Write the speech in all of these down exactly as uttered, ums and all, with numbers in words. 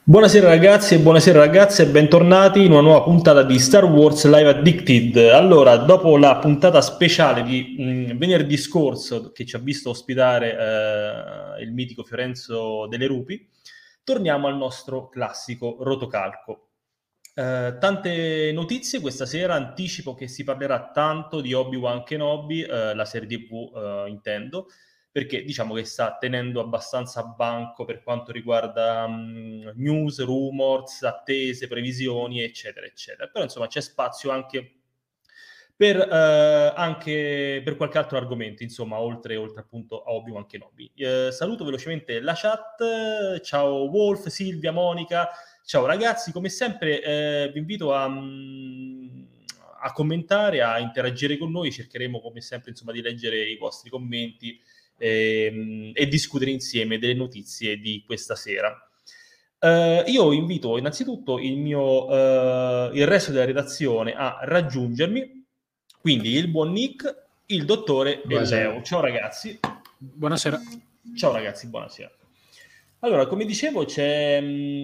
Buonasera ragazzi e buonasera ragazze e bentornati in una nuova puntata di Star Wars Live Addicted. Allora, dopo la puntata speciale di mh, venerdì scorso che ci ha visto ospitare eh, il mitico Fiorenzo Delle Rupi, torniamo al nostro classico rotocalco. Eh, tante notizie questa sera, anticipo che si parlerà tanto di Obi-Wan Kenobi, eh, la serie tivù eh, intendo, perché diciamo che sta tenendo abbastanza banco per quanto riguarda mh, news, rumors, attese, previsioni, eccetera, eccetera. Però insomma c'è spazio anche per, eh, anche per qualche altro argomento, insomma, oltre, oltre appunto a Obi-Wan Kenobi. Eh, saluto velocemente la chat, ciao Wolf, Silvia, Monica, ciao ragazzi, come sempre eh, vi invito a... Mh, a commentare, a interagire con noi, cercheremo come sempre insomma di leggere i vostri commenti e, e discutere insieme delle notizie di questa sera. Uh, io invito innanzitutto il mio uh, il resto della redazione a raggiungermi, quindi il buon Nick, il dottore buonasera. E Leo. Ciao ragazzi. Buonasera. Ciao ragazzi, buonasera. Allora, come dicevo, c'è,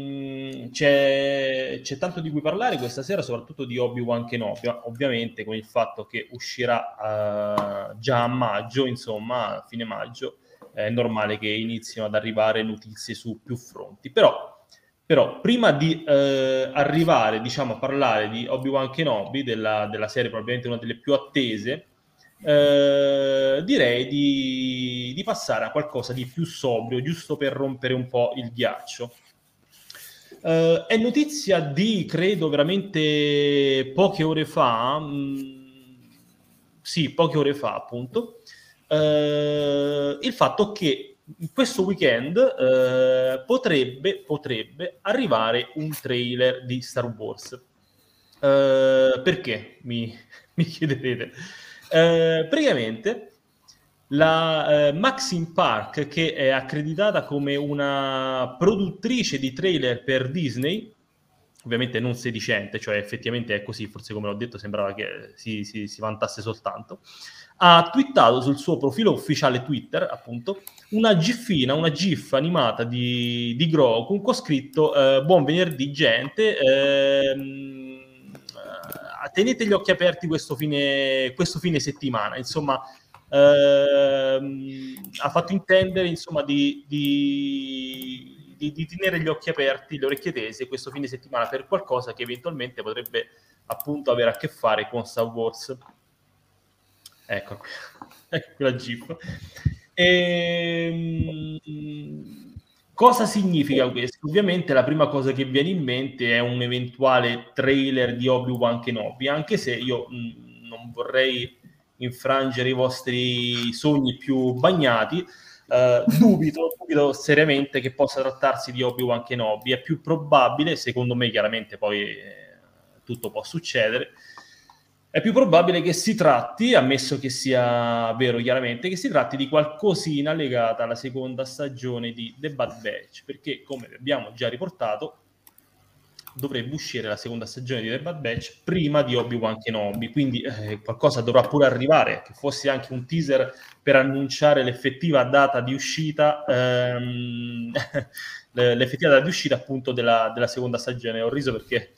c'è, c'è tanto di cui parlare questa sera, soprattutto di Obi-Wan Kenobi, ovviamente con il fatto che uscirà uh, già a maggio, insomma, a fine maggio, è normale che inizino ad arrivare notizie su più fronti. Però, però prima di uh, arrivare, diciamo, a parlare di Obi-Wan Kenobi, della, della serie probabilmente una delle più attese, Uh, direi di, di passare a qualcosa di più sobrio, giusto per rompere un po' il ghiaccio. Uh, è notizia di, credo, veramente poche ore fa, mh, sì, poche ore fa appunto, uh, il fatto che in questo weekend uh, potrebbe, potrebbe arrivare un trailer di Star Wars. Uh, perché? Mi, mi chiederete. Uh, praticamente la uh, Maxine Park, che è accreditata come una produttrice di trailer per Disney, ovviamente non sedicente, cioè effettivamente è così, forse come l'ho detto sembrava che si, si, si vantasse soltanto, ha twittato sul suo profilo ufficiale Twitter, appunto, una gifina, una gif animata di, di Grogu con scritto uh, buon venerdì gente, ehm, tenete gli occhi aperti questo fine, questo fine settimana, insomma, ehm, ha fatto intendere insomma di, di, di, di tenere gli occhi aperti, le orecchie tese questo fine settimana per qualcosa che eventualmente potrebbe appunto avere a che fare con Star Wars. Ecco qui, ecco la gif. E, cosa significa questo? Ovviamente la prima cosa che viene in mente è un eventuale trailer di Obi-Wan Kenobi, anche se io mh, non vorrei infrangere i vostri sogni più bagnati, uh, dubito, dubito seriamente che possa trattarsi di Obi-Wan Kenobi. È più probabile, secondo me chiaramente poi eh, tutto può succedere, è più probabile che si tratti, ammesso che sia vero chiaramente, che si tratti di qualcosina legata alla seconda stagione di The Bad Batch, perché come abbiamo già riportato dovrebbe uscire la seconda stagione di The Bad Batch prima di Obi-Wan Kenobi, quindi eh, qualcosa dovrà pure arrivare, che fosse anche un teaser per annunciare l'effettiva data di uscita ehm, l'effettiva data di uscita appunto della, della seconda stagione. Ho riso perché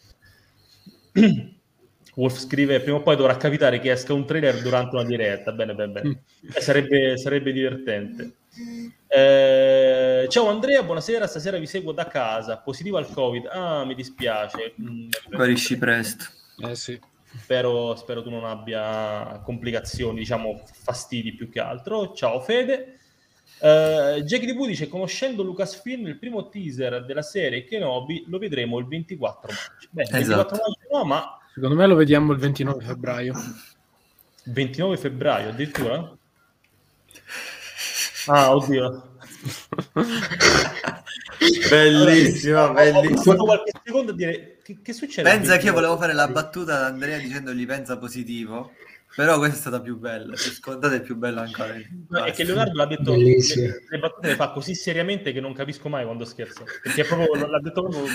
Wolf scrive prima o poi dovrà capitare che esca un trailer durante una diretta. Bene, bene, bene. Eh, sarebbe, sarebbe divertente. Eh, ciao Andrea, buonasera, stasera vi seguo da casa, positivo al Covid. Ah, mi dispiace. Guarisci presto. Eh sì. Spero, spero tu non abbia complicazioni, diciamo fastidi più che altro. Ciao Fede. Uh, Jackie T V dice: conoscendo Lucasfilm, il primo teaser della serie Kenobi lo vedremo il ventiquattro maggio. Beh, il esatto. ventiquattro maggio no, ma secondo me lo vediamo il ventinove febbraio. ventinove febbraio addirittura? Ah, oddio. Bellissimo, allora, bellissimo. Ho qualche secondo a dire che, che succede? Pensa che io volevo fare la battuta ad Andrea dicendogli pensa positivo, però questa è stata più bella, più scontata e più bella ancora. No, è che Leonardo l'ha detto, le, le battute le fa così seriamente che non capisco mai quando scherza, perché proprio l'ha detto proprio.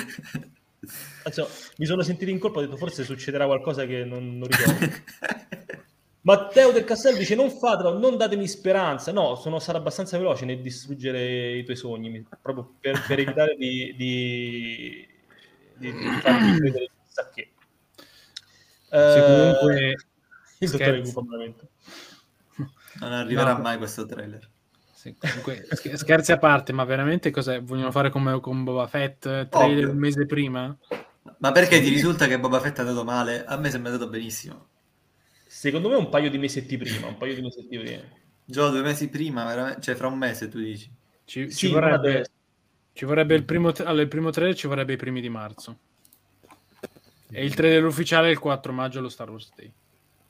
Anzi, mi sono sentito in colpa, ho detto forse succederà qualcosa che non, non ricordo. Matteo del Castello dice non fatelo, non datemi speranza. No, sono sarà abbastanza veloce nel distruggere i tuoi sogni, proprio per, per evitare di, di, di, di farvi credere chissà che. Sì, Uh, comunque, il dottore scherzi. Non arriverà No. mai questo trailer. Sì, comunque, scherzi a parte, ma veramente cos'è? Vogliono fare come con Boba Fett, trailer Ovvio. un mese prima? Ma perché ti risulta che Boba Fett è andato male? A me sembra andato benissimo. Secondo me un paio di mesetti prima, un paio di mesetti prima. Gio, due mesi prima, veramente, cioè fra un mese tu dici. Ci, Sì, ci vorrebbe, adesso. ci vorrebbe il primo, allora, il primo trailer ci vorrebbe i primi di marzo. E il trailer ufficiale è il quattro maggio allo Star Wars Day.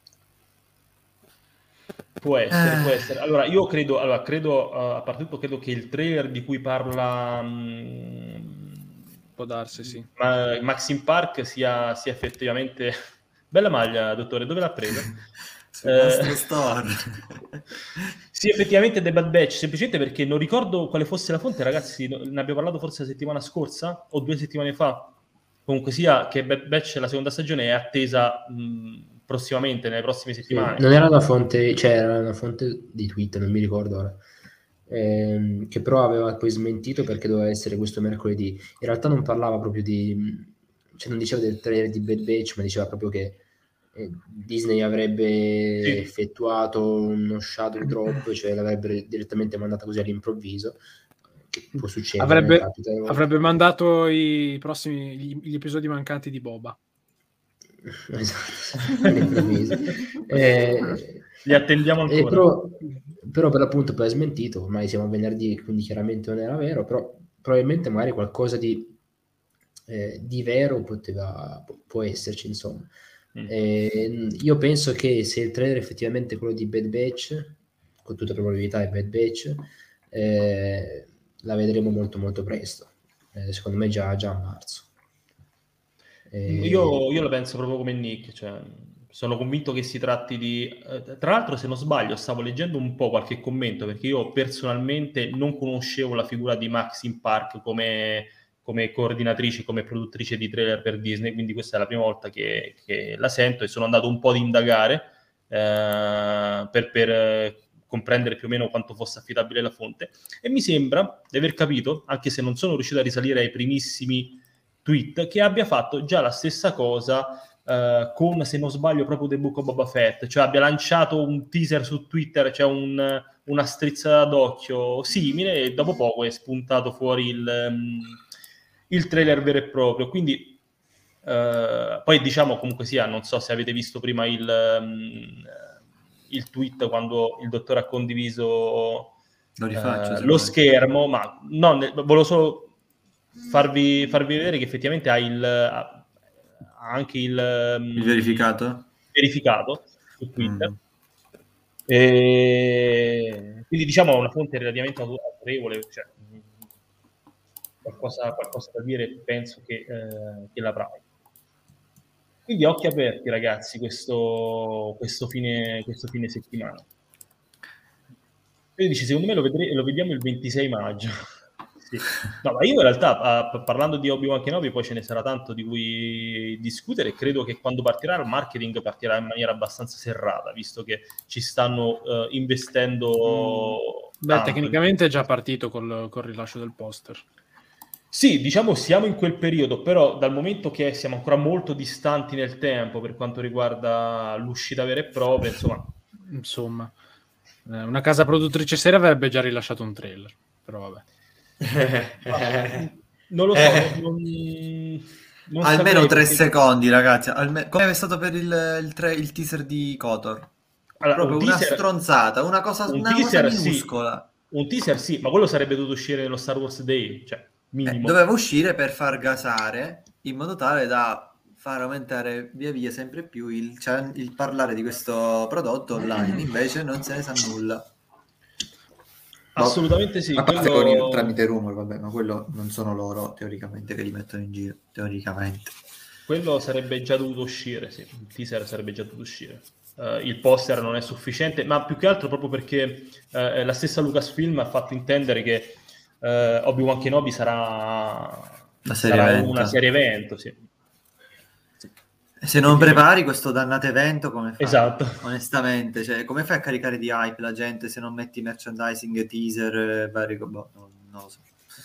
Può essere, Eh. può essere. Allora, io credo, allora, credo, uh, a parte tutto, credo che il trailer di cui parla um, Può darsi, sì. Ma, Maxim Park sia, sia effettivamente... Bella maglia, dottore, dove l'ha presa? Sul nostro store. Sì, effettivamente The Bad Batch, semplicemente perché non ricordo quale fosse la fonte, ragazzi, ne abbiamo parlato forse la settimana scorsa o due settimane fa. Comunque sia che Bad Batch, la seconda stagione, è attesa mh, prossimamente, nelle prossime settimane. Sì, non era una fonte, cioè era una fonte di Twitter, non mi ricordo ora, ehm, che però aveva poi smentito perché doveva essere questo mercoledì. In realtà non parlava proprio di, cioè non diceva del trailer di Bad Batch, ma diceva proprio che eh, Disney avrebbe Sì. effettuato uno shadow drop, cioè l'avrebbe direttamente mandata così all'improvviso, che può succedere. Avrebbe, capita, avrebbe mandato i prossimi gli, gli episodi mancanti di Boba. Esatto, all'improvviso. Eh, Li attendiamo ancora. eh, però, però per l'appunto poi è smentito, ormai siamo a venerdì, quindi chiaramente non era vero, però probabilmente magari qualcosa di, eh, di vero poteva, può esserci, insomma. Mm. Eh, io penso che se il trailer effettivamente è quello di Bad Batch, con tutta probabilità è Bad Batch, eh, la vedremo molto molto presto, eh, secondo me già, già a marzo. Io, io lo penso proprio come Nick, cioè, sono convinto che si tratti di... Eh, tra l'altro, se non sbaglio, stavo leggendo un po' qualche commento, perché io personalmente non conoscevo la figura di Maxim Park come, come coordinatrice, come produttrice di trailer per Disney, quindi questa è la prima volta che, che la sento e sono andato un po' ad indagare eh, per, per comprendere più o meno quanto fosse affidabile la fonte, e mi sembra di aver capito, anche se non sono riuscito a risalire ai primissimi tweet, che abbia fatto già la stessa cosa uh, con, se non sbaglio, proprio The Book of Boba Fett, cioè abbia lanciato un teaser su Twitter, cioè un, una strizzata d'occhio simile, e dopo poco è spuntato fuori il, um, il trailer vero e proprio. Quindi uh, poi diciamo comunque sia, non so se avete visto prima il, um, il tweet quando il dottore ha condiviso lo, rifaccio, uh, lo schermo, ma no, ne, volevo solo Farvi, farvi vedere che effettivamente ha, il, ha anche il, il verificato verificato su Twitter. Mm. E quindi diciamo una fonte relativamente autorevole, cioè, qualcosa, qualcosa da dire penso che, eh, che l'avrai. Quindi occhi aperti, ragazzi, questo, questo, fine, questo fine settimana. Quindi dice, secondo me lo, vedremo, lo vediamo il ventisei maggio. Sì. No, ma io in realtà uh, parlando di Obi-Wan Kenobi poi ce ne sarà tanto di cui discutere, credo che quando partirà il marketing partirà in maniera abbastanza serrata, visto che ci stanno uh, investendo mm. Beh, tecnicamente è già partito col, col rilascio del poster. Sì, diciamo siamo in quel periodo, però dal momento che siamo ancora molto distanti nel tempo per quanto riguarda l'uscita vera e propria, insomma insomma una casa produttrice seria avrebbe già rilasciato un trailer, però vabbè. Non lo so, eh. non, non almeno tre perché... secondi, ragazzi. Alme... come è stato per il, il, tre, il teaser di Kotor? Allora, proprio un una teaser, stronzata, una cosa, un una teaser, cosa minuscola. Sì. Un teaser sì, ma quello sarebbe dovuto uscire nello Star Wars Day, cioè minimo. Eh, doveva uscire per far gasare in modo tale da far aumentare via via sempre più il, cioè, il parlare di questo prodotto online. Invece non se ne sa nulla. Assolutamente sì. A parte quello... con il, tramite rumor, vabbè, ma quello non sono loro teoricamente che li mettono in giro, teoricamente. Quello sarebbe già dovuto uscire, sì, il teaser sarebbe già dovuto uscire. Uh, il poster non è sufficiente, ma più che altro proprio perché uh, la stessa Lucasfilm ha fatto intendere che uh, Obi-Wan Kenobi sarà, una serie sarà evento, una serie evento sì. Sì. Se non prepari questo dannato evento, come fai? Esatto. Onestamente, cioè, come fai a caricare di hype la gente se non metti merchandising, teaser, vari boh, non, non lo so.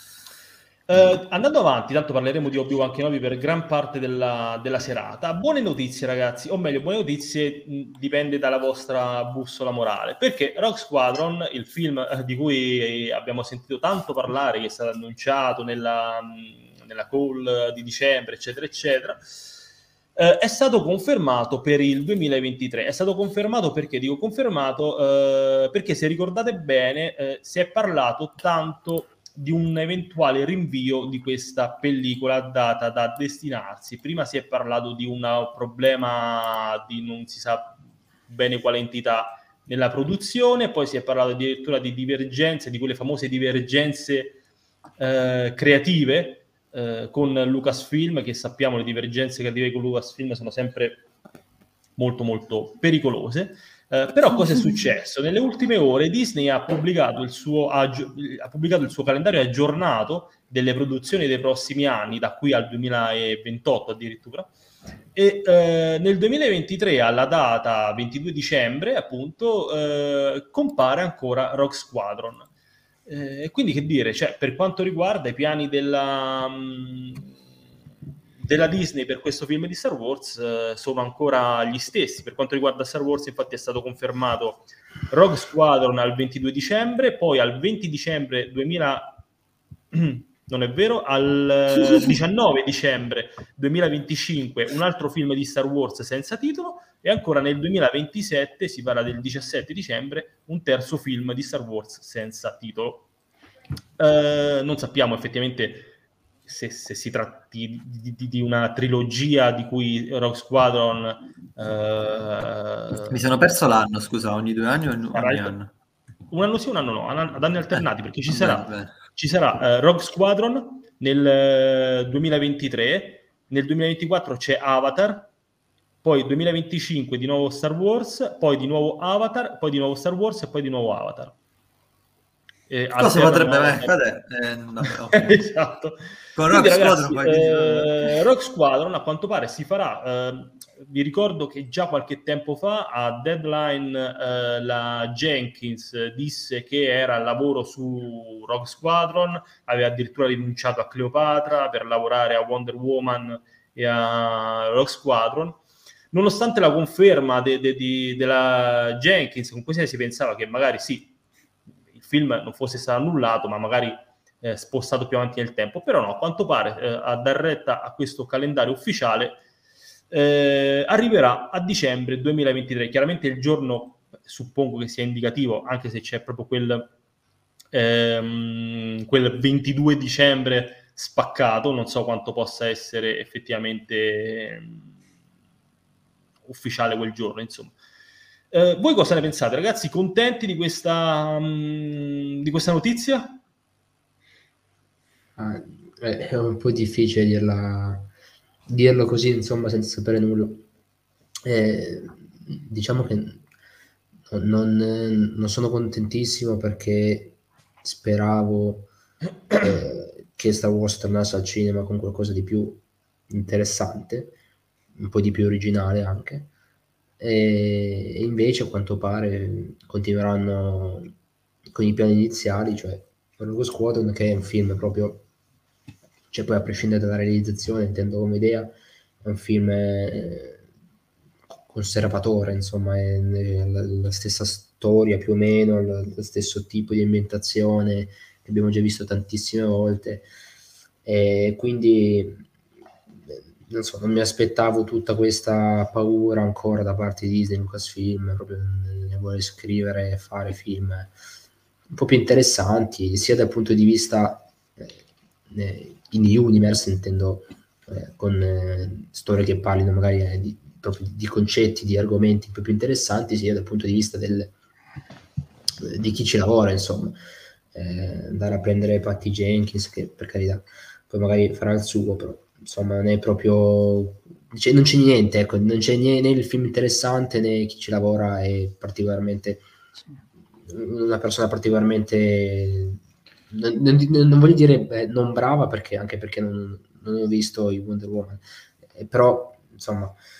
Uh, andando avanti, tanto parleremo di Obi-Wan Kenobi per gran parte della, della serata. Buone notizie, ragazzi, o meglio, buone notizie mh, dipende dalla vostra bussola morale, perché Rogue Squadron, il film eh, di cui abbiamo sentito tanto parlare, che è stato annunciato nella, mh, nella call di dicembre, eccetera, eccetera, eh, è stato confermato per il duemilaventitré. È stato confermato perché dico confermato? Eh, perché se ricordate bene, eh, si è parlato tanto di un eventuale rinvio di questa pellicola data da destinarsi. Prima si è parlato di un problema di non si sa bene quale entità nella produzione, poi si è parlato addirittura di divergenze, di quelle famose divergenze eh, creative eh, con Lucasfilm, che sappiamo le divergenze creative con Lucasfilm sono sempre molto molto pericolose. Uh, però cosa è successo? Nelle ultime ore Disney ha pubblicato il suo, aggi- ha pubblicato il suo calendario aggiornato delle produzioni dei prossimi anni, da qui al duemilaventotto addirittura, e uh, nel duemilaventitré, alla data ventidue dicembre, appunto, uh, compare ancora Rogue Squadron. Uh, e quindi che dire, cioè, per quanto riguarda i piani della... Um, della Disney per questo film di Star Wars eh, sono ancora gli stessi. Per quanto riguarda Star Wars, infatti, è stato confermato Rogue Squadron al ventidue dicembre, poi al venti dicembre duemila non è vero, al diciannove dicembre duemilaventicinque un altro film di Star Wars senza titolo, e ancora nel duemilaventisette, si parla del diciassette dicembre, un terzo film di Star Wars senza titolo. Eh, non sappiamo effettivamente Se, se si tratti di, di, di una trilogia di cui Rogue Squadron eh... mi sono perso l'anno, scusa, ogni due anni o ogni, ogni anno? Un anno sì, un anno no, ad anni alternati, eh, perché ci bene, sarà, bene. ci sarà uh, Rogue Squadron nel uh, duemilaventitré, nel duemilaventiquattro c'è Avatar, poi duemilaventicinque di nuovo Star Wars, poi di nuovo Avatar, poi di nuovo Star Wars e poi di nuovo Avatar. Eh, cosa potrebbe mai accadere? Eh, no, okay. Esatto. Con Rogue ragazzi, Squadron, eh, Rogue Squadron a quanto pare si farà. Eh, vi ricordo che già qualche tempo fa a Deadline eh, la Jenkins disse che era al lavoro su Rogue Squadron, aveva addirittura rinunciato a Cleopatra per lavorare a Wonder Woman e a Rogue Squadron. Nonostante la conferma de- de- de- della Jenkins, con cui si pensava che magari sì, film non fosse stato annullato, ma magari eh, spostato più avanti nel tempo. Però no, a quanto pare eh, a dar retta a questo calendario ufficiale eh, arriverà a dicembre duemilaventitré. Chiaramente il giorno suppongo che sia indicativo, anche se c'è proprio quel, ehm, quel ventidue dicembre spaccato, non so quanto possa essere effettivamente eh, ufficiale quel giorno, insomma. Uh, voi cosa ne pensate, ragazzi? Contenti di questa, um, di questa notizia? Ah, è un po' difficile dirla, dirlo così, insomma, senza sapere nulla. Eh, diciamo che non, non sono contentissimo, perché speravo eh, che Star Wars tornasse al cinema con qualcosa di più interessante, un po' di più originale anche. E invece a quanto pare continueranno con i piani iniziali, cioè Rogue Squadron, che è un film proprio, cioè poi a prescindere dalla realizzazione, intendo come idea, è un film eh, conservatore, insomma, è, è la, la stessa storia più o meno, lo, lo stesso tipo di ambientazione che abbiamo già visto tantissime volte, e quindi non so, non mi aspettavo tutta questa paura ancora da parte di Disney, Lucasfilm, proprio ne vuole scrivere e fare film un po' più interessanti, sia dal punto di vista eh, in universe, intendo eh, con eh, storie che parlino magari eh, di, proprio di concetti, di argomenti un po' più interessanti, sia dal punto di vista del, eh, di chi ci lavora, insomma. Eh, andare a prendere Patty Jenkins, che per carità poi magari farà il suo, però insomma non è proprio, c'è, non c'è niente, ecco, non c'è né, né il film interessante né chi ci lavora è particolarmente una persona particolarmente non, non, non voglio dire eh, non brava, perché anche perché non, non ho visto i Wonder Woman, eh, però insomma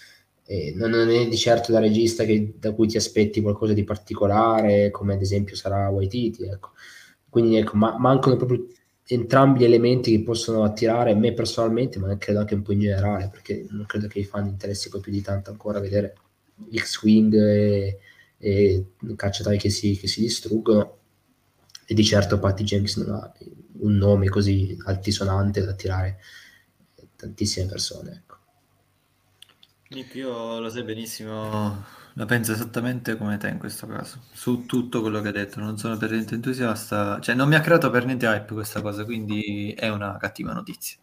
e non, non è di certo da regista che, da cui ti aspetti qualcosa di particolare, come ad esempio sarà Waititi, ecco. Quindi ecco, ma, mancano proprio entrambi gli elementi che possono attirare me personalmente, ma credo anche un po' in generale, perché non credo che i fan interessi poi più di tanto ancora vedere X-Wing e, e cacciatori che si, che si distruggono, e di certo Patty Jenkins non ha un nome così altisonante da attirare tantissime persone, ecco. Nick, io lo sai benissimo, la penso esattamente come te in questo caso, su tutto quello che hai detto, non sono per niente entusiasta, cioè non mi ha creato per niente hype questa cosa, quindi è una cattiva notizia.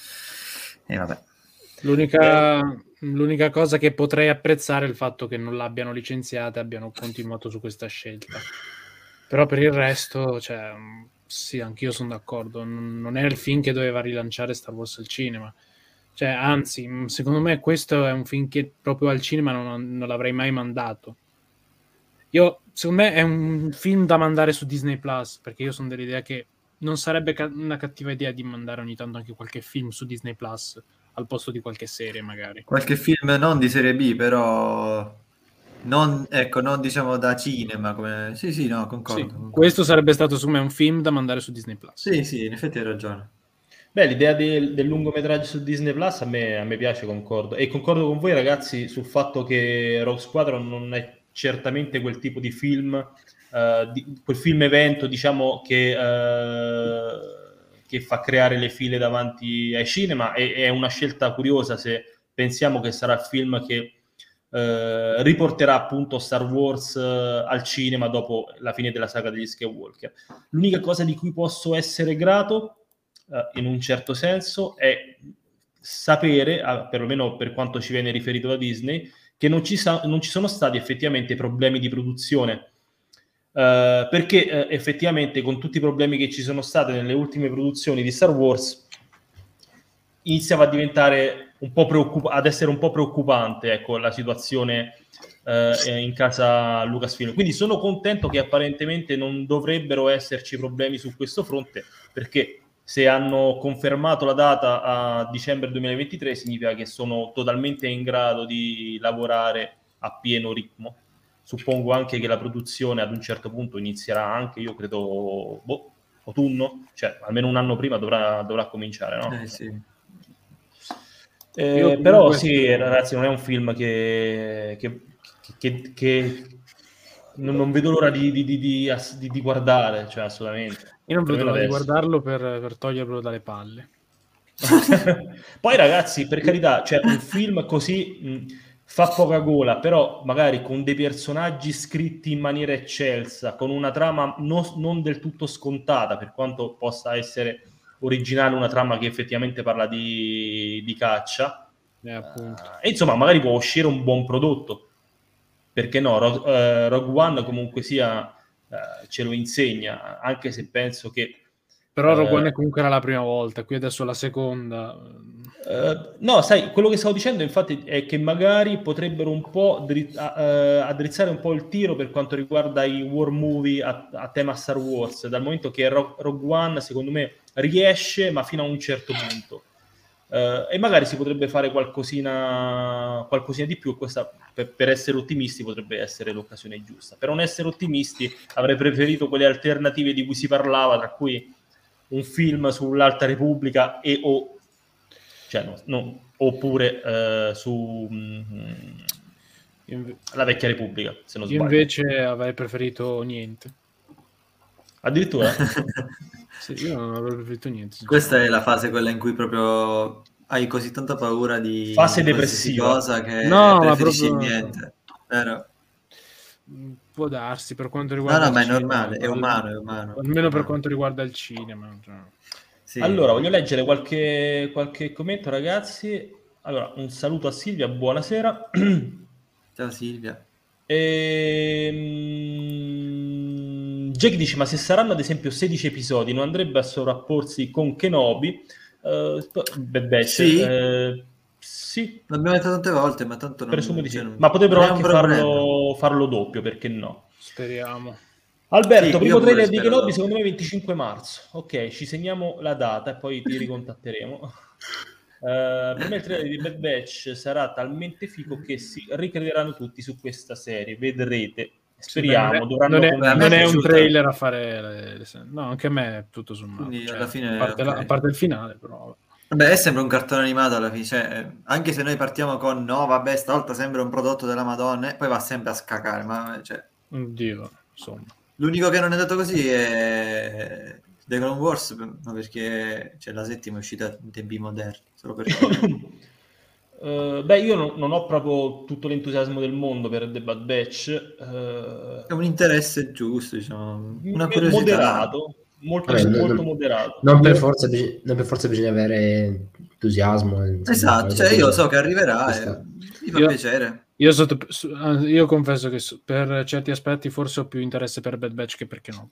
E vabbè. L'unica, l'unica cosa che potrei apprezzare è il fatto che non l'abbiano licenziata e abbiano continuato su questa scelta. Però per il resto, cioè, sì, anch'io sono d'accordo, non, non era il film che doveva rilanciare Star Wars al cinema. Cioè, anzi, secondo me questo è un film che proprio al cinema non, non l'avrei mai mandato. Io, secondo me è un film da mandare su Disney Plus, perché io sono dell'idea che non sarebbe ca- una cattiva idea di mandare ogni tanto anche qualche film su Disney Plus al posto di qualche serie, magari. Qualche film non di serie B, però non, ecco, non diciamo da cinema, come... Sì, sì, no, concordo. Sì, concordo. questo sarebbe stato, secondo me, un film da mandare su Disney Plus. Sì, sì, in effetti hai ragione. Beh, l'idea del, del lungometraggio su Disney Plus a me, a me piace, concordo. E concordo con voi, ragazzi, sul fatto che Rogue Squadron non è certamente quel tipo di film, uh, di, quel film evento, diciamo, che, uh, che fa creare le file davanti ai cinema. E, è una scelta curiosa se pensiamo che sarà il film che uh, riporterà appunto Star Wars uh, al cinema dopo la fine della saga degli Skywalker. L'unica cosa di cui posso essere grato, in un certo senso, è sapere, perlomeno per quanto ci viene riferito da Disney, che non ci, sa- non ci sono stati effettivamente problemi di produzione, uh, perché uh, effettivamente con tutti i problemi che ci sono stati nelle ultime produzioni di Star Wars iniziava a diventare un po' preoccup- ad essere un po' preoccupante, ecco, la situazione uh, in casa Lucasfilm. Quindi sono contento che apparentemente non dovrebbero esserci problemi su questo fronte, perché se hanno confermato la data a dicembre duemilaventitré significa che sono totalmente in grado di lavorare a pieno ritmo. Suppongo anche che la produzione ad un certo punto inizierà anche, io credo, boh, autunno, cioè almeno un anno prima dovrà, dovrà cominciare, no? Eh sì. Eh, Io però comunque- sì, ragazzi, non è un film che, che, che, che non, non vedo l'ora di, di, di, di, di guardare, cioè assolutamente. Io non vedo l'ora di Adesso. guardarlo per, per toglierlo dalle palle. Poi ragazzi, per carità, cioè un film così mh, fa poca gola, però magari con dei personaggi scritti in maniera eccelsa, con una trama no, non del tutto scontata, per quanto possa essere originale, una trama che effettivamente parla di, di caccia, Eh, appunto. uh, e insomma magari può uscire un buon prodotto, perché no? Ro- uh, Rogue One comunque sia uh, ce lo insegna, anche se penso che Però Rogue One comunque era la prima volta, qui adesso la seconda. Uh, no, sai, quello che stavo dicendo infatti è che magari potrebbero un po' dri- uh, addrizzare un po' il tiro per quanto riguarda i war movie a, a tema Star Wars, dal momento che Ro- Rogue One secondo me riesce, ma fino a un certo punto. Uh, e magari si potrebbe fare qualcosina, qualcosina di più, e questa per, per essere ottimisti potrebbe essere l'occasione giusta. Per non essere ottimisti avrei preferito quelle alternative di cui si parlava, tra cui un film sull'Alta Repubblica e o cioè no, no, oppure uh, su mh, Inve- la Vecchia Repubblica, se non Io sbaglio. invece avrei preferito niente. Addirittura? Sì, io non avrei preferito niente. Questa è la fase quella in cui proprio hai così tanta paura di Fase di qualsiasi depressiva. cosa che No, ma preferisci proprio- niente. Vero? Può darsi per quanto No, riguarda no, il ma è cinema, normale, è al- umano, è umano. almeno per Umano. quanto riguarda il cinema. Cioè. Sì. Allora, voglio leggere qualche, qualche commento, ragazzi. Allora, un saluto a Silvia, buonasera. Ciao Silvia. Ehm... Jake dice, ma se saranno ad esempio sedici episodi, non andrebbe a sovrapporsi con Kenobi? Uh, beh, Sì. eh, sì, L'abbiamo detto tante volte, ma tanto non, presumo di cioè, sì. non- Ma potrebbero non è un anche problema. farlo, farlo doppio, perché no? Speriamo. Alberto, Sì, primo io pure trailer di spero Kenobi doppio. secondo me venticinque marzo. Ok, ci segniamo la data e poi ti ricontatteremo. Uh, per me il trailer di Bad Batch sarà talmente figo che si ricrederanno tutti su questa serie, vedrete. Speriamo. Sì, non è, non è, non è un trailer a fare le, le, no, anche a me è tutto sommato, cioè, alla fine, a, parte okay. la, a parte il finale però vabbè, è sempre un cartone animato alla fine, cioè, anche se noi partiamo con no vabbè stavolta sembra un prodotto della Madonna, poi va sempre a scacare, ma cioè, oddio, insomma l'unico che non è andato così è The Clone Wars, ma perché cioè, la settima è uscita in tempi moderni, solo perché Uh, beh, io non, non ho proprio tutto l'entusiasmo del mondo per The Bad Batch. Uh, è un interesse giusto, diciamo, una curiosità. Moderato, molto, Vabbè, molto non, moderato. Non per, forza, non per forza bisogna avere entusiasmo. Esatto, cioè io so che arriverà e mi fa io, piacere. Io, sotto, io confesso che per certi aspetti forse ho più interesse per Bad Batch che per Kenobi.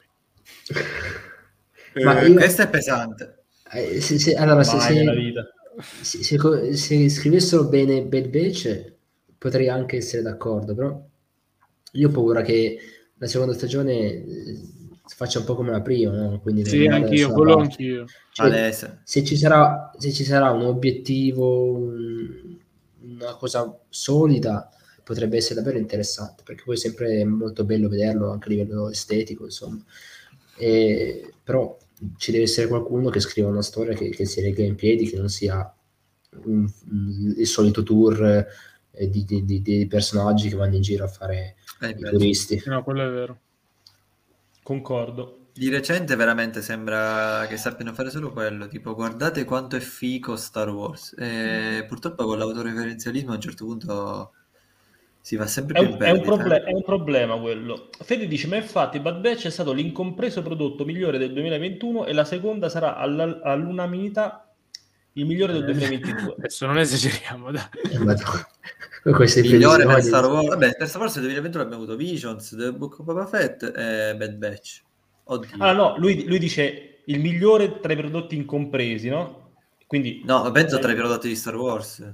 Ma eh, io, questo è pesante. Eh, se, se, allora, se, se, se, se, se scrivessero bene Bad Batch potrei anche essere d'accordo, però io ho paura che la seconda stagione faccia un po' come la prima, no? Quindi sì, anch'io, quello anch'io. Cioè, se ci sarà se ci sarà un obiettivo, un, una cosa solida, potrebbe essere davvero interessante, perché poi è sempre molto bello vederlo anche a livello estetico, insomma. E, però ci deve essere qualcuno che scriva una storia che, che si regga in piedi, che non sia un, un, il solito tour eh, di, di, di, di personaggi che vanno in giro a fare eh, i turisti. No, quello è vero. Concordo. Di recente veramente sembra che sappiano fare solo quello, tipo guardate quanto è fico Star Wars, e purtroppo con l'autoreferenzialismo a un certo punto si va sempre è più un, in è, un proble- è un problema quello. Fede dice, ma infatti Bad Batch è stato l'incompreso prodotto migliore del duemilaventuno e la seconda sarà all- all'unanimità il migliore del duemilaventidue. Adesso non esageriamo, dai. Eh, migliore per Star Wars, vabbè, per Star Wars nel duemilaventuno abbiamo avuto Visions, The Book of Boba Fett e Bad Batch. Oddio. Ah no, lui, lui dice il migliore tra i prodotti incompresi, no? Quindi no, penso eh, tra i prodotti di Star Wars.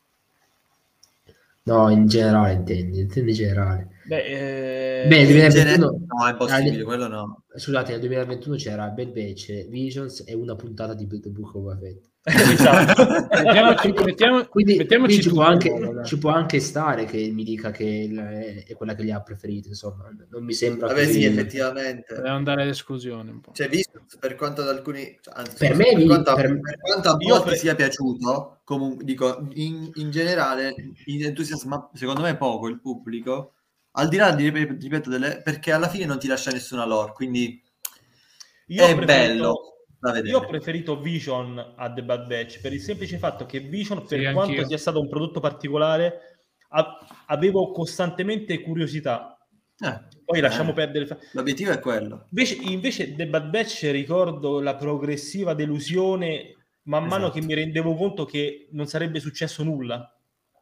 No, in generale intendi, intendi in generale. Beh, eh... Beh, nel duemilaventuno... no, è impossibile, ah, quello no. Scusate, nel duemilaventuno c'era Bad Batch, Visions e una puntata di The Book of Boba Fett. Esatto. mettiamoci, mettiamo, quindi, mettiamoci quindi ci, può anche, no, ci può anche stare che mi dica che è, è quella che gli ha preferito, insomma, non mi sembra. Vabbè, sì, effettivamente deve andare all'esclusione un po'. Cioè, visto per quanto ad alcuni, anzi, per, per, me, per, quanto, per, per quanto a molti per... sia piaciuto, comunque dico in, in generale, in entusiasma secondo me poco il pubblico, al di là di ripeto delle, perché alla fine non ti lascia nessuna lore, quindi io è preferito... bello. Io ho preferito Vision a The Bad Batch per il semplice fatto che Vision, per sì, quanto anch'io. sia stato un prodotto particolare, a- avevo costantemente curiosità. Eh, Poi eh, lasciamo perdere. L'obiettivo è quello. Invece, invece The Bad Batch ricordo la progressiva delusione man mano esatto. che mi rendevo conto che non sarebbe successo nulla.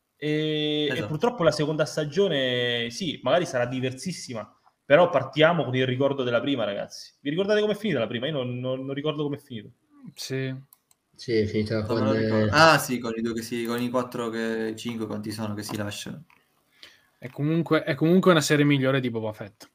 E, esatto. e purtroppo la seconda stagione, sì, magari sarà diversissima. Però partiamo con il ricordo della prima, ragazzi. Vi ricordate com'è finita la prima? Io non, non, non ricordo com'è finita. Sì. Sì, è finita con... Le... Ah sì, con i due che si... con i quattro che... cinque quanti sono che si lasciano. È comunque, è comunque una serie migliore di Boba Fett.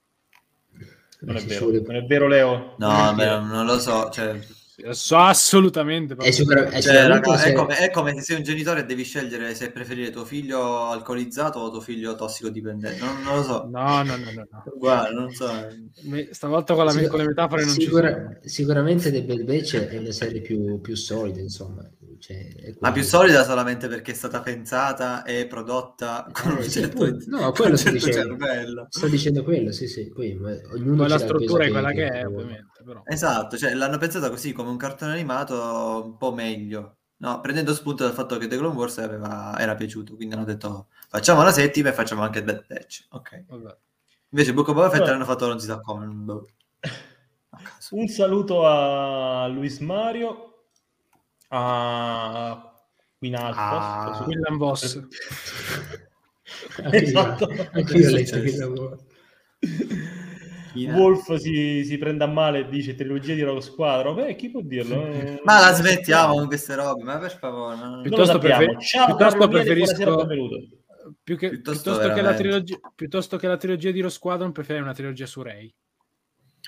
Non è vero, non è vero Leo? No, beh, non lo so, cioè... So assolutamente. È sicura, è, cioè, raga, se... è, come, è come se sei un genitore e devi scegliere se preferire tuo figlio alcolizzato o tuo figlio tossicodipendente. Non, non lo so. No, no, no, no. no. Guarda, non so. Stavolta con, la, Sicur- con le metafore non sicura, ci sono. Sicuramente The Bad Batch è una serie più, più solida, insomma. Cioè, ma più solida solamente perché è stata pensata e prodotta con eh, un sì, certo, poi, no, quello sto certo dicendo. cervello. Sto dicendo quello, sì, sì. Poi, ognuno poi la struttura è quella che, che è, ovviamente. Però. Esatto, cioè l'hanno pensata così come un cartone animato un po' meglio. No, prendendo spunto dal fatto che The Clone Wars aveva, era piaciuto, quindi hanno detto facciamo la settima e facciamo anche Bad Batch. Ok. Vabbè. Invece Book of Boba Fett l'hanno fatto non si sa come. Boh. Un saluto a Luis Mario, a Queen Alpha, a William Voss. Esatto. Anche io ho letto che lavoro. Wolf si, si prende a male e dice trilogia di Rogue Squadron. Beh, chi può dirlo? Eh, ma la smettiamo con queste robe, ma per favore. Non piuttosto, prefer- Ciao, piuttosto preferisco più che, piuttosto, piuttosto, che la trilogia, piuttosto che la trilogia di Rogue Squadron preferirei una trilogia su Rey.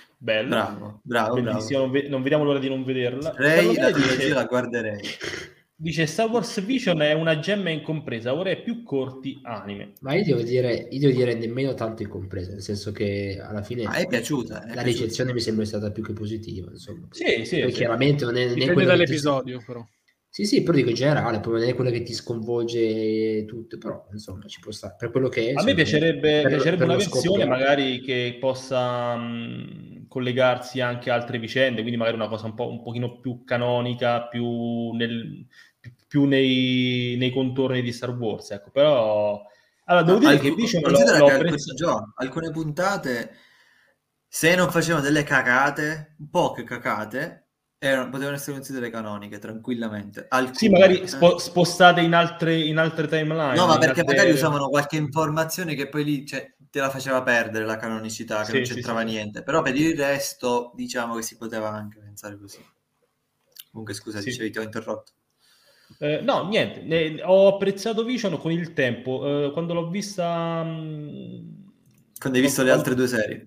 Bello, bravo, bravo, bravo. Non, ve- non vediamo l'ora di non vederla. Rey, la trilogia dice... la guarderei. Dice Star Wars Vision è una gemma incompresa, ora è più corti anime. Ma io devo dire, io devo dire nemmeno tanto incompresa, nel senso che alla fine Ah, è piaciuta. È la piaciuta. ricezione mi sembra stata più che positiva, insomma. Sì, sì, Poi sì. chiaramente non è, non è Dipende quella che ti- dall'episodio, però. Sì, sì, però dico in generale, poi non è quella che ti sconvolge tutto, però insomma ci può stare. Per quello che è, A me secondo me, piacerebbe, per- piacerebbe per una lo scopo versione che ha. magari che possa mh, collegarsi anche a altre vicende, quindi magari una cosa un po' un pochino più canonica, più, nel, più, più nei, nei contorni di Star Wars, ecco. Però allora devo No, dire alcu- che Vision l'ho, considera l'ho che alcune, apprezzato. Gio, alcune puntate, se non facevano delle cacate, poche cacate, erano, potevano essere considerate canoniche tranquillamente. Alcune, Sì, magari eh. spo- spostate in altre, in altre timeline. No, ma in perché altre- magari usavano qualche informazione che poi lì, cioè, te la faceva perdere la canonicità, che Sì, non sì, c'entrava sì, sì. niente. Però per il resto, diciamo che si poteva anche pensare così. Comunque, scusa, Sì. dicevi, ti ho interrotto. Eh, no, niente, ne- ho apprezzato Vision con il tempo. Eh, quando l'ho vista... mh, Quando hai visto ho- le ho- altre due serie.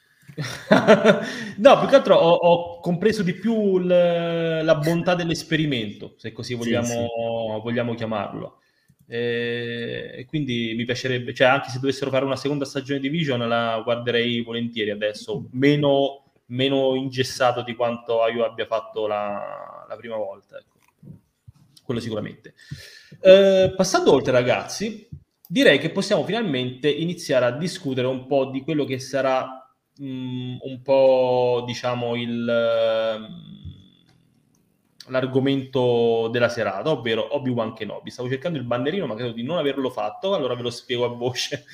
No, più che altro ho, ho compreso di più l- la bontà dell'esperimento, se così vogliamo, vogliamo chiamarlo. E, e quindi mi piacerebbe, cioè anche se dovessero fare una seconda stagione di Vision la guarderei volentieri adesso, meno, meno ingessato di quanto io abbia fatto la, la prima volta, ecco. Quello sicuramente. Eh, passando oltre, ragazzi, direi che possiamo finalmente iniziare a discutere un po' di quello che sarà mh, un po', diciamo, il, ehm, l'argomento della serata, ovvero Obi-Wan Kenobi. Stavo cercando il bannerino, ma credo di non averlo fatto, allora ve lo spiego a voce.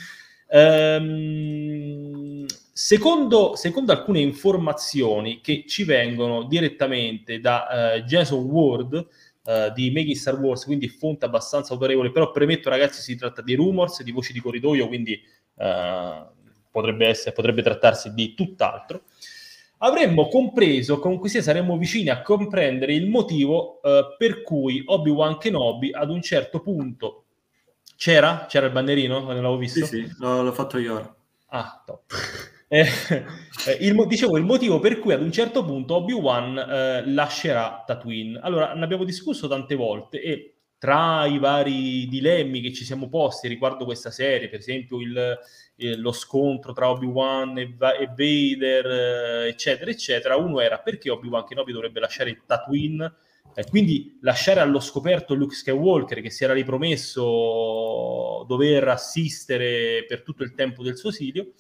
Ehm, secondo, secondo alcune informazioni che ci vengono direttamente da eh, Jason Ward, Uh, di Making Star Wars, quindi fonte abbastanza autorevole, però premetto, ragazzi, si tratta di rumors, di voci di corridoio, quindi uh, potrebbe essere, potrebbe trattarsi di tutt'altro. Avremmo compreso, comunque sia, saremmo vicini a comprendere il motivo uh, per cui Obi-Wan Kenobi ad un certo punto c'era? C'era il bannerino? Non l'avevo visto? Sì, sì, l'ho, l'ho fatto io ora. Ah, top. Eh, eh, il, dicevo il motivo per cui ad un certo punto Obi-Wan eh, lascerà Tatooine. Allora, ne abbiamo discusso tante volte e tra i vari dilemmi che ci siamo posti riguardo questa serie, per esempio il, il, lo scontro tra Obi-Wan e, e Vader, eh, eccetera, eccetera, uno era perché Obi-Wan Kenobi dovrebbe lasciare Tatooine, eh, quindi lasciare allo scoperto Luke Skywalker che si era ripromesso dover assistere per tutto il tempo del suo esilio.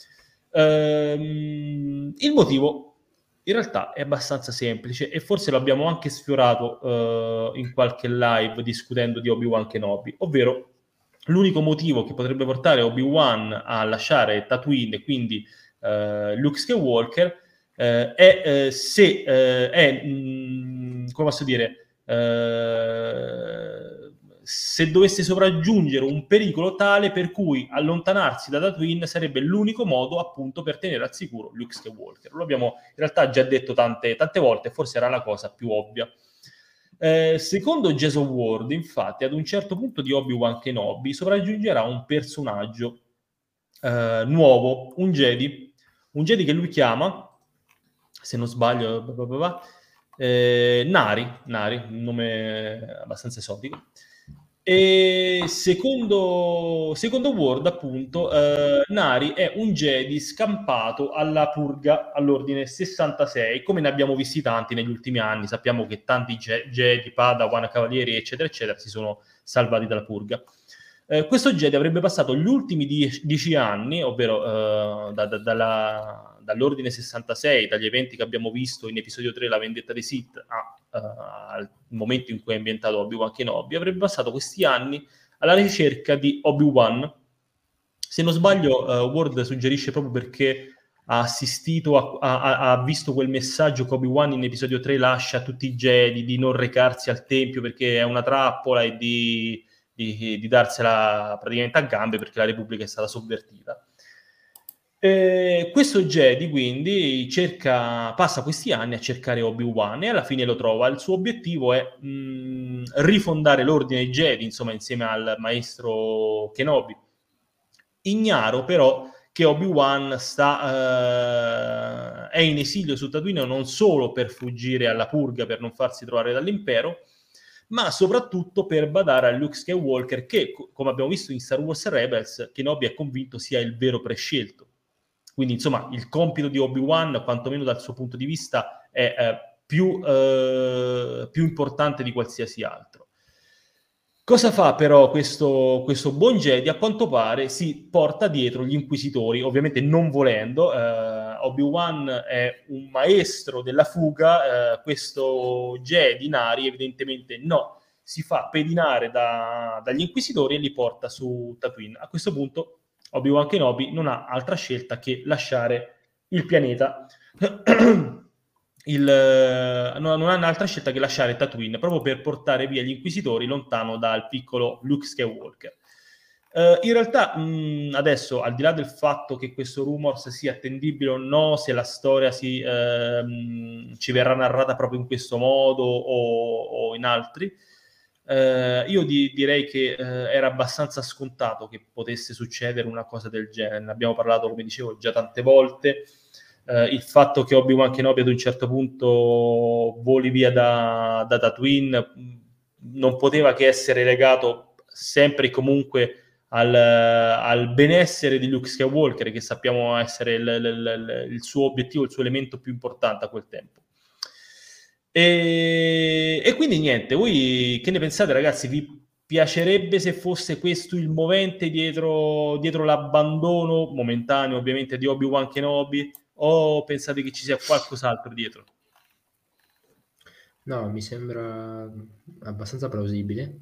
Ehm, il motivo in realtà è abbastanza semplice e forse l'abbiamo anche sfiorato uh, in qualche live discutendo di Obi-Wan Kenobi, ovvero l'unico motivo che potrebbe portare Obi-Wan a lasciare Tatooine e quindi uh, Luke Skywalker uh, è uh, se uh, è mh, come posso dire uh, se dovesse sopraggiungere un pericolo tale per cui allontanarsi da Tatooine sarebbe l'unico modo appunto per tenere al sicuro Luke Skywalker. Lo abbiamo in realtà già detto tante, tante volte, forse era la cosa più ovvia. Eh, secondo Jason Ward, infatti, ad un certo punto di Obi-Wan Kenobi sopraggiungerà un personaggio eh, nuovo, un Jedi, un Jedi che lui chiama, se non sbaglio, blah blah blah, eh, Nari, Nari, un nome abbastanza esotico. E secondo, secondo Ward, appunto, eh, Nari è un Jedi scampato alla purga all'ordine sessantasei, come ne abbiamo visti tanti negli ultimi anni. Sappiamo che tanti Je- Jedi, Padawan, Cavalieri, eccetera, eccetera, si sono salvati dalla purga. Eh, questo Jedi avrebbe passato gli ultimi die- dieci anni, ovvero eh, da, da, dalla, dall'ordine sessantasei, dagli eventi che abbiamo visto in episodio tre, la vendetta dei Sith, a Uh, al momento in cui è ambientato Obi-Wan Kenobi, avrebbe passato questi anni alla ricerca di Obi-Wan. Se non sbaglio, uh, Ward suggerisce proprio perché ha assistito, a, a, ha visto quel messaggio che Obi-Wan in episodio tre lascia a tutti i Jedi di non recarsi al Tempio perché è una trappola e di, di, di darsela praticamente a gambe perché la Repubblica è stata sovvertita. Eh, questo Jedi quindi cerca, passa questi anni a cercare Obi-Wan e alla fine lo trova. Il suo obiettivo è mh, rifondare l'ordine Jedi, insomma, insieme al maestro Kenobi. Ignaro però che Obi-Wan sta, eh, è in esilio su Tatooine non solo per fuggire alla purga, per non farsi trovare dall'impero, ma soprattutto per badare a Luke Skywalker, che, come abbiamo visto in Star Wars Rebels, Kenobi è convinto sia il vero prescelto. Quindi, insomma, il compito di Obi-Wan, quantomeno dal suo punto di vista, è eh, più, eh, più importante di qualsiasi altro. Cosa fa però questo, questo buon Jedi? A quanto pare si porta dietro gli Inquisitori, ovviamente non volendo. eh, Obi-Wan è un maestro della fuga, eh, questo Jedi Nari evidentemente no, si fa pedinare da, dagli Inquisitori e li porta su Tatooine. A questo punto Obi-Wan Kenobi non ha altra scelta che lasciare il pianeta. Il, non ha un'altra scelta che lasciare Tatooine proprio per portare via gli Inquisitori lontano dal piccolo Luke Skywalker. Uh, in realtà mh, adesso, al di là del fatto che questo rumors sia attendibile o no, se la storia si, uh, mh, ci verrà narrata proprio in questo modo o, o in altri, uh, io di, direi che uh, era abbastanza scontato che potesse succedere una cosa del genere. Ne abbiamo parlato, come dicevo, già tante volte. Uh, il fatto che Obi-Wan Kenobi ad un certo punto voli via da, da Tatooine non poteva che essere legato sempre e comunque al, al benessere di Luke Skywalker, che sappiamo essere il, il, il suo obiettivo, il suo elemento più importante a quel tempo. E, e quindi niente, voi che ne pensate, ragazzi? Vi piacerebbe se fosse questo il movente dietro, dietro l'abbandono momentaneo ovviamente di Obi-Wan Kenobi, o pensate che ci sia qualcos'altro dietro? No, mi sembra abbastanza plausibile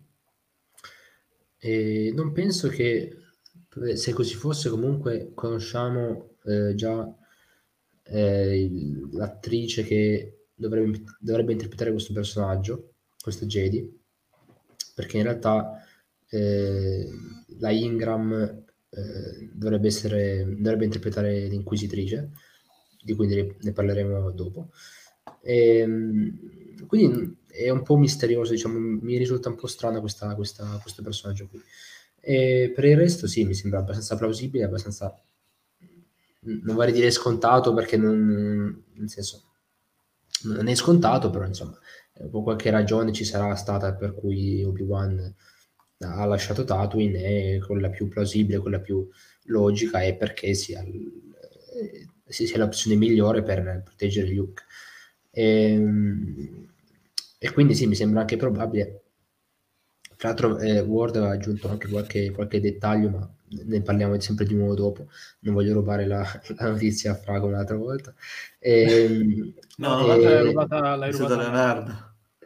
e non penso che, se così fosse, comunque conosciamo eh, già eh, l'attrice che dovrebbe, dovrebbe interpretare questo personaggio, questo Jedi, perché in realtà eh, la Ingram eh, dovrebbe essere dovrebbe interpretare l'Inquisitrice, di cui ne, ne parleremo dopo. E, quindi è un po' misterioso, diciamo, mi risulta un po' strana questa, questa, questo personaggio qui. E per il resto sì, mi sembra abbastanza plausibile, abbastanza, non vorrei dire scontato, perché non, nel senso, non è scontato, però insomma qualche ragione ci sarà stata per cui Obi-Wan ha lasciato Tatooine, e quella più plausibile, quella più logica è perché sia, sia l'opzione migliore per proteggere Luke. E, e quindi sì, mi sembra anche probabile. Tra l'altro eh, Ward aveva aggiunto anche qualche, qualche dettaglio, ma ne parliamo sempre di nuovo dopo, non voglio rubare la, la notizia a Frago un'altra volta. E, no, e, l'hai e, rubata, l'hai rubata da Leonardo.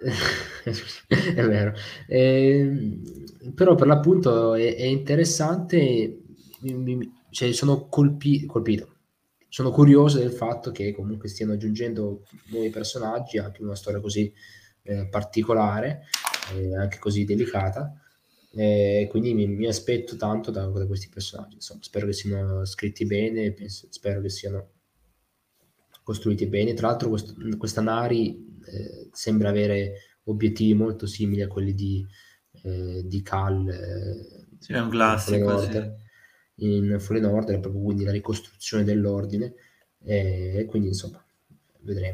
È vero. E, però per l'appunto è, è interessante, mi, mi, cioè sono colpi, colpito, sono curioso del fatto che comunque stiano aggiungendo nuovi personaggi, anche una storia così eh, particolare, eh, anche così delicata, e quindi mi, mi aspetto tanto da, da questi personaggi. Insomma, spero che siano scritti bene, penso, spero che siano costruiti bene. Tra l'altro questo, questa Nari eh, sembra avere obiettivi molto simili a quelli di, eh, di Cal eh, sì, è un classico, in Fallen Order, sì. In Fallen Order, proprio quindi la ricostruzione dell'ordine, e eh, quindi insomma vedremo.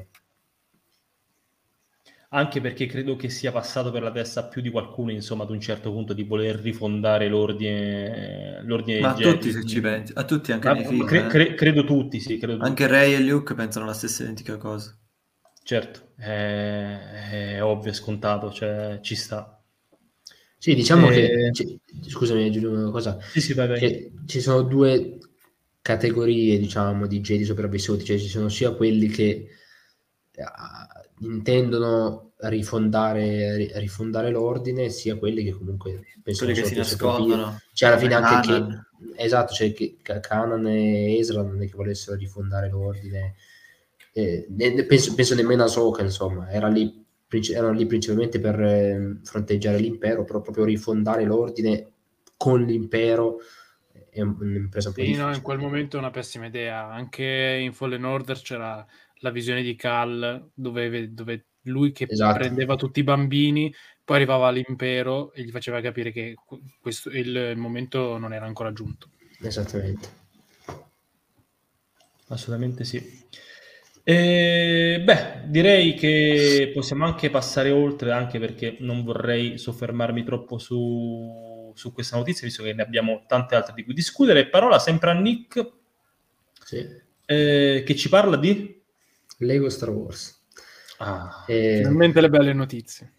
Anche perché credo che sia passato per la testa a più di qualcuno, insomma, ad un certo punto, di voler rifondare l'ordine, l'ordine ma a Jedi. tutti, se ci pensi, a tutti, anche ma, nei film, cre- eh. cre- credo tutti, sì, credo anche tutti. Rey e Luke pensano la stessa identica cosa. Certo, è, è ovvio, è scontato, cioè ci sta. Sì, diciamo e... che, scusami Giulio, una cosa, sì, sì, vai, vai. che ci sono due categorie, diciamo, di Jedi sopravvissuti, cioè ci sono sia quelli che uh, intendono rifondare, rifondare l'ordine, sia quelli che comunque pensano quelli che solo si di nascondono, cioè alla fine anche Kanan. che esatto, cioè che Kanan e Ezra non è che volessero rifondare l'ordine, eh, ne, penso, penso nemmeno a Ahsoka, insomma, era lì erano lì principalmente per eh, fronteggiare l'impero, però proprio rifondare l'ordine con l'impero è un'impresa un po' Sì, difficile. no, in quel momento è una pessima idea. Anche in Fallen Order c'era la visione di Cal, dove, dove lui che esatto. prendeva tutti i bambini, poi arrivava all'impero e gli faceva capire che questo, il, il momento non era ancora giunto. Esattamente. Assolutamente sì. E, beh, direi che possiamo anche passare oltre, anche perché non vorrei soffermarmi troppo su, su questa notizia, visto che ne abbiamo tante altre di cui discutere. Parola sempre a Nick, Sì. eh, che ci parla di Lego Star Wars. Ah. Eh, Finalmente le belle notizie.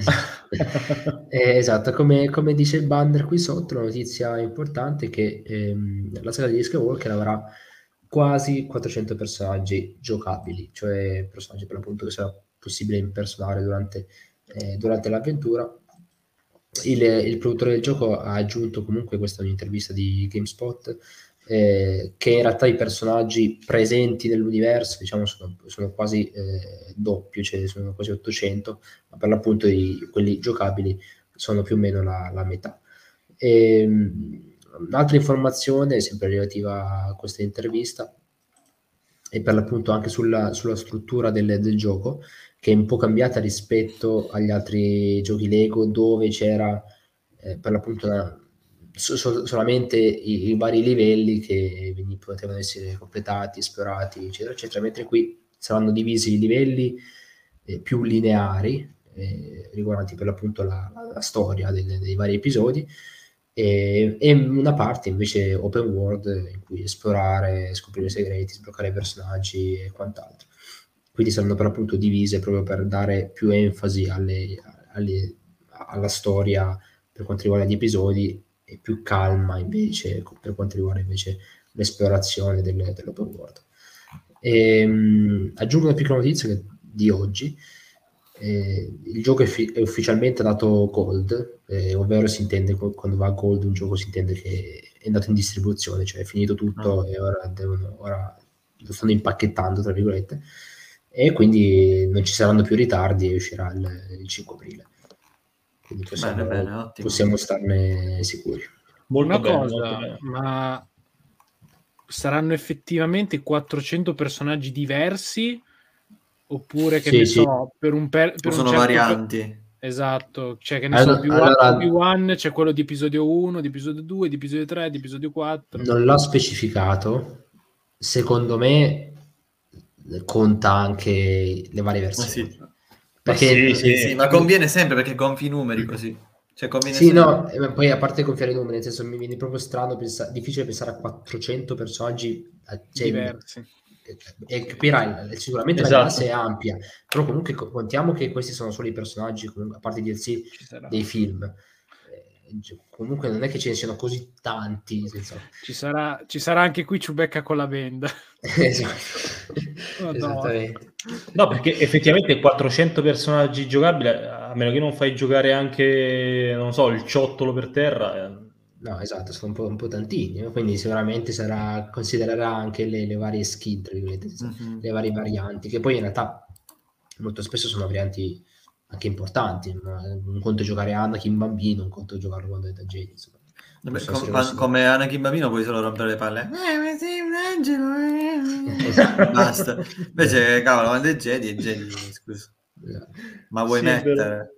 eh, esatto, come, come dice il banner qui sotto, la notizia importante è che ehm, la saga di Skywalker avrà quasi quattrocento personaggi giocabili, cioè personaggi per l'appunto che sarà possibile impersonare durante, eh, durante l'avventura. Il, il produttore del gioco ha aggiunto comunque, questa è un'intervista di GameSpot, eh, che in realtà i personaggi presenti nell'universo, diciamo, sono, sono quasi eh, doppio, cioè sono quasi ottocento, ma per l'appunto i, quelli giocabili sono più o meno la, la metà. E, un'altra informazione sempre relativa a questa intervista e per l'appunto anche sulla, sulla struttura del, del gioco, che è un po' cambiata rispetto agli altri giochi Lego, dove c'era eh, per l'appunto una, so, so, solamente i, i vari livelli che veni, potevano essere completati, esplorati, eccetera, eccetera, mentre qui saranno divisi i livelli eh, più lineari, eh, riguardanti per l'appunto la, la storia dei, dei vari episodi, e, e una parte invece open world in cui esplorare, scoprire i segreti, sbloccare i personaggi e quant'altro. Quindi saranno per appunto divise proprio per dare più enfasi alle, alle, alla storia per quanto riguarda gli episodi e più calma invece per quanto riguarda invece l'esplorazione del, dell'open world. E, mh, aggiungo una piccola notizia che, di oggi. Eh, il gioco è, fi- è ufficialmente dato Gold, eh, ovvero si intende quando va a Gold un gioco si intende che è andato in distribuzione, cioè è finito tutto Oh. e ora, devono, ora lo stanno impacchettando tra virgolette, e quindi non ci saranno più ritardi e uscirà il, il cinque aprile, quindi possiamo, Bene, bene, ottimo. possiamo starne sicuri. Molto Una bene, cosa, molto bene. ma saranno effettivamente quattrocento personaggi diversi oppure che Sì, ne sì. so, per un, per, per un Sono certo varianti. per- esatto, cioè che ne Allora- so, Obi-Wan, allora- Obi-Wan c'è quello di episodio uno, di episodio due, di episodio tre, di episodio quattro. Non l'ha specificato, secondo me conta anche le varie Ma versioni. sì. Perché sì, Sì, sì. sì, ma conviene sempre perché gonfi i numeri così. Cioè conviene sì, sempre. no, eh, ma poi a parte gonfiare i numeri, nel senso mi viene proprio strano, pensa- difficile pensare a quattrocento personaggi, eh, cioè, Diversi. eh, e capirai, sicuramente Esatto. la galassia è ampia, però comunque co- contiamo che questi sono solo i personaggi, comunque, a parte i D L C Ci sarà. dei film. Eh, gi- comunque non è che ce ne siano così tanti, senza... Ci sarà, ci sarà anche qui Chewbacca con la benda. Esatto. Madonna. Esattamente. No, perché effettivamente quattrocento personaggi giocabili, a meno che non fai giocare anche, non so, il ciottolo per terra. eh. No, esatto, sono un po', un po' tantini, no? Quindi sicuramente sarà, considererà anche le, le varie skill, tra virgolette, nel senso, Mhm. le varie varianti, che poi in realtà molto spesso sono varianti anche importanti. Ma un conto è giocare Anakin bambino, un conto è giocarlo quando è da Jedi, insomma. Vabbè, Possono com- essere quan- grossi- come Anakin bambino puoi solo rompere le palle. Eh, ma sei un angelo. eh. Esatto. Basta. Invece, cavolo, quando è Jedi, è Jedi, scusa. Esatto. Ma vuoi Sì, è vero. mettere?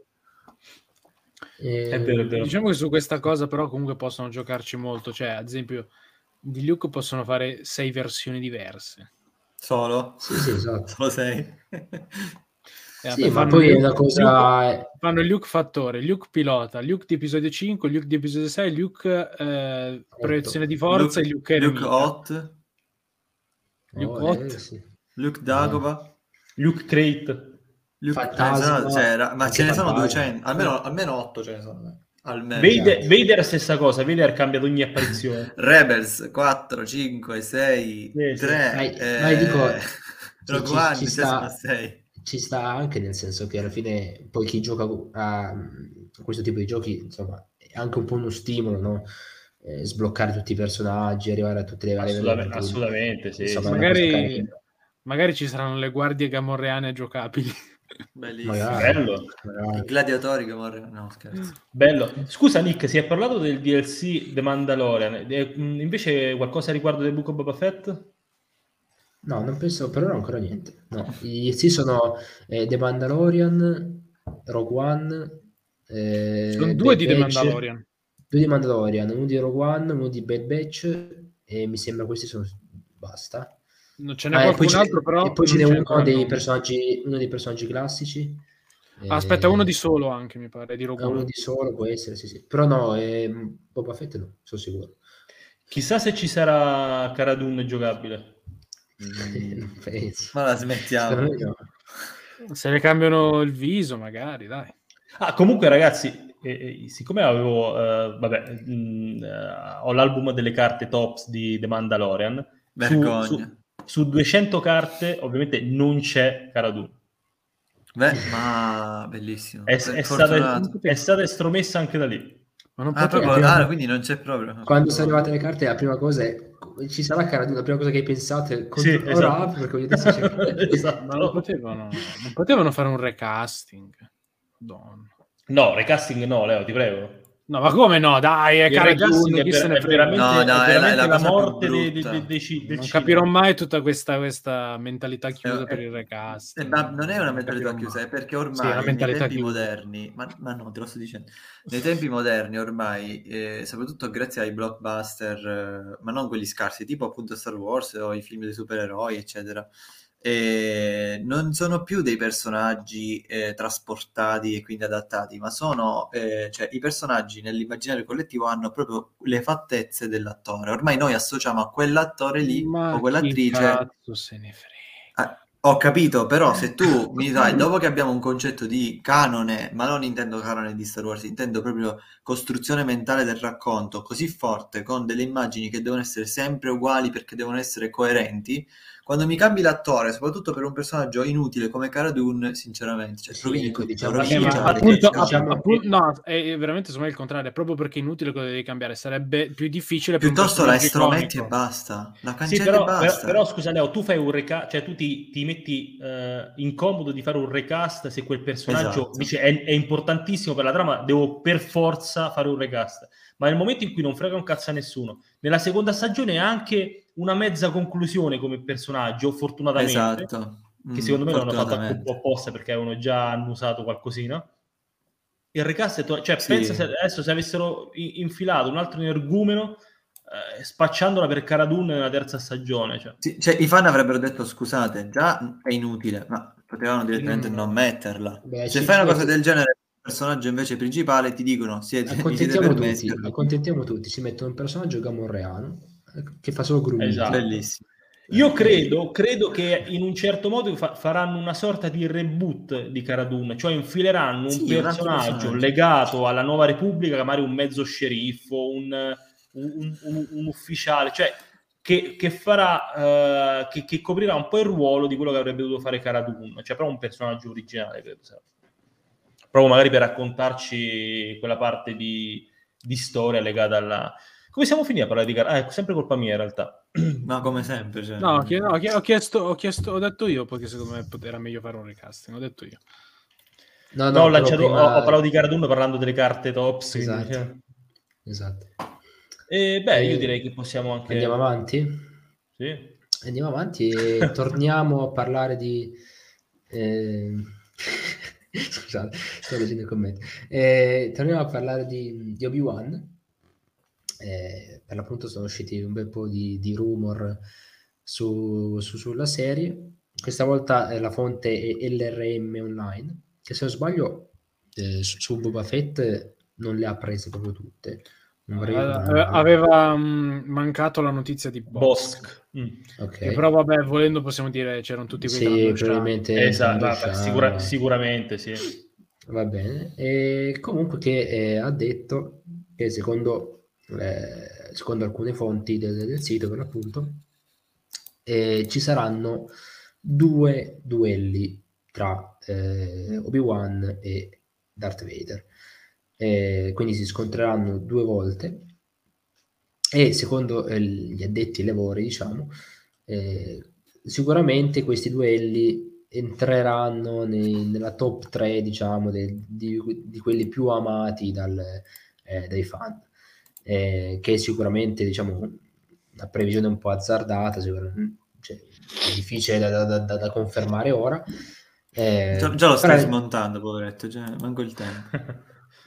Eh, È vero, è vero. Diciamo che su questa cosa però comunque possono giocarci molto, cioè ad esempio di Luke possono fare sei versioni diverse. Solo? Sì, sì, esatto. Solo sei? Eh, Sì, vabbè, ma fanno poi è Luke- una cosa... Luke- fanno il Luke fattore, Luke pilota, Luke di episodio cinque, Luke di episodio sei, Luke eh, proiezione di forza Luke, e Luke Luke eremita. Hot? Luke Oh, Hot. eh, sì. Luke Dagoba? Luke Crate. Luke Fantasma, eh, cioè, ra- ma anche ce ne sono Fantasma. duecento, almeno, almeno otto ce ne sono. dai. Almeno. Vader, Vader è la stessa cosa, Vader cambia ad ogni apparizione. Rebels quattro, cinque, sei, Sì, sì. tre, Ma- eh, ma io dico, Rogue ci- One, ci già sono sta- sei. ci sta anche nel senso che alla fine poi chi gioca a, a questo tipo di giochi, insomma, è anche un po' uno stimolo, no? Eh, sbloccare tutti i personaggi, arrivare a tutte le varie Assolutamente, varianti. assolutamente, sì, Insomma, sì. è una cosa Magari, carina. magari ci saranno le guardie gamorreane giocabili. Bellissimo. Magari, Bello. magari. I gladiatori che morrono. No, scherzo. Bello. Scusa Nick, si è parlato del D L C The Mandalorian, eh, mh, invece qualcosa riguardo The Book of Boba Fett? No, non penso, per ora ancora niente. No, i sì sono eh, The Mandalorian, Rogue One, eh, Sono due Bad di The Batch, Mandalorian. due di Mandalorian, uno di Rogue One, uno di Bad Batch e mi sembra questi sono basta. Non ce n'è Ah, e poi qualcun ce- altro, però e poi ce non n'è c'è uno ancora il dei nome. personaggi, uno dei personaggi classici. Ah, aspetta, uno Eh, di solo anche, mi pare, di Rogue è uno One. di solo, può essere, sì, sì. Però no, è Boba Fett no, sono sicuro. Chissà se ci sarà Cara Dune giocabile. Non penso. Ma la Secondo smettiamo. me no. Se ne cambiano il viso, magari, dai. Ah, comunque ragazzi, eh, eh, siccome avevo, eh, vabbè, mh, eh, ho l'album delle carte Tops di The Mandalorian, su, Vergogna. su, su duecento carte ovviamente non c'è Cara Dune. Beh, ma bellissimo. È, Per è stata, fortunato. è stata estromessa anche da lì. Ma non Ah, poteva. proprio, prima- ah, quindi non c'è proprio. Quando sono arrivate le carte, la prima cosa è ci sarà Cara Dune, la prima cosa che hai pensato è Sì, contro- ora esatto. apro perché voglio vedere se c'è Cara Dune. Esatto. Ma non potevano, non potevano fare un recasting. Madonna. No, recasting no, Leo, ti prego. No, ma come no? Dai, è Il Cara recasting Dune, è, chi ver- se ne è frega? veramente, No, no, è è la- veramente è la la, cosa più morte de- de- brutta. de- dei ci- del Non cinema. capirò mai tutta questa, questa mentalità chiusa Eh, per eh, il eh, recasting. ma non è una Non mentalità capirò chiusa, mai. è perché Sì, è una ormai nei mentalità tempi chiusa. moderni, ma, ma no, te lo sto dicendo, nei tempi moderni ormai, eh, soprattutto grazie ai blockbuster, eh, ma non quelli scarsi, tipo appunto Star Wars o i film dei supereroi, eccetera, eh, non sono più dei personaggi eh, trasportati e quindi adattati, ma sono, eh, cioè i personaggi nell'immaginario collettivo hanno proprio le fattezze dell'attore. Ormai noi associamo a quell'attore lì Ma o chi quell'attrice. cazzo se ne frega? Ah, ho capito, però se tu mi dai, dopo che abbiamo un concetto di canone, ma non intendo canone di Star Wars, intendo proprio costruzione mentale del racconto così forte, con delle immagini che devono essere sempre uguali perché devono essere coerenti, quando mi cambi l'attore, soprattutto per un personaggio inutile come Cara Dune, sinceramente, cioè Sì, rovini ecco, tutto, diciamo- rovini Eh, ma diciamo, diciamo- appunto, diciamo, diciamo- app- appunto- no, è veramente secondo me il contrario, è proprio perché è inutile cosa devi cambiare, sarebbe più difficile per un piuttosto la personaggio estrometti e iconico. basta, la Sì, cancelli però, e però, basta. però, scusa Leo, tu fai un recast, cioè tu ti, ti metti eh, incomodo di fare un recast se quel personaggio Esatto. dice è, è importantissimo per la trama, devo per forza fare un recast. Ma nel momento in cui non frega un cazzo a nessuno, nella seconda stagione ha anche una mezza conclusione come personaggio, fortunatamente, Esatto. che Mm, secondo me l'hanno fatto anche un fortunatamente. po' apposta perché avevano già annusato qualcosina. Il recast è to- cioè Sì. pensa se adesso se avessero i- infilato un altro energumeno eh, spacciandola per Cara Dune nella terza stagione, cioè. Sì, cioè, i fan avrebbero detto scusate, già è inutile, ma potevano direttamente Mm. non metterla. Beh, Se ci- fai una ci cosa metti- del genere, il personaggio invece principale ti dicono siete, vi siete accontentiamo permessi. tutti, accontentiamo tutti, si mettono un personaggio gamorreano eh, che fa solo grugniti. Esatto. Bellissimo. Io credo, credo che in un certo modo fa- faranno una sorta di reboot di Cara Dune, cioè infileranno un Sì, un altro personaggio personaggio. legato alla nuova Repubblica, magari un mezzo sceriffo, un, un- un- un ufficiale, cioè che, che farà, eh, che, che coprirà un po' il ruolo di quello che avrebbe dovuto fare Cara Dune, cioè proprio un personaggio originale, credo. sarà. Proprio magari per raccontarci quella parte di, di storia legata alla... Come siamo finiti a parlare di Cara? Ah, è sempre colpa mia in realtà. Ma come sempre. Cioè, No, chi- no, chi- ho chiesto, ho chiesto, ho detto io, perché secondo me pot- era meglio fare un recasting, ho detto io. No, No, ho, però lanciato, prima- ho, ho parlato di Cara Dune parlando delle carte Tops. quindi, Esatto. cioè. Esatto. E beh, io Eh, direi che possiamo anche... Andiamo avanti? Sì. Andiamo avanti e torniamo a parlare di... eh, Scusate, sto leggendo i commenti. Eh, torniamo a parlare di, di Obi-Wan. Eh, per l'appunto sono usciti un bel po' di, di rumor su, su- sulla serie. Questa volta eh, la fonte è L R M Online, che se non sbaglio eh, su, su Boba Fett non le ha prese proprio tutte. Non vorrei Eh, ricordare. aveva mh, mancato la notizia di Bosk. Bosk. Mm. Ok. Che però vabbè, volendo possiamo dire c'erano tutti quelli Sì, che l'hanno probabilmente Esatto, stanno vabbè, uscendo. sicura- sicuramente sì. Va bene. E comunque che eh, ha detto che secondo, eh, secondo alcune fonti del, del sito per l'appunto eh, ci saranno due duelli tra eh, Obi-Wan e Darth Vader. Eh, quindi si scontreranno due volte e secondo eh, gli addetti ai lavori, diciamo, eh, sicuramente questi duelli entreranno nei- nella top tre, diciamo, de- di, di quelli più amati dal, eh, dai fan, eh, che è sicuramente, diciamo, una previsione un po' azzardata, sicuramente, cioè, è difficile da, da- da- da confermare ora. Eh, Già, già lo stai però- smontando, poveretto, cioè, manco il tempo.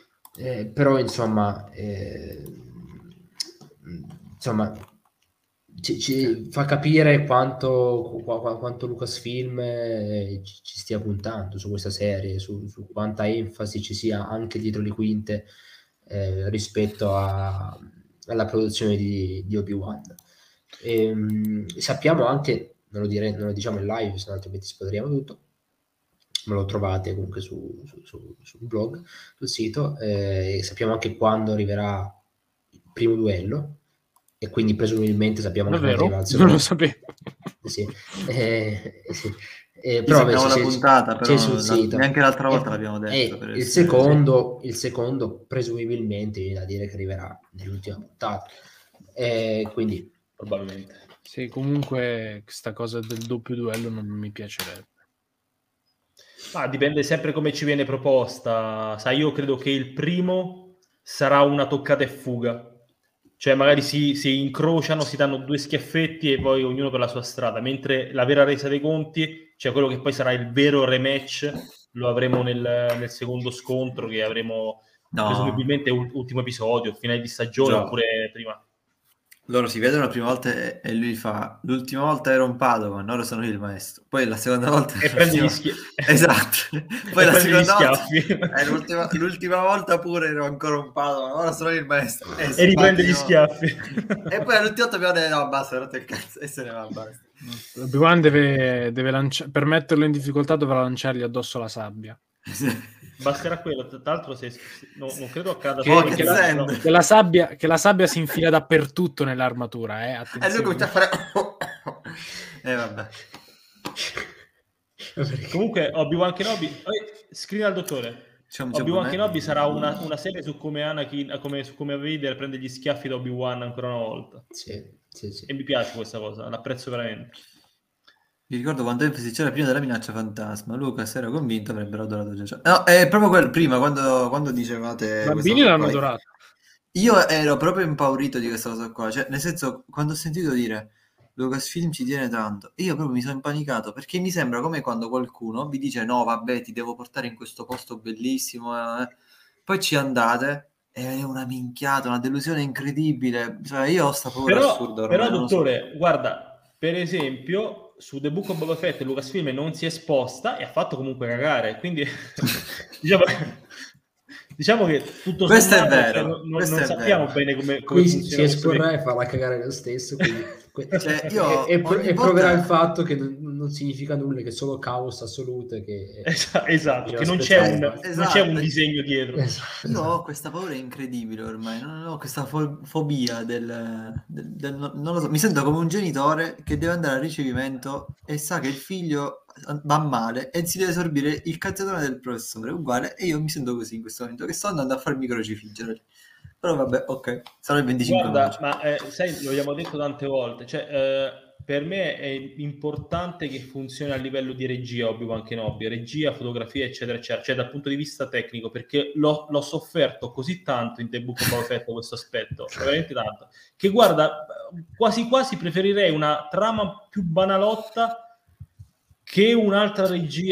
eh, però insomma, eh, insomma, ci, ci fa capire quanto, qu- quanto Lucasfilm eh, ci, ci stia puntando su questa serie, su, su quanta enfasi ci sia anche dietro le quinte eh, rispetto a, alla produzione di, di Obi-Wan. E, mh, sappiamo anche, non lo, dire, non lo diciamo in live, se no altrimenti spoileriamo tutto, me lo trovate comunque su, su, su, sul blog, sul sito, eh, e sappiamo anche quando arriverà il primo duello, e quindi presumibilmente sappiamo anche quando arriverà il Davvero? Non secondo. lo sapevo. Sì. Eh, sì. Eh, Sì, però sappiamo vabbè, la c'è- puntata, c'è però sul la- sito. neanche l'altra volta E- l'abbiamo e detto. Per il, essere- secondo, il secondo presumibilmente viene da dire che arriverà nell'ultima puntata. Eh, quindi probabilmente. Sì, comunque questa cosa del doppio duello non mi piacerebbe. Ma dipende sempre come ci viene proposta. Sai, io credo che il primo sarà una toccata e fuga. Cioè magari si, si incrociano, si danno due schiaffetti e poi ognuno per la sua strada, mentre la vera resa dei conti, cioè quello che poi sarà il vero rematch, lo avremo nel, nel secondo scontro, che avremo No. presumibilmente ul- ultimo episodio, finale di stagione, Già. oppure prima. Loro si vedono la prima volta e, e lui fa: l'ultima volta ero un Padawan, ora sono io il maestro. Poi la seconda volta E prendi gli schiaffi. Esatto. Poi E la prendi gli seconda volta schiaffi. eh, l'ultima, l'ultima volta pure ero ancora un Padawan, ora sono io il maestro. E, si E riprende fa gli di schiaffi. nuovo. E poi all'ultima volta abbiamo detto: no, basta, rotto il cazzo. E se ne va, basta. Obi-Wan deve, deve lancia- per metterlo in difficoltà dovrà lanciargli addosso la sabbia. Basterà quello, tra l'altro se, se- no, non credo accada Che, Pocket che la, sand. che la sabbia, che la sabbia si infila dappertutto nell'armatura, eh? E lui Attenzione. comincia a fare e vabbè. Comunque Obi-Wan Kenobi, eh, scrivi al dottore. C'è un Obi-Wan giapponese. Kenobi sarà una, una serie su come Anakin, come, su come Vader prende gli schiaffi da Obi-Wan ancora una volta. sì, sì, sì. E mi piace questa cosa, l'apprezzo veramente. Mi ricordo quando enfasi c'era prima della minaccia fantasma. Lucas era convinto, avrebbero adorato già. No, è proprio quel prima, quando, quando dicevate I questa bambini cosa l'hanno qua. adorato. Io ero proprio impaurito di questa cosa qua. Cioè, nel senso, quando ho sentito dire Lucasfilm ci tiene tanto, io proprio mi sono impanicato, perché mi sembra come quando qualcuno vi dice: no, vabbè, ti devo portare in questo posto bellissimo, eh. Poi ci andate e è una minchiata, una delusione incredibile. Cioè, io ho sta paura Però, assurda ormai, però non lo so. dottore, guarda, per esempio, su The Book of Boba Fett Lucasfilm non si è esposta e ha fatto comunque cagare, quindi diciamo, diciamo che tutto Questo è sommato, vero, cioè, non, non- questo non è sappiamo vero. bene come, come Qui si funziona questo esporrà tec- e farà cagare lo stesso, quindi Cioè, io e, e, pro- ogni e proverà volta- il fatto che non, non significa nulla, che è solo caos assoluto, che Esa- esatto, bisogna che non c'è, un, aspettare. non c'è un Esatto. disegno dietro. Esatto, Io ho esatto. questa paura incredibile ormai, non ho questa fo- fobia del, del- del- non lo so, mi sento come un genitore che deve andare al ricevimento e sa che il figlio va male e si deve sorbire il cazzettone del professore, uguale, e io mi sento così in questo momento, che sto andando a farmi crocifiggere. Però vabbè, ok, sarà il venticinque Guarda, maggio. ma eh, sai, lo abbiamo detto tante volte, cioè, eh, per me è importante che funzioni a livello di regia Obi-Wan Kenobi, regia, fotografia, eccetera, eccetera, cioè dal punto di vista tecnico, perché l'ho, l'ho sofferto così tanto in The Book of Boba Fett questo aspetto, veramente tanto, che guarda, quasi quasi preferirei una trama più banalotta che un'altra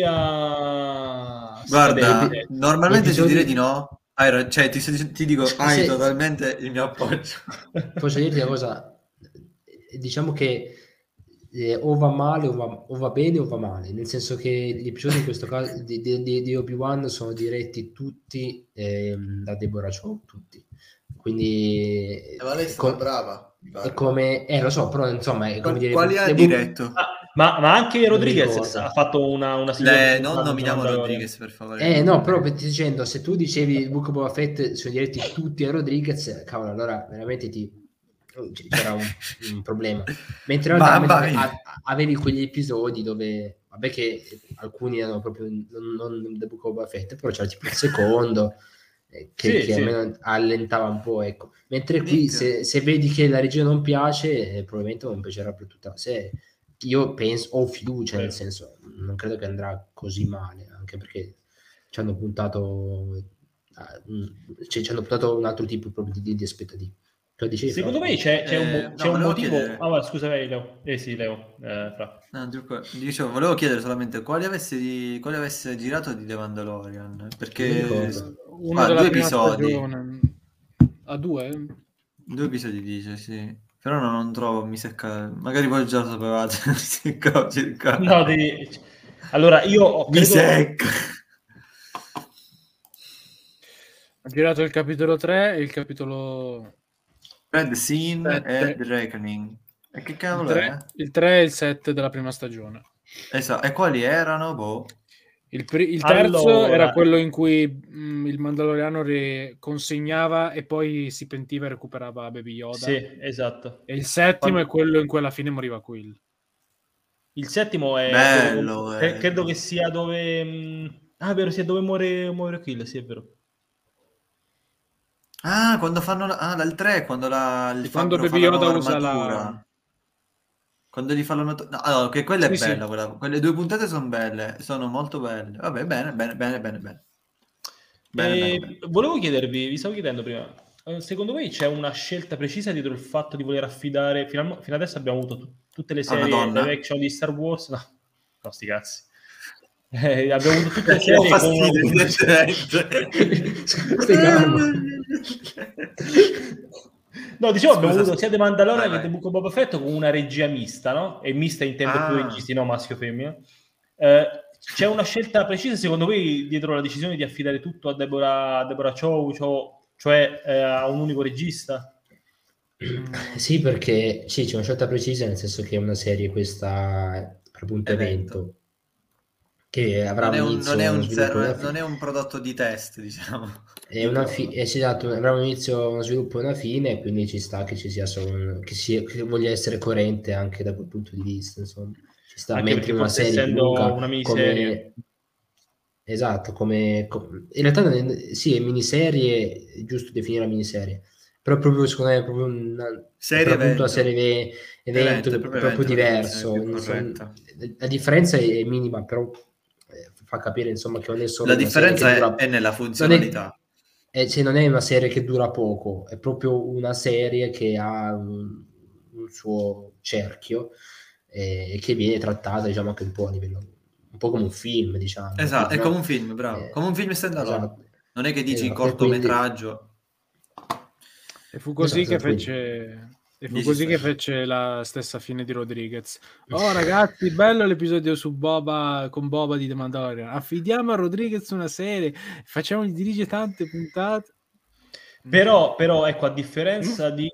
regia Guarda, scadente. normalmente episodi- ti direi di no, hai ra- cioè ti, ti dico, hai Se- totalmente il mio appoggio. Posso dirti una cosa? Diciamo che eh, o va male o va, o va bene o va male, nel senso che gli episodi in questo caso di, di, di- di Obi-Wan sono diretti tutti ehm, da Deborah Chow, tutti. Quindi Ma lei è è stata co- brava. è come, eh lo so, però insomma è come Quali, dire quali ha The Book- diretto? Ah, ma, ma anche Non mi Rodriguez ricordo. ha fatto una, una sigla Le, di non Mandalorian. nominiamo Rodriguez, per favore. Eh no, però ti dicendo, se tu dicevi il Book of Boba Fett sono diretti tutti a Rodriguez, cavolo, allora veramente ti c'era un, un problema. Mentre in realtà Mamma mentre mia. a- avevi quegli episodi dove, vabbè che alcuni erano proprio non, non The Book of Boba Fett, però c'era tipo il secondo eh, che, Sì, che sì. almeno allentava un po', ecco. Mentre qui Nick. se, se vedi che la regia non piace, eh, probabilmente non piacerà per tutta la serie. Io penso, ho fiducia, nel Sì. senso, non credo che andrà così male, anche perché ci hanno puntato a- un- cioè, ci hanno puntato un altro tipo proprio di, di aspettative. Lo dicevi, Secondo Fra? me c'è, c'è un, Eh, mo- no, c'è un volevo motivo. chiedere. Ah, va, scusa, vai, Leo. Eh sì, Leo. Eh, Fra. No, Giucco, dicevo, volevo chiedere solamente quali avesse, di- quali avesse girato di The Mandalorian, Non mi perché ricordo. Uno ah, della due prima episodi, stagione. A due? due episodi dice, sì. Però no, non trovo, mi secca. Magari voi già lo sapevate. Mi secca, cerca. No, devi... Allora, io ho Mi credo... secca. Ha girato il capitolo tre e il capitolo... Red Scene Sette. e The Reckoning. E che Il cavolo tre, è? il tre e il sette della prima stagione. Esatto. E quali erano? Boh. Il, pri- il terzo Allora- era quello in cui mh, il Mandaloriano re- consegnava e poi si pentiva e recuperava Baby Yoda. Sì, esatto. E il settimo Quando- è quello in cui alla fine moriva Quill. Il settimo è... Bello, dove- bello. cre- credo che sia dove... mh, Ah, è vero, sia dove muore, muore Kill, sì, è vero. Ah, quando fanno la... Ah, dal tre, quando la... il E quando fabbro fa Baby la Yoda nuova usa armatura. la... Quando gli fanno... No, allora, che quella Sì, è sì. bella, quella- quelle due puntate sono belle, sono molto belle. Vabbè, bene, bene, bene, bene, bene. Bene, E bene, bene. volevo chiedervi, vi stavo chiedendo prima, eh, secondo voi c'è una scelta precisa dietro il fatto di voler affidare, fino, a, fino adesso abbiamo avuto tu- tutte le A una serie donna? live action di Star Wars, no, no sti cazzi, eh, abbiamo avuto tutte le Che ho serie fastidio, con... evidentemente. Stai calmo. No, diciamo abbiamo Scusa, avuto sia The Mandalorian vai, che The vai. Book of Boba Fett con una regia mista, no? E mista intendo Ah. più registi, no maschio femmina. Eh, c'è una scelta precisa secondo voi dietro la decisione di affidare tutto a Deborah, Deborah Chow, cioè, cioè eh, a un unico regista? Sì, perché sì, c'è una scelta precisa, nel senso che è una serie questa appunto Evento. evento, che avrà Non è, un un, inizio, non, è uno un, sviluppo e una non è fine. un prodotto di test, diciamo. È una fi- eh, sì, esatto, avrà un inizio, uno sviluppo e una fine, quindi ci sta che ci sia solo un- che, sia, che voglia essere coerente anche da quel punto di vista, insomma. Ci sta, Anche mentre perché una forse serie essendo lunga una miniserie. come esatto, come co- in realtà non è- sì, è miniserie, è giusto definire la miniserie, però proprio secondo me è proprio una Serie per appunto evento. la serie ve- evento, Evento, è è proprio proprio evento, la diverso. definizione più insomma. corretta. La differenza è minima, però eh, fa capire insomma che non è solo La una serie differenza che dura è, è nella non è, funzionalità. eh, cioè, non è una serie che dura poco, è proprio una serie che ha un, un suo cerchio eh, e che viene trattata, diciamo, anche un po' a livello, un po' come un film, diciamo. Esatto, quindi, è no? come un film, bravo. Eh, Come un film stand alone. esatto. Non è che dici Esatto, cortometraggio. E fu così Esatto, che quindi- fece... E fu Dici così che stai. fece la stessa fine di Rodriguez. Oh ragazzi, bello l'episodio su Boba con Boba di The Mandalorian. Affidiamo a Rodriguez una serie, facciamogli dirige tante puntate. Però, però, ecco, a differenza di,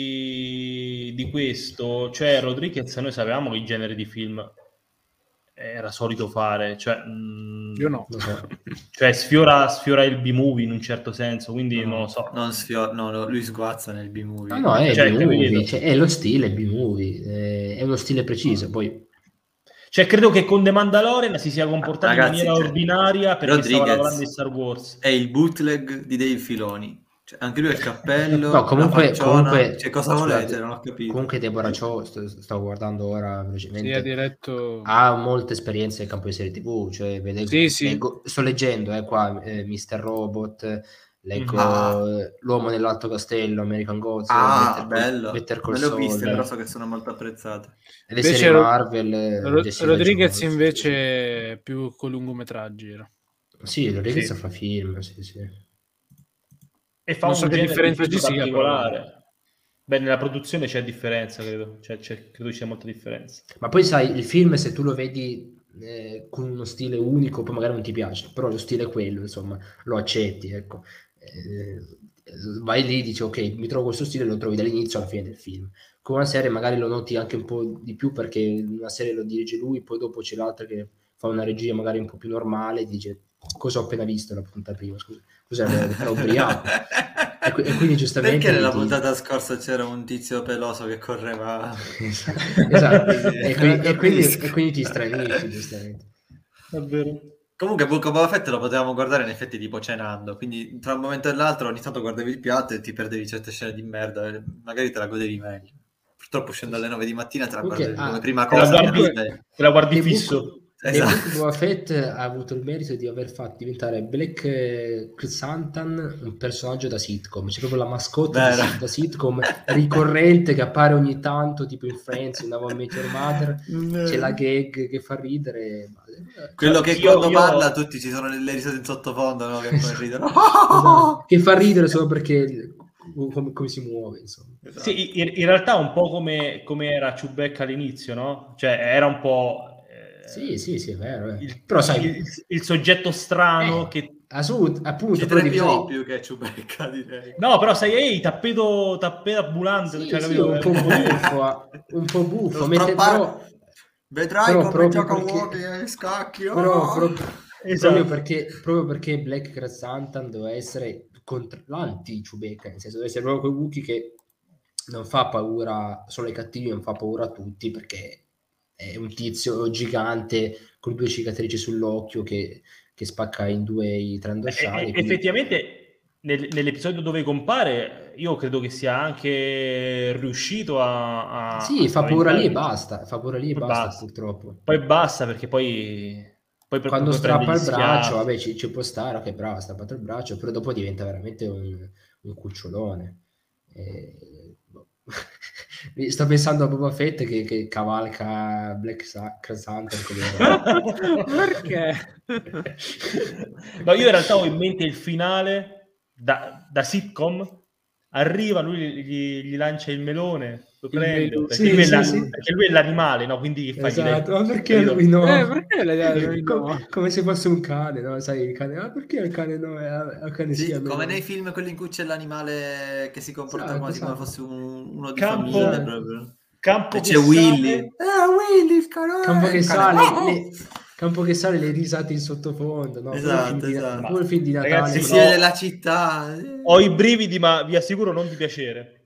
di questo, cioè Rodriguez, noi sapevamo che genere di film era solito fare, cioè, mh, Io no. lo so. cioè sfiora, sfiora il B-movie in un certo senso, quindi No, non lo so. Non sfior- no, no, lui sguazza nel B-movie. No, no, è Cioè, B-movie, capito? cioè, è lo stile B-movie, eh, è uno stile preciso, poi Cioè, credo che con The Mandalorian si sia comportato Ragazzi, in maniera cioè, ordinaria perché stava Rodriguez lavorando in Star Wars. è il bootleg di Dave Filoni. Cioè, anche lui ha il cappello, no, comunque, la facciona. comunque Cioè, cosa scusate, volete? Non ho capito. comunque Deborah Chow, sto, stavo guardando ora Sì, ha velocemente, diretto... ha molte esperienze nel campo di serie tivù, cioè, vede- Sì, sì. leggo- sto leggendo eh, qua eh, mister Robot, leggo Ah. eh, L'uomo nell'alto castello, American Gods, Ah, Better, bello. Better Call Me le ho viste, Saul, però so che sono molto apprezzate. le Invece serie Ro- Marvel, eh, Ro- Jessica Rodriguez Jones. invece più con lungometraggi era. Sì, Rodriguez Sì. fa film, sì, sì. E fa Non un so che genere differenza di film ci sia, particolare. Beh, nella produzione c'è differenza, credo. Cioè, c'è, credo ci sia molta differenza. Ma poi sai, il film se tu lo vedi eh, con uno stile unico, poi magari non ti piace, però lo stile è quello, insomma, lo accetti, ecco. Eh, vai lì, dici ok, mi trovo questo stile, lo trovi dall'inizio alla fine del film. Con una serie magari lo noti anche un po' di più perché una serie lo dirige lui, poi dopo c'è l'altra che fa una regia magari un po' più normale, dice cosa ho appena visto la puntata prima, scusa, cos'era, era ubriaco. E, e quindi giustamente Perché nella ti- puntata scorsa c'era un tizio peloso che correva? esatto, Quindi- e, quindi, e, quindi, Capisco. e quindi ti stranifi giustamente. Davvero. Comunque Book of Boba Fett lo potevamo guardare in effetti tipo cenando, quindi tra un momento e l'altro ogni tanto guardavi il piatto e ti perdevi certe scene di merda, e magari te la godevi meglio. Purtroppo scendo alle nove di mattina e te la Ok, guardi ah, come prima Te la cosa. guardi, appena svegli. te la guardi The fisso. Book, Esatto. The Book of Boba Fett ha avuto il merito di aver fatto diventare Black eh, Xantan un personaggio da sitcom, c'è proprio la mascotte Vero. da, da sitcom ricorrente che appare ogni tanto, tipo in Friends, in How I Met Your Mother, c'è la gag che fa ridere. Quello che Io- quando io- parla tutti ci sono le, le risate in sottofondo, no? Che poi ridono. Esatto, che fa ridere solo perché come, come si muove, insomma. Esatto. Sì, in, in realtà un po' come, come era Chewbacca all'inizio, no? Cioè era un po'... Eh, sì, sì, sì, è vero. Eh. Il, però sai... Il, il soggetto strano eh, che... Assolut- appunto, però di più più che Chewbacca, direi. No, però sai, ehi, tappeto, tappeto ambulante, sì, cioè, sì, capito? un po' buffo, un po' buffo, mentre però... Vedrai però come gioca perché... uomini ai scacchi. Oh! Però, però, esatto. proprio, perché, proprio perché Black Krrsantan doveva essere contro l'anti-Chewbacca, nel senso deve essere proprio quel Wookiee che non fa paura solo ai cattivi, non fa paura a tutti, perché è un tizio gigante con due cicatrici sull'occhio che, che spacca in due i trandosciali. E, quindi... effettivamente nel, nell'episodio dove compare io credo che sia anche riuscito a, a sì, a fa paura lì e spaventare. basta, fa paura lì e Poi basta, basta. purtroppo. Poi basta perché poi, poi, Quando poi prende strappa gli il braccio, schiaffi. vabbè, ci, ci può stare, ok, bravo, ha strappato il braccio, però dopo diventa veramente un, un cucciolone. E... sto pensando a Boba Fett che, che cavalca Black Krrsantan. Perché? No, io in realtà ho in mente il finale da, da sitcom. Arriva, lui gli, gli lancia il melone, lo prende, melone. perché, Sì, lui sì, la, sì. perché lui è l'animale, no? Quindi che fa? Esatto, Gli ma perché capito? lui no? Eh, perché le- lui no? come, come se fosse un cane, no? Sai, il cane, ma perché il cane no? Il cane Sì, sia come melone? nei film quelli in cui c'è l'animale che si comporta Esatto, quasi come esatto. fosse un- uno di Campo- famiglia proprio. Campo E che c'è Willy. sale. Eh, Willy, il cane. Campo che il cane. sale, Oh, oh! le, campo che sale, le risate in sottofondo, no? Come il film Esatto, di, esatto. come il film di Natale. Ragazzi, Si quello- vede la città. Ho i brividi, ma vi assicuro non di piacere.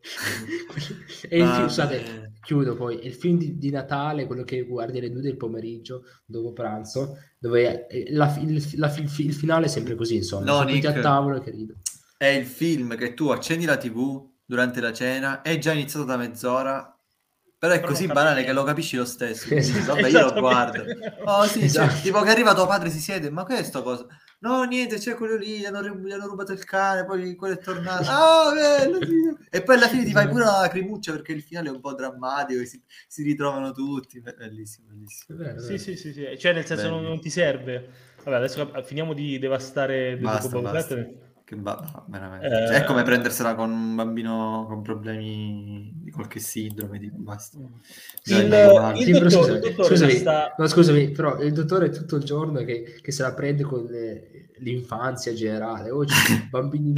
E il film, Vabbè. scusate, chiudo poi, il film di, di Natale, quello che guardi alle due del pomeriggio, dopo pranzo, dove eh, la, il, la, il, il finale è sempre così, insomma, No, sono tutti Nick. a tavolo che ridono. È il film che tu accendi la tivù durante la cena, è già iniziato da mezz'ora, però è Però così non banale capisci che lo niente. capisci lo stesso. Quindi, Esatto. vabbè, io lo guardo. Oh sì, Esatto. cioè, tipo che arriva tuo padre, si siede, ma che è sta cosa? No, niente, c'è quello lì, gli hanno, gli hanno rubato il cane, poi quello è tornato. Ah, bello, sì. E poi alla fine ti fai pure la lacrimuccia perché il finale è un po' drammatico e si, si ritrovano tutti. Bellissimo, bellissimo. È vero, è Sì, vero. sì, sì, sì. Cioè nel senso non, Bello. non ti serve. Vabbè, adesso finiamo di devastare Basta, Boba basta. Fett. Che ba- no, veramente. Eh, Cioè, è come prendersela con un bambino con problemi di qualche sindrome, tipo, basta. Già è Il, meglio male. il Sì, però dottore, scusami, il dottore scusami, la sta... no, scusami, però il dottore è tutto il giorno che, che se la prende con le- l'infanzia generale. Oggi bambini...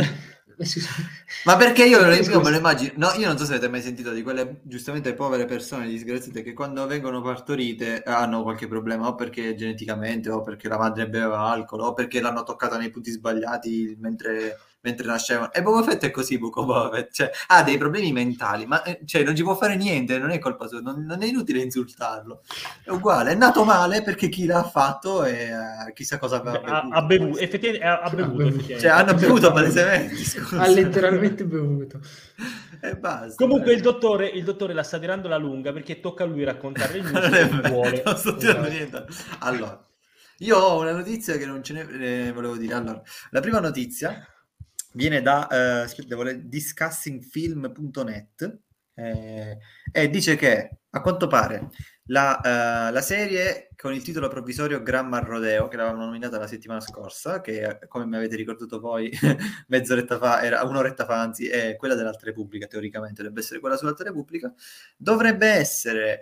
Ma perché io, io Scusa. me lo immagino, no, io non so se avete mai sentito di quelle giustamente povere persone disgraziate che quando vengono partorite hanno qualche problema, o perché geneticamente, o perché la madre beveva alcol, o perché l'hanno toccata nei punti sbagliati mentre, mentre nascevano. E Boba Fett è così, Buco Boba Fett, cioè ha dei problemi mentali, ma eh, cioè, non ci può fare niente, non è colpa sua, non, non è inutile insultarlo. È uguale, è nato male perché chi l'ha fatto e eh, chissà cosa aveva bevuto. Ha, ha bevuto, effettivamente ha, ha bevuto. bevuto. effettivamente. Cioè hanno bevuto palesemente, scusa. Ha letteralmente bevuto. E basta. Comunque eh. il dottore, il dottore la sta tirando la lunga perché tocca a lui raccontare il news Non è che vero, vuole. non sto tirando Esatto. niente. Allora, io ho una notizia che non ce ne eh, volevo dire. Allora, la prima notizia viene da eh, aspetta, vuole- discussing film punto net eh, e dice che a quanto pare la, eh, la serie con il titolo provvisorio Grammar Rodeo, che l'avevamo nominata la settimana scorsa, che come mi avete ricordato voi mezz'oretta fa, era un'oretta fa anzi, è quella dell'Alta Repubblica, teoricamente dovrebbe essere quella sull'Alta Repubblica, dovrebbe essere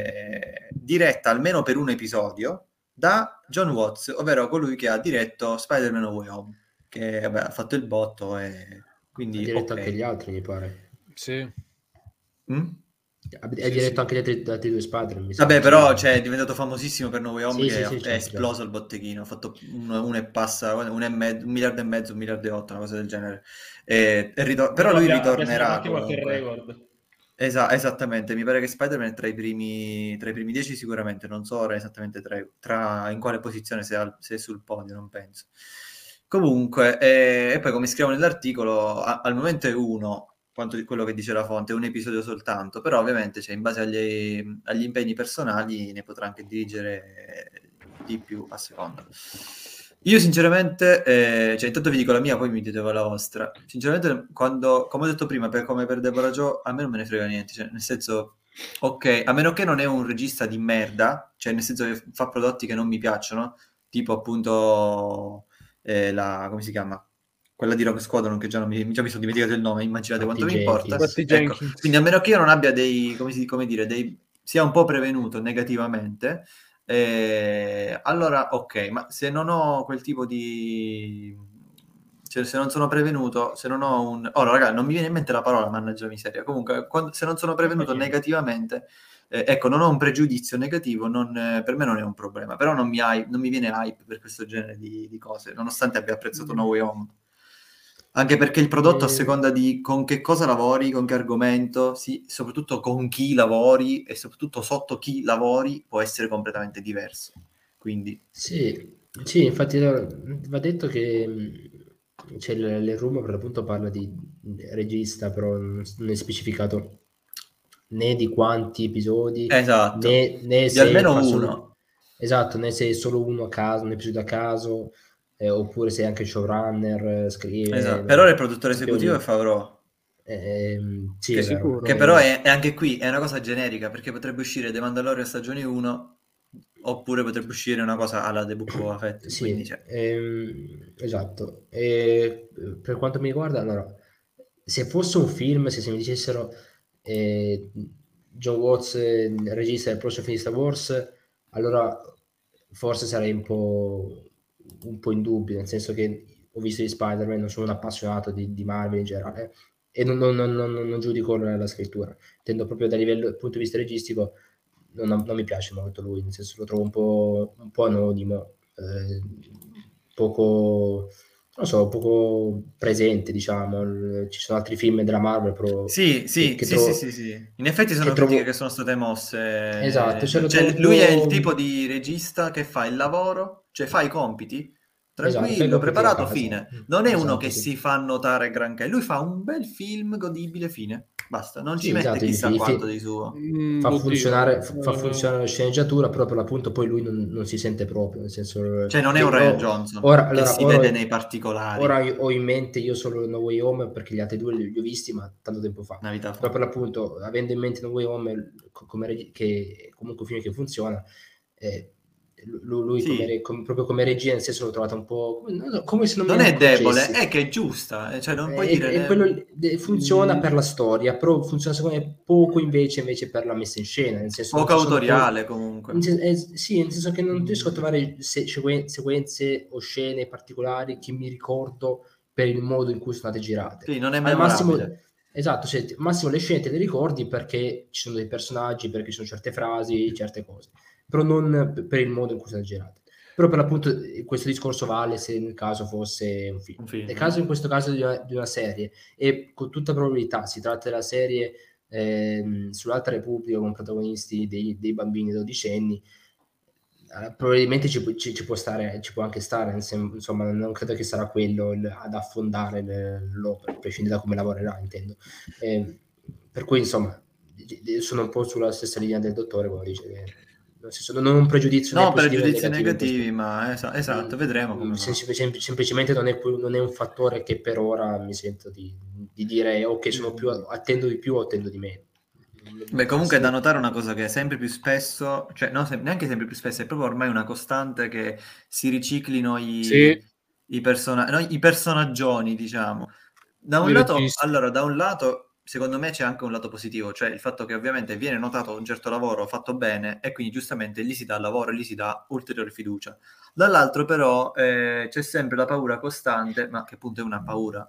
eh, diretta almeno per un episodio da John Watts, ovvero colui che ha diretto Spider-Man No Way Home, che vabbè, ha fatto il botto e quindi Ha diretto ok. anche gli altri, mi pare. Sì. Mm? Ha, ha Sì, diretto sì. anche gli altri, gli altri due Spider-Man. mi Vabbè, sembra. però cioè, è diventato famosissimo per No Way Home, Sì, che sì, è, sì, è certo, esploso il botteghino, ha fatto un, un e passa, un, e mezzo, un miliardo e mezzo, un miliardo e otto, una cosa del genere. E, e ritor- però lui Abbia- abbia ritornerà segnato anche qualche comunque. record. Esa- esattamente, mi pare che Spider-Man è tra i primi, tra i primi dieci sicuramente, non so ora esattamente tra, tra in quale posizione, se, al- se è sul podio, non penso. Comunque, eh, e poi come scrivo nell'articolo, a- al momento è uno, quanto di quello che dice la fonte, è un episodio soltanto, però ovviamente cioè, in base agli, agli impegni personali ne potrà anche dirigere di più a seconda. Io sinceramente, eh, cioè intanto vi dico la mia, poi mi dite la vostra. Sinceramente, quando, come ho detto prima, per come per Deborah Joe, a me non me ne frega niente, cioè nel senso, ok, a meno che non è un regista di merda, cioè nel senso che fa prodotti che non mi piacciono, tipo appunto eh, la, come si chiama? quella di Rogue Squadron, che già, non mi, già mi sono dimenticato il nome, immaginate Patty quanto mi importa. Patty Ecco, Jenkins. quindi a meno che io non abbia dei, come, si, come dire, dei, sia un po' prevenuto negativamente, eh, allora ok, ma se non ho quel tipo di... cioè se non sono prevenuto, se non ho un... Oh, raga, non mi viene in mente la parola, mannaggia miseria. Comunque, quando, se non sono prevenuto negativamente, eh, ecco, non ho un pregiudizio negativo, non, eh, per me non è un problema. Però non mi, hype, non mi viene hype per questo genere di, di cose, nonostante abbia apprezzato No Way Home. Anche perché il prodotto, a Eh. seconda di con che cosa lavori, con che argomento, sì, soprattutto con chi lavori e soprattutto sotto chi lavori, può essere completamente diverso. Quindi... Sì, sì, infatti allora, va detto che mh, c'è il, il rumor, per l'appunto parla di regista, però non, non è specificato né di quanti episodi, Esatto, né, né di se almeno fa uno. solo, esatto, né se è solo uno a caso, un episodio a caso, eh, oppure se è anche showrunner, scrive. Esatto. Per ora il produttore esecutivo è di... Favreau. Ehm, sì, Che, è vero, sicuro. che eh, però è, è anche qui è una cosa generica, perché potrebbe uscire The Mandalorian stagione uno, oppure potrebbe uscire una cosa alla The Book of Boba Fett. Sì, Quindi c'è. ehm, esatto. E per quanto mi riguarda, allora, se fosse un film, se, se mi dicessero eh, John Watts, eh, regista del prossimo film di Star Wars, allora forse sarei un po', un po' in dubbio, nel senso che ho visto di Spider-Man, non sono un appassionato di, di Marvel in generale, e non, non, non, non, non giudico la, la scrittura, tendo proprio da livello, dal punto di vista registico, non, non mi piace molto lui, nel senso lo trovo un po', un po' anonimo, eh, poco, non so, poco presente, diciamo. Ci sono altri film della Marvel, però Sì, che, sì, che sì, trovo, sì, sì, sì. In effetti sono che critiche trovo, che sono state mosse. esatto, ce lo Cioè, trovo lui è il un po', tipo di regista che fa il lavoro, cioè fa i compiti, esatto, fai i tranquillo, compiti a preparato, casa. fine. Non è uno Esatto, che sì. si fa notare granché. Lui fa un bel film godibile, fine. Basta, non ci Sì, mette esatto, il- chissà il quanto fi- di suo. Mm, fa oddio, funzionare, fa fa eh, funzionare la sceneggiatura, però per l'appunto poi lui non, non si sente proprio, nel senso Cioè, non è un che Ryan ho- Johnson ora, che allora, si ora, vede nei particolari. ora io- ho in mente io solo No Way Home perché gli altri due li, li ho visti, ma tanto tempo fa. Una vita Però fa. per l'appunto, avendo in mente No Way Home co- come reg- che è comunque un film che funziona, eh, lu- lui come, Sì. re- com- proprio come regia, nel senso l'ho trovato un po' non so, come se non Non me ne è debole, accorgessi. è che è giusta. eh, Cioè, non puoi E, dire... e ne- quello lì, funziona Mm, per la storia, però funziona secondo me poco invece, invece per la messa in scena, nel senso non poco ci sono poi... autoriale, comunque. in sen- eh, sì, nel senso che non riesco a trovare se- sequen- sequenze o scene particolari che mi ricordo per il modo in cui sono state girate. Sì, non è Al massimo, memorabile. esatto, se, al massimo le scene te le ricordi perché ci sono dei personaggi, perché ci sono certe frasi, certe cose, però non p- per il modo in cui sono girate. Però per l'appunto eh, questo discorso vale se nel caso fosse un film. Un film. Nel caso in questo caso di una, di una serie, e con tutta probabilità si tratta della serie ehm, sull'Alta Repubblica con protagonisti dei, dei bambini dodicenni, eh, probabilmente ci, pu- ci- ci può stare, ci può anche stare, nel sen- insomma, non credo che sarà quello il- ad affondare le- l'opera, a prescindere da come lavorerà, intendo. Eh, per cui, insomma, di- di- sono un po' sulla stessa linea del dottore quando dice che nel senso, non ho un pregiudizio né No, positivo né pregiudizi negativo in questo. negativi, ma es- esatto, vedremo come Mm, va. sem- sem- semplicemente non è, non è un fattore che per ora mi sento di, di dire ok, sono più, attendo di più o attendo di meno. Beh, comunque è da Sì. notare una cosa che è sempre più spesso, cioè no, sem- neanche sempre più spesso, è proprio ormai una costante che si riciclino i, sì, i, persona- no, i personaggioni, diciamo. Da un i lato, registi. allora, da un lato, secondo me c'è anche un lato positivo, cioè il fatto che ovviamente viene notato un certo lavoro fatto bene e quindi giustamente gli si dà lavoro e gli si dà ulteriore fiducia. Dall'altro però eh, c'è sempre la paura costante, ma che appunto è una paura,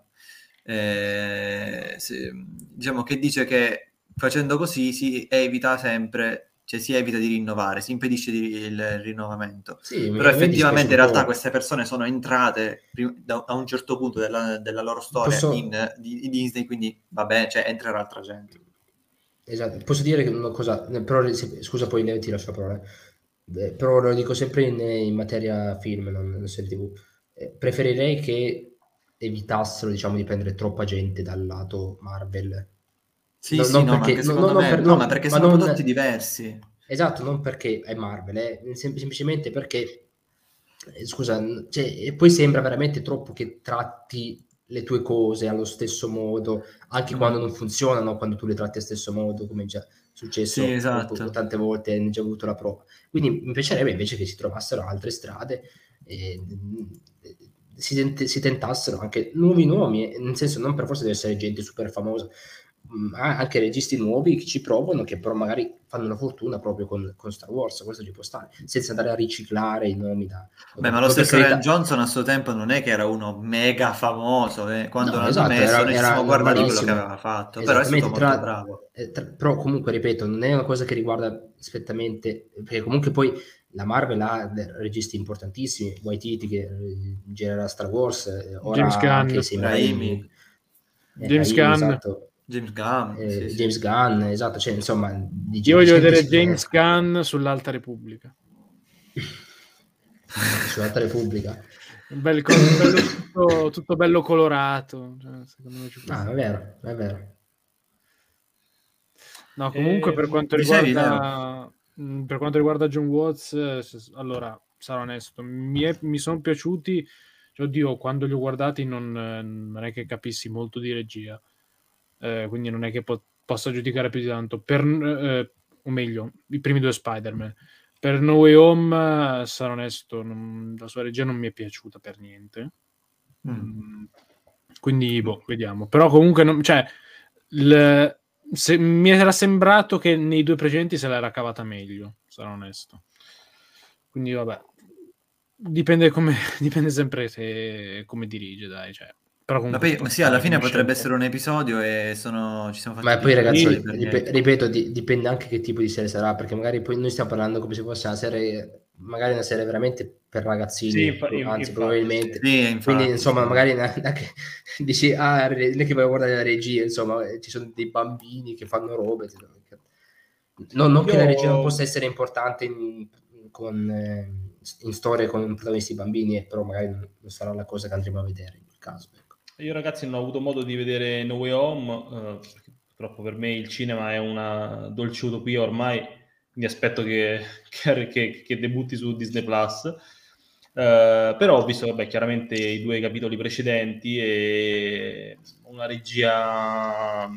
eh, se- diciamo che dice che facendo così si evita sempre, cioè si evita di rinnovare, si impedisce di- il rinnovamento. Sì, Però a me dispiace effettivamente un in realtà po'. queste persone sono entrate prim- da, a un certo punto della, della loro storia Posso- in di, di Disney, quindi vabbè, cioè entrerà altra gente. Esatto, posso dire che una cosa, però se- scusa poi Leo ti lascio la parola, eh, però lo dico sempre in, in materia film, non, non serie tivù. Eh, preferirei che evitassero, diciamo, di prendere troppa gente dal lato Marvel. Sì, No- sì, non no, ma perché, anche no, secondo no, me, per- no, no, ma perché ma sono non- prodotti diversi. Esatto, non perché è Marvel, è sem- semplicemente perché, eh, scusa, n- cioè, e poi sembra veramente troppo che tratti le tue cose allo stesso modo, anche Mm. quando non funzionano, quando tu le tratti allo stesso modo, come è già successo Sì, esatto. tante volte, ne ho già avuto la prova. Quindi mi piacerebbe invece che si trovassero altre strade, eh, si, tent- si tentassero anche nuovi nomi, nel senso non per forza deve essere gente super famosa, ma anche registi nuovi che ci provano, che però magari fanno la fortuna proprio con, con Star Wars, questo ci può stare, senza andare a riciclare i nomi da... Beh, ma lo stesso Rian Johnson a suo tempo non è che era uno mega famoso, eh. Quando no, l'hanno esatto, messo era, noi ci era siamo guardati quello che normalissimo. aveva fatto, però è stato molto tra, bravo. eh, tra, però comunque ripeto, non è una cosa che riguarda spettamente, perché comunque poi la Marvel ha registi importantissimi, Waititi che genera Star Wars, ora James Gunn, anche Sam Raimi, eh, James Gunn, esatto. James Gunn, eh, sì, James sì. Gunn, esatto, cioè insomma di io voglio vedere gente, James eh... Gunn sull'Alta Repubblica. Sull'Alta Repubblica, Bel, bello, tutto, tutto bello colorato, cioè, secondo me ci può ah, è vero, è vero. No, comunque eh, per quanto riguarda per quanto riguarda John Watts, allora sarò onesto, mi, è, mi sono piaciuti, cioè, oddio, quando li ho guardati non, non è che capissi molto di regia, eh, quindi non è che po- possa giudicare più di tanto, per, eh, o meglio, i primi due Spider-Man. Per No Way Home, sarò onesto, non, la sua regia non mi è piaciuta per niente. Mm. Quindi, boh, vediamo. Però comunque, non, cioè, il, se, mi era sembrato che nei due precedenti se l'era cavata meglio, sarò onesto. Quindi, vabbè, dipende come dipende sempre se, come dirige, dai, cioè. Però comunque poi, sì, alla fine potrebbe essere un episodio e sono, ci siamo fatti... Ma poi ragazzi, rip- ripeto, di- dipende anche che tipo di serie sarà, perché magari poi noi stiamo parlando come se fosse una serie, magari una serie veramente per ragazzini, sì, infa- anzi infatti, probabilmente. Sì, infatti, quindi insomma sì. magari anche dici, ah, non è che vai a guardare la regia, insomma, ci sono dei bambini che fanno robe. No, non Io... che la regia non possa essere importante in, con, eh, in storie con protagonisti bambini, però magari non sarà la cosa che andremo a vedere in quel caso. Io ragazzi non ho avuto modo di vedere No Way Home, eh, perché purtroppo per me il cinema è una dolce utopia ormai, quindi aspetto che, che, che, che debutti su Disney Plus. Uh, però ho visto vabbè, chiaramente i due capitoli precedenti e una regia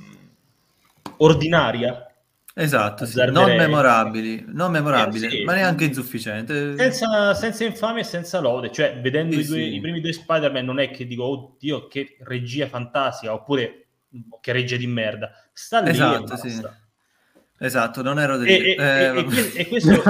ordinaria. Esatto, sì. non memorabili, non memorabile, eh, sì. ma neanche insufficiente. Senza, senza infamia e senza lode, cioè vedendo sì, i, due, sì. i primi due Spider-Man non è che dico oddio che regia fantastica oppure che regia di merda, sta lì esatto, e sì. Esatto, non ero del... e, eh, e, e, e questo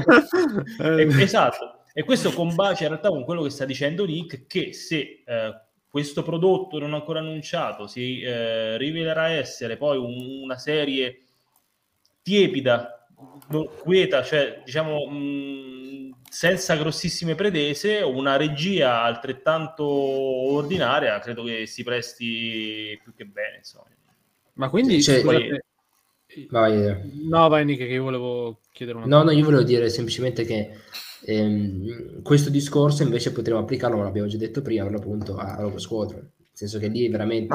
e, esatto, e questo combacia in realtà con quello che sta dicendo Nick, che se eh, questo prodotto non ancora annunciato si eh, rivelerà essere poi un, una serie tiepida, quieta, cioè diciamo mh, senza grossissime pretese, una regia altrettanto ordinaria, credo che si presti più che bene, insomma. Ma quindi cioè, scusate, vai. no vai Nick, che io volevo chiedere una no cosa. no io volevo dire semplicemente che ehm, questo discorso invece potremmo applicarlo, come l'abbiamo già detto prima, per l'appunto a Rogue Squadron, nel senso che lì veramente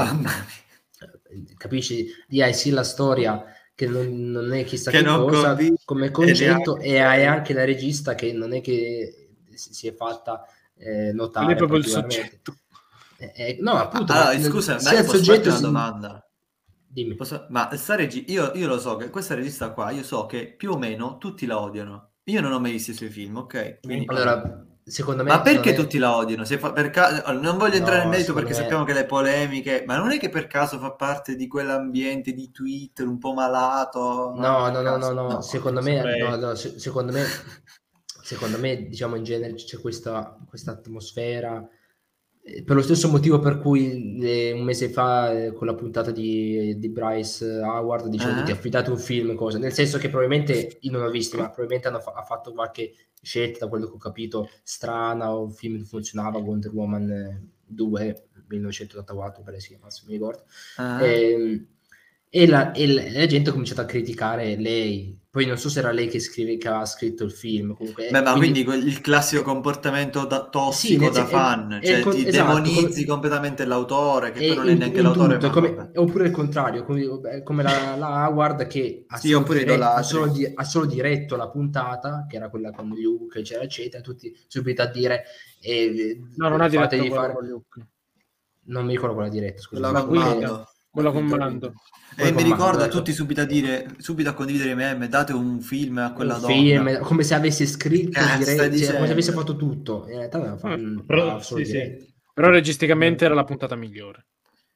capisci, lì hai sì la storia che non, non è chissà che, che cosa come concetto e hai anche la regista che non è che si è fatta eh, notare proprio il soggetto. Eh, eh, no appunto allora, ma, scusa, sia il soggetto una si... domanda. Dimmi. Posso... ma sta regi... io, io lo so che questa regista qua io so che più o meno tutti la odiano, io non ho mai visto i suoi film, ok? Quindi, allora secondo me ma perché è... tutti la odiano? Se fa per caso, non voglio entrare no, nel merito perché me... sappiamo che le polemiche, ma non è che per caso fa parte di quell'ambiente di Twitter un po' malato? No, no, no, no, no, no. secondo me, saprei... no, no, secondo me, secondo me, diciamo in genere c'è questa, questa atmosfera, eh, per lo stesso motivo per cui eh, un mese fa eh, con la puntata di, di Bryce Howard dicevo uh-huh. ti ha affidato un film, cosa, nel senso che probabilmente io non l'ho visto, ma probabilmente hanno fa- ha fatto qualche scelta, da quello che ho capito, strana, o un film che funzionava, Wonder Woman due, millenovecentottantaquattro, per esempio, non mi ricordo. Uh-huh. E, e, la, e la gente ha cominciato a criticare lei. Poi non so se era lei che scrive, che ha scritto il film. Comunque, Beh, ma quindi, quindi il classico comportamento da, tossico sì, da è, fan, è, cioè è, ti esatto, demonizzi come, completamente l'autore, che poi non in, è neanche in l'autore. Tutto, Ma come, oppure il contrario, come, come la, la Howard che ha, sì, solo oppure diretto, ha, solo di, ha solo diretto la puntata, che era quella con Luke, eccetera, eccetera, tutti subito a dire eh, no, non ha diretto di fare... con Luke. Non mi ricordo quella diretta, scusa. La, la quinta, quella con Mando. E mi ricorda tutti subito a dire, subito a condividere i meme, date un film a quella un donna. Film, come se avesse scritto, Cazzo, dire, cioè, come se avesse fatto tutto. In realtà non fa, mm, però, solo sì, sì. Però registicamente era la puntata migliore.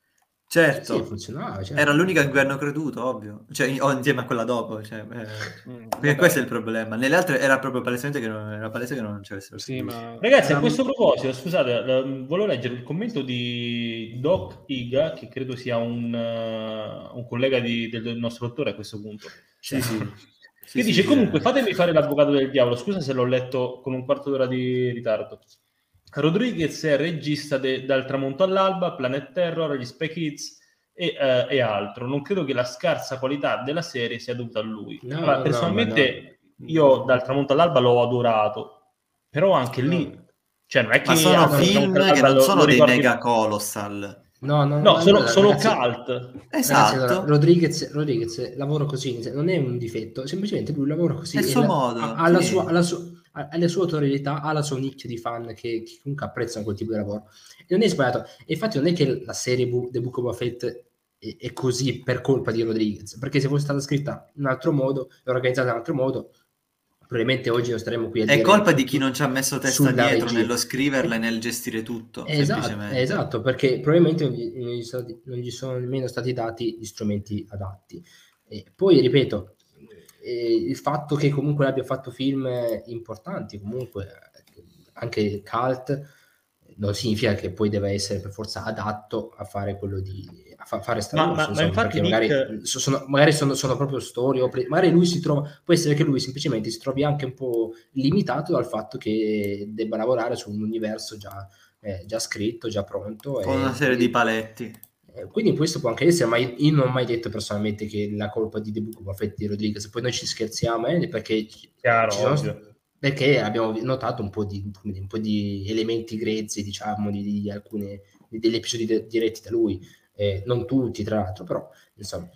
Certo, Sì, funzionava, certo. era l'unica in cui hanno creduto, ovvio. Cioè, o insieme a quella dopo. Cioè, eh, Mm, perché vabbè. questo è il problema. Nelle altre era proprio palesemente che non era palese che non c'avessero Sì, fiducia. ma Ragazzi, a era- questo proposito, scusate, eh, volevo leggere il commento di Doc Iga, che credo sia un, eh, un collega di- del, del nostro dottore a questo punto. Sì, sì. che Sì, dice, sì, comunque, eh. fatemi fare l'avvocato del diavolo. Scusa se l'ho letto con un quarto d'ora di ritardo. Rodriguez è regista de- dal tramonto all'alba, Planet Terror, gli Spy Kids e, eh, e altro. Non credo che la scarsa qualità della serie sia dovuta a lui. No, Allora, no, personalmente, ma no. io dal tramonto all'alba l'ho adorato, però anche No. lì, cioè non è che Ma sono al tramonto film che all'alba non lo, sono lo dei ricordi. mega colossal. No, no, No, ma sono, allora, sono ragazzi, cult. ragazzi, allora, Esatto. Rodriguez, Rodriguez lavora così, non è un difetto, semplicemente lui lavora così È il e suo la- modo, ha, ha la sì. sua, ha la sua- ha- ha le sue autorità, ha la sua nicchia di fan che, che comunque apprezzano quel tipo di lavoro. E non è sbagliato. E infatti non è che la serie Bu- The Book of Boba Fett è, è così per colpa di Rodriguez, perché se fosse stata scritta in un altro modo e organizzata in un altro modo, probabilmente oggi non staremmo qui a È dire colpa di tu- chi non ci ha messo testa sulla dietro regia. nello scriverla e Eh, nel gestire tutto, Esatto, semplicemente. esatto, perché probabilmente non gli, non gli sono, non gli sono nemmeno stati dati gli strumenti adatti. E poi, ripeto, eh, il fatto che comunque abbia fatto film importanti, comunque eh, anche cult, non significa che poi deve essere per forza adatto a fare quello di a fa- fare Star Ma, Wars, ma, ma insomma, infatti, perché magari Nick, so- sono, magari sono, sono proprio storie, o pre- magari lui si trova, può essere che lui semplicemente si trovi anche un po' limitato dal fatto che debba lavorare su un universo già, eh, già scritto, già pronto. Con E una serie quindi, di paletti. eh, quindi questo può anche essere, ma io, io non ho mai detto personalmente che la colpa di The Book of Boba Fett di Rodriguez, poi noi ci scherziamo, eh, perché ci, chiaro, ci sono, ovvio. perché abbiamo notato un po' di, come dire, un po' di elementi grezzi, diciamo, di, di alcune di- degli episodi de- diretti da lui, eh, non tutti tra l'altro, però insomma,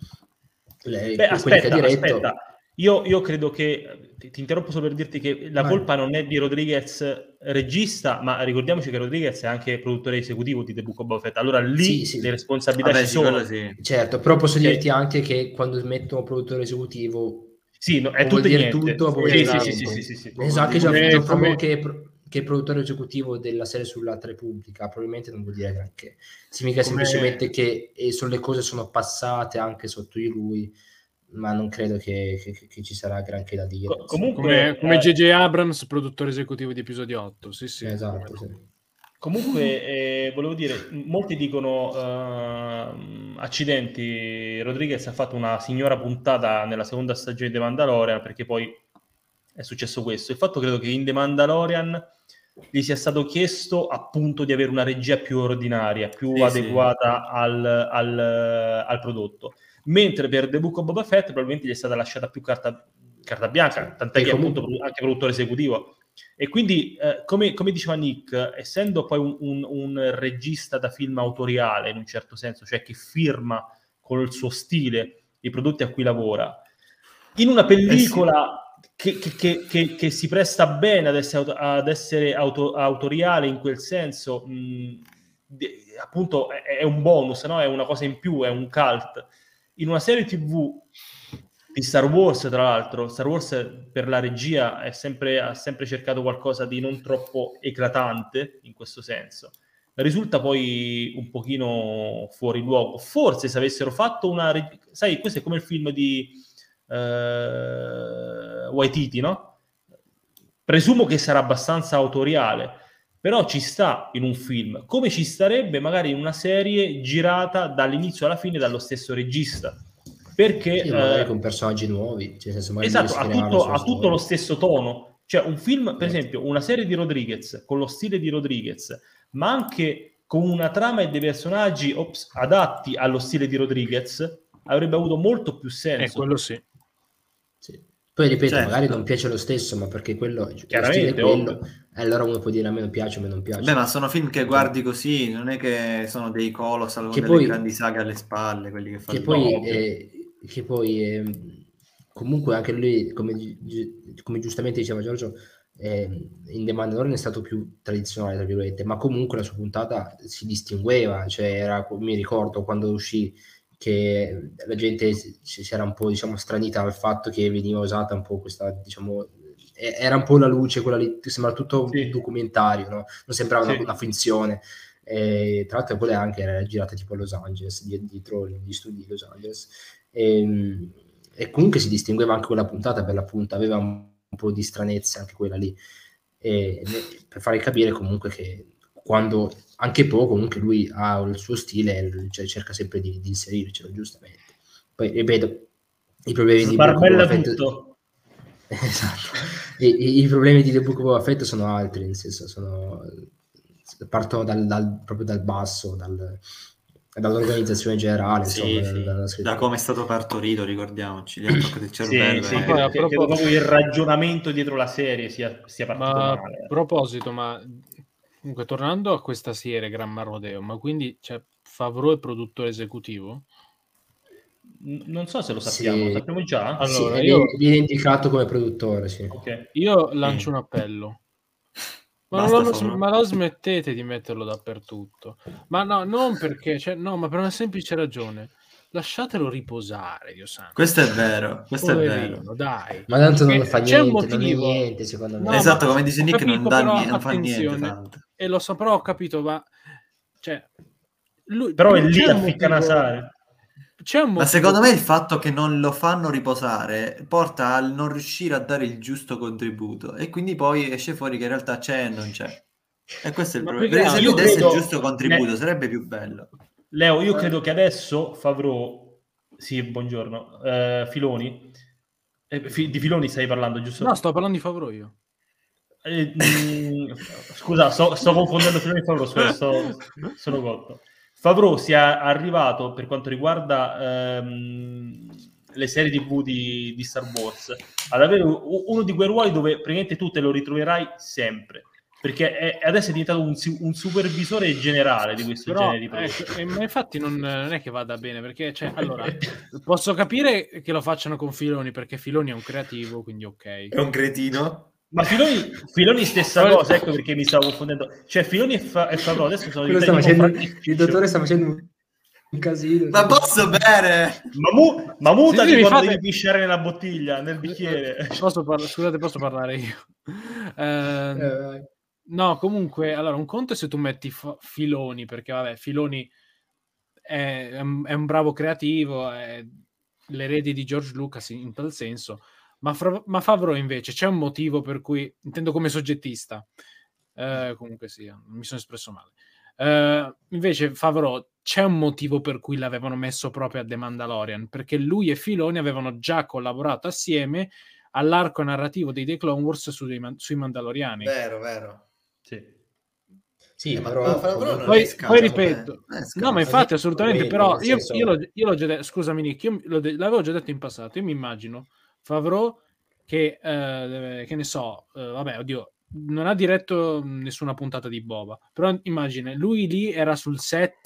le- Beh, que- quelli che ha aspetta, diretto. aspetta. Io, io credo che, ti, ti interrompo solo per dirti che la Vai. colpa non è di Rodriguez regista, ma ricordiamoci che Rodriguez è anche produttore esecutivo di The Book of Boba Fett. Allora lì Sì, sì. le responsabilità Vabbè, ci sì, sono. quello sì. Certo, però posso Che- dirti anche che quando mettono produttore esecutivo Sì, no, è può tutto e dire niente. tutto, può Sì, dire Sì, sì, sì, niente. sì, sì, sì, sì. Esatto, anche Gian- Come- Gianfranco come- che, è pro- che è produttore esecutivo della serie sull'Alta Repubblica, probabilmente non vuol dire granché. Significa Come- semplicemente che eh, sono le cose sono passate anche sotto di lui, ma non credo che, che- che ci sarà granché da dire. Co- insomma. comunque, Come, come eh, J J Abrams, produttore esecutivo di episodio otto. Sì, sì. Esatto, come no. sì. Comunque, eh, volevo dire, molti dicono, ehm, accidenti, Rodriguez ha fatto una signora puntata nella seconda stagione di The Mandalorian, perché poi è successo questo. Il fatto credo che in The Mandalorian gli sia stato chiesto appunto di avere una regia più ordinaria, più Sì, adeguata al, al, al prodotto. Mentre per The Book of Boba Fett probabilmente gli è stata lasciata più carta, carta bianca, tant'è E che comunque- appunto anche produttore esecutivo. E quindi, eh, come, come diceva Nick, essendo poi un, un, un regista da film autoriale, in un certo senso, cioè che firma con il suo stile i prodotti a cui lavora, in una pellicola che, che, che, che, che si presta bene ad essere, auto, ad essere auto, autoriale in quel senso, mh, de, appunto è, è un bonus, no? È una cosa in più, è un cult. In una serie tivù di Star Wars, tra l'altro, Star Wars per la regia è sempre, ha sempre cercato qualcosa di non troppo eclatante in questo senso. Risulta poi un pochino fuori luogo. Forse se avessero fatto una... reg- Sai, questo è come il film di eh, Waititi, no? Presumo che sarà abbastanza autoriale, però ci sta in un film, come ci starebbe magari in una serie girata dall'inizio alla fine dallo stesso regista. Perché Sì, magari eh, con personaggi nuovi, cioè, nel senso, magari esatto, lui ha scriveva la tutto, sua ha tutto storia. lo stesso tono. Cioè un film, per Certo. esempio, una serie di Rodriguez con lo stile di Rodriguez, ma anche con una trama e dei personaggi ops, adatti allo stile di Rodriguez, avrebbe avuto molto più Eh, senso. quello sì. Sì. Poi ripeto, Certo. magari non piace lo stesso, ma perché quello, lo Chiaramente, stile è quello, ovvio. e allora uno può dire a me non piace, a me non piace. Beh, ma sono film che guardi così, non è che sono dei colossal con Che delle poi- grandi saghe alle spalle, quelli che fanno. Che poi, ovvio. eh, che poi eh, comunque anche lui, come, gi- gi- come giustamente diceva Giorgio, eh, in The Mandalorian è stato più tradizionale, tra virgolette, ma comunque la sua puntata si distingueva, cioè era, mi ricordo quando uscì che la gente si, si era un po', diciamo, stranita al fatto che veniva usata un po' questa, diciamo, eh, era un po' la luce, quella lì, sembra tutto Sì. un documentario, no? Non sembrava una, Sì. una finzione. E, tra l'altro quella anche era girata tipo a Los Angeles, dietro gli studi di Los Angeles, e, e comunque si distingueva anche quella puntata, per l'appunto aveva un, un po' di stranezza anche quella lì, e, per fare capire comunque che quando anche poco comunque lui ha il suo stile, cioè cerca sempre di, di inserircelo giustamente. Poi ripeto, i problemi di Barbella tutto. Esatto. I, i, i problemi di The Book of Boba Fett sono altri, nel senso sono partono dal, dal, proprio dal basso, dal, dall'organizzazione generale, sì, insomma, sì. Da come è stato partorito, ricordiamoci, gli ha toccato il cervello. Sì, sì, e... poi, a proposito... credo proprio il ragionamento dietro la serie sia, sia partito ma male. A proposito, ma comunque tornando a questa serie Gran Marodeo, ma quindi cioè, Favreau è produttore esecutivo? Non so se lo sappiamo, sì. Lo sappiamo già? Allora, sì, io... viene indicato come produttore, sì. Okay. Io lancio mm. un appello. Ma, non lo, ma lo smettete di metterlo dappertutto. Ma no, non perché, cioè, no, ma per una semplice ragione. Lasciatelo riposare, Dio santo. Questo è vero, questo Poverino, è vero. Dai. Ma tanto non fa niente, non è niente, secondo me. No, esatto, come dice Nick, capito, non, dà però, niente, non fa niente tanto. E lo so, però ho capito, ma... Cioè, lui, però è lì a ficcanasare. Ma secondo me il fatto che non lo fanno riposare porta al non riuscire a dare il giusto contributo e quindi poi esce fuori che in realtà c'è e non c'è. E questo è il Ma problema. Perché se lui desse il giusto contributo ne... sarebbe più bello. Leo, io credo che adesso Favreau, sì, buongiorno, eh, Filoni, eh, fi, di Filoni stai parlando, giusto? No, sto parlando di Favreau io. Eh, mh, scusa, sto, sto confondendo Filoni e Favreau, sto, sto, sono cotto. Favreau sia arrivato per quanto riguarda ehm, le serie tivù di, di Star Wars ad avere uno di quei ruoli dove praticamente tu te lo ritroverai sempre, perché è, adesso è diventato un, un supervisore generale di questo Però, genere di prodotti. Ecco, ma infatti non, non è che vada bene, perché cioè, allora, posso capire che lo facciano con Filoni, perché Filoni è un creativo, quindi ok. È un cretino? Ma Filoni, Filoni stessa cosa, ecco perché mi stavo confondendo. Cioè Filoni e, Fa- e Favreau adesso sono diventati facendo, il dottore sta facendo un casino. Ma posso bere? Ma, mu- ma mutati sì, sì, quando fate... devi pisciare nella bottiglia, nel bicchiere. Posso par- Scusate, posso parlare io? Eh, eh, no, comunque, allora, un conto è se tu metti fa- Filoni, perché vabbè, Filoni è, è, un, è un bravo creativo, è l'erede di George Lucas in, in tal senso. Ma, fra- ma Favreau invece c'è un motivo per cui, intendo come soggettista, eh, comunque sia, mi sono espresso male. Eh, invece Favreau c'è un motivo per cui l'avevano messo proprio a The Mandalorian, perché lui e Filoni avevano già collaborato assieme all'arco narrativo dei The Clone Wars sui, sui Mandaloriani. Vero, vero. Sì. Sì, eh, però, ma, ma poi, poi, scaso, poi ripeto, eh, no, ma infatti assolutamente, però io, senso... io, l'ho, io l'ho già detto, scusami Nick, io l'ho de- l'avevo già detto in passato, io mi immagino Favreau che, eh, che ne so, eh, vabbè, oddio, non ha diretto nessuna puntata di Boba, però immagina, lui lì era sul set,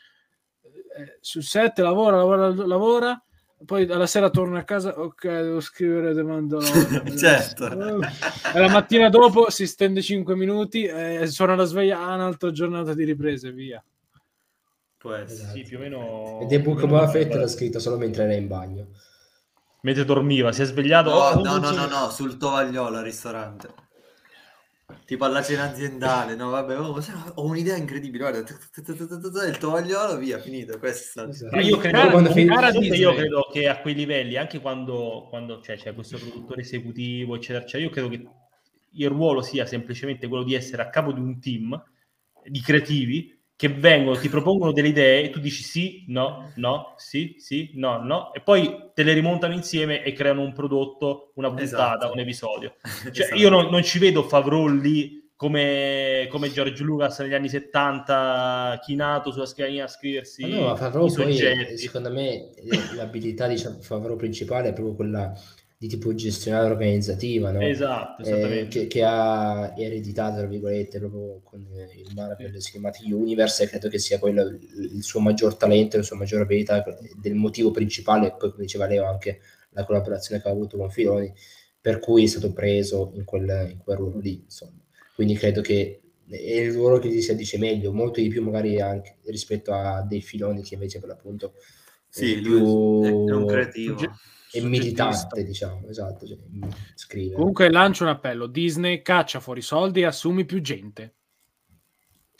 eh, sul set lavora, lavora, lavora, poi alla sera torna a casa, ok, devo scrivere The Mandalorian. Certo. E la mattina dopo si stende cinque minuti e suona la sveglia, ah, un'altra giornata di riprese, via. Può essere. Esatto. Sì, più o meno. E The Book of Boba Fett l'ha scritto solo mentre era in bagno. Mentre dormiva, si è svegliato. No, oh, no, no, no, no, sul tovagliolo al ristorante. Tipo alla cena aziendale, no, vabbè, oh, ho un'idea incredibile, guarda, il tovagliolo, via, finito, questo è stato. Ma io credo, cara, comunque, cara io credo che a quei livelli, anche quando, quando cioè, c'è questo produttore esecutivo, eccetera, cioè, io credo che il ruolo sia semplicemente quello di essere a capo di un team di creativi che vengono, ti propongono delle idee e tu dici sì, no, no, sì, sì, no, no, e poi te le rimontano insieme e creano un prodotto, una puntata, esatto. Un episodio. Cioè, esatto. Io non, non ci vedo Favreau lì come, come George Lucas negli anni settanta, chinato sulla scrivania a scriversi no, ma Favreau i soggetti. Poi, secondo me, l'abilità di Favreau principale è proprio quella di tipo gestionale organizzativa, no? Esatto, eh, che, che ha ereditato, tra virgolette, proprio con il Marvel Cinematic Universe, e credo che sia quello il, il suo maggior talento, la sua maggior abilità, del motivo principale, poi come diceva Leo anche la collaborazione che ha avuto con Filoni, per cui è stato preso in quel, in quel ruolo lì, insomma. Quindi credo che è il ruolo che gli si addice meglio, molto di più magari anche rispetto a dei Filoni che invece per l'appunto sì, è più è un creativo. È militante, diciamo, esatto. Cioè, scrive. Comunque lancio un appello: Disney, caccia fuori soldi e assumi più gente.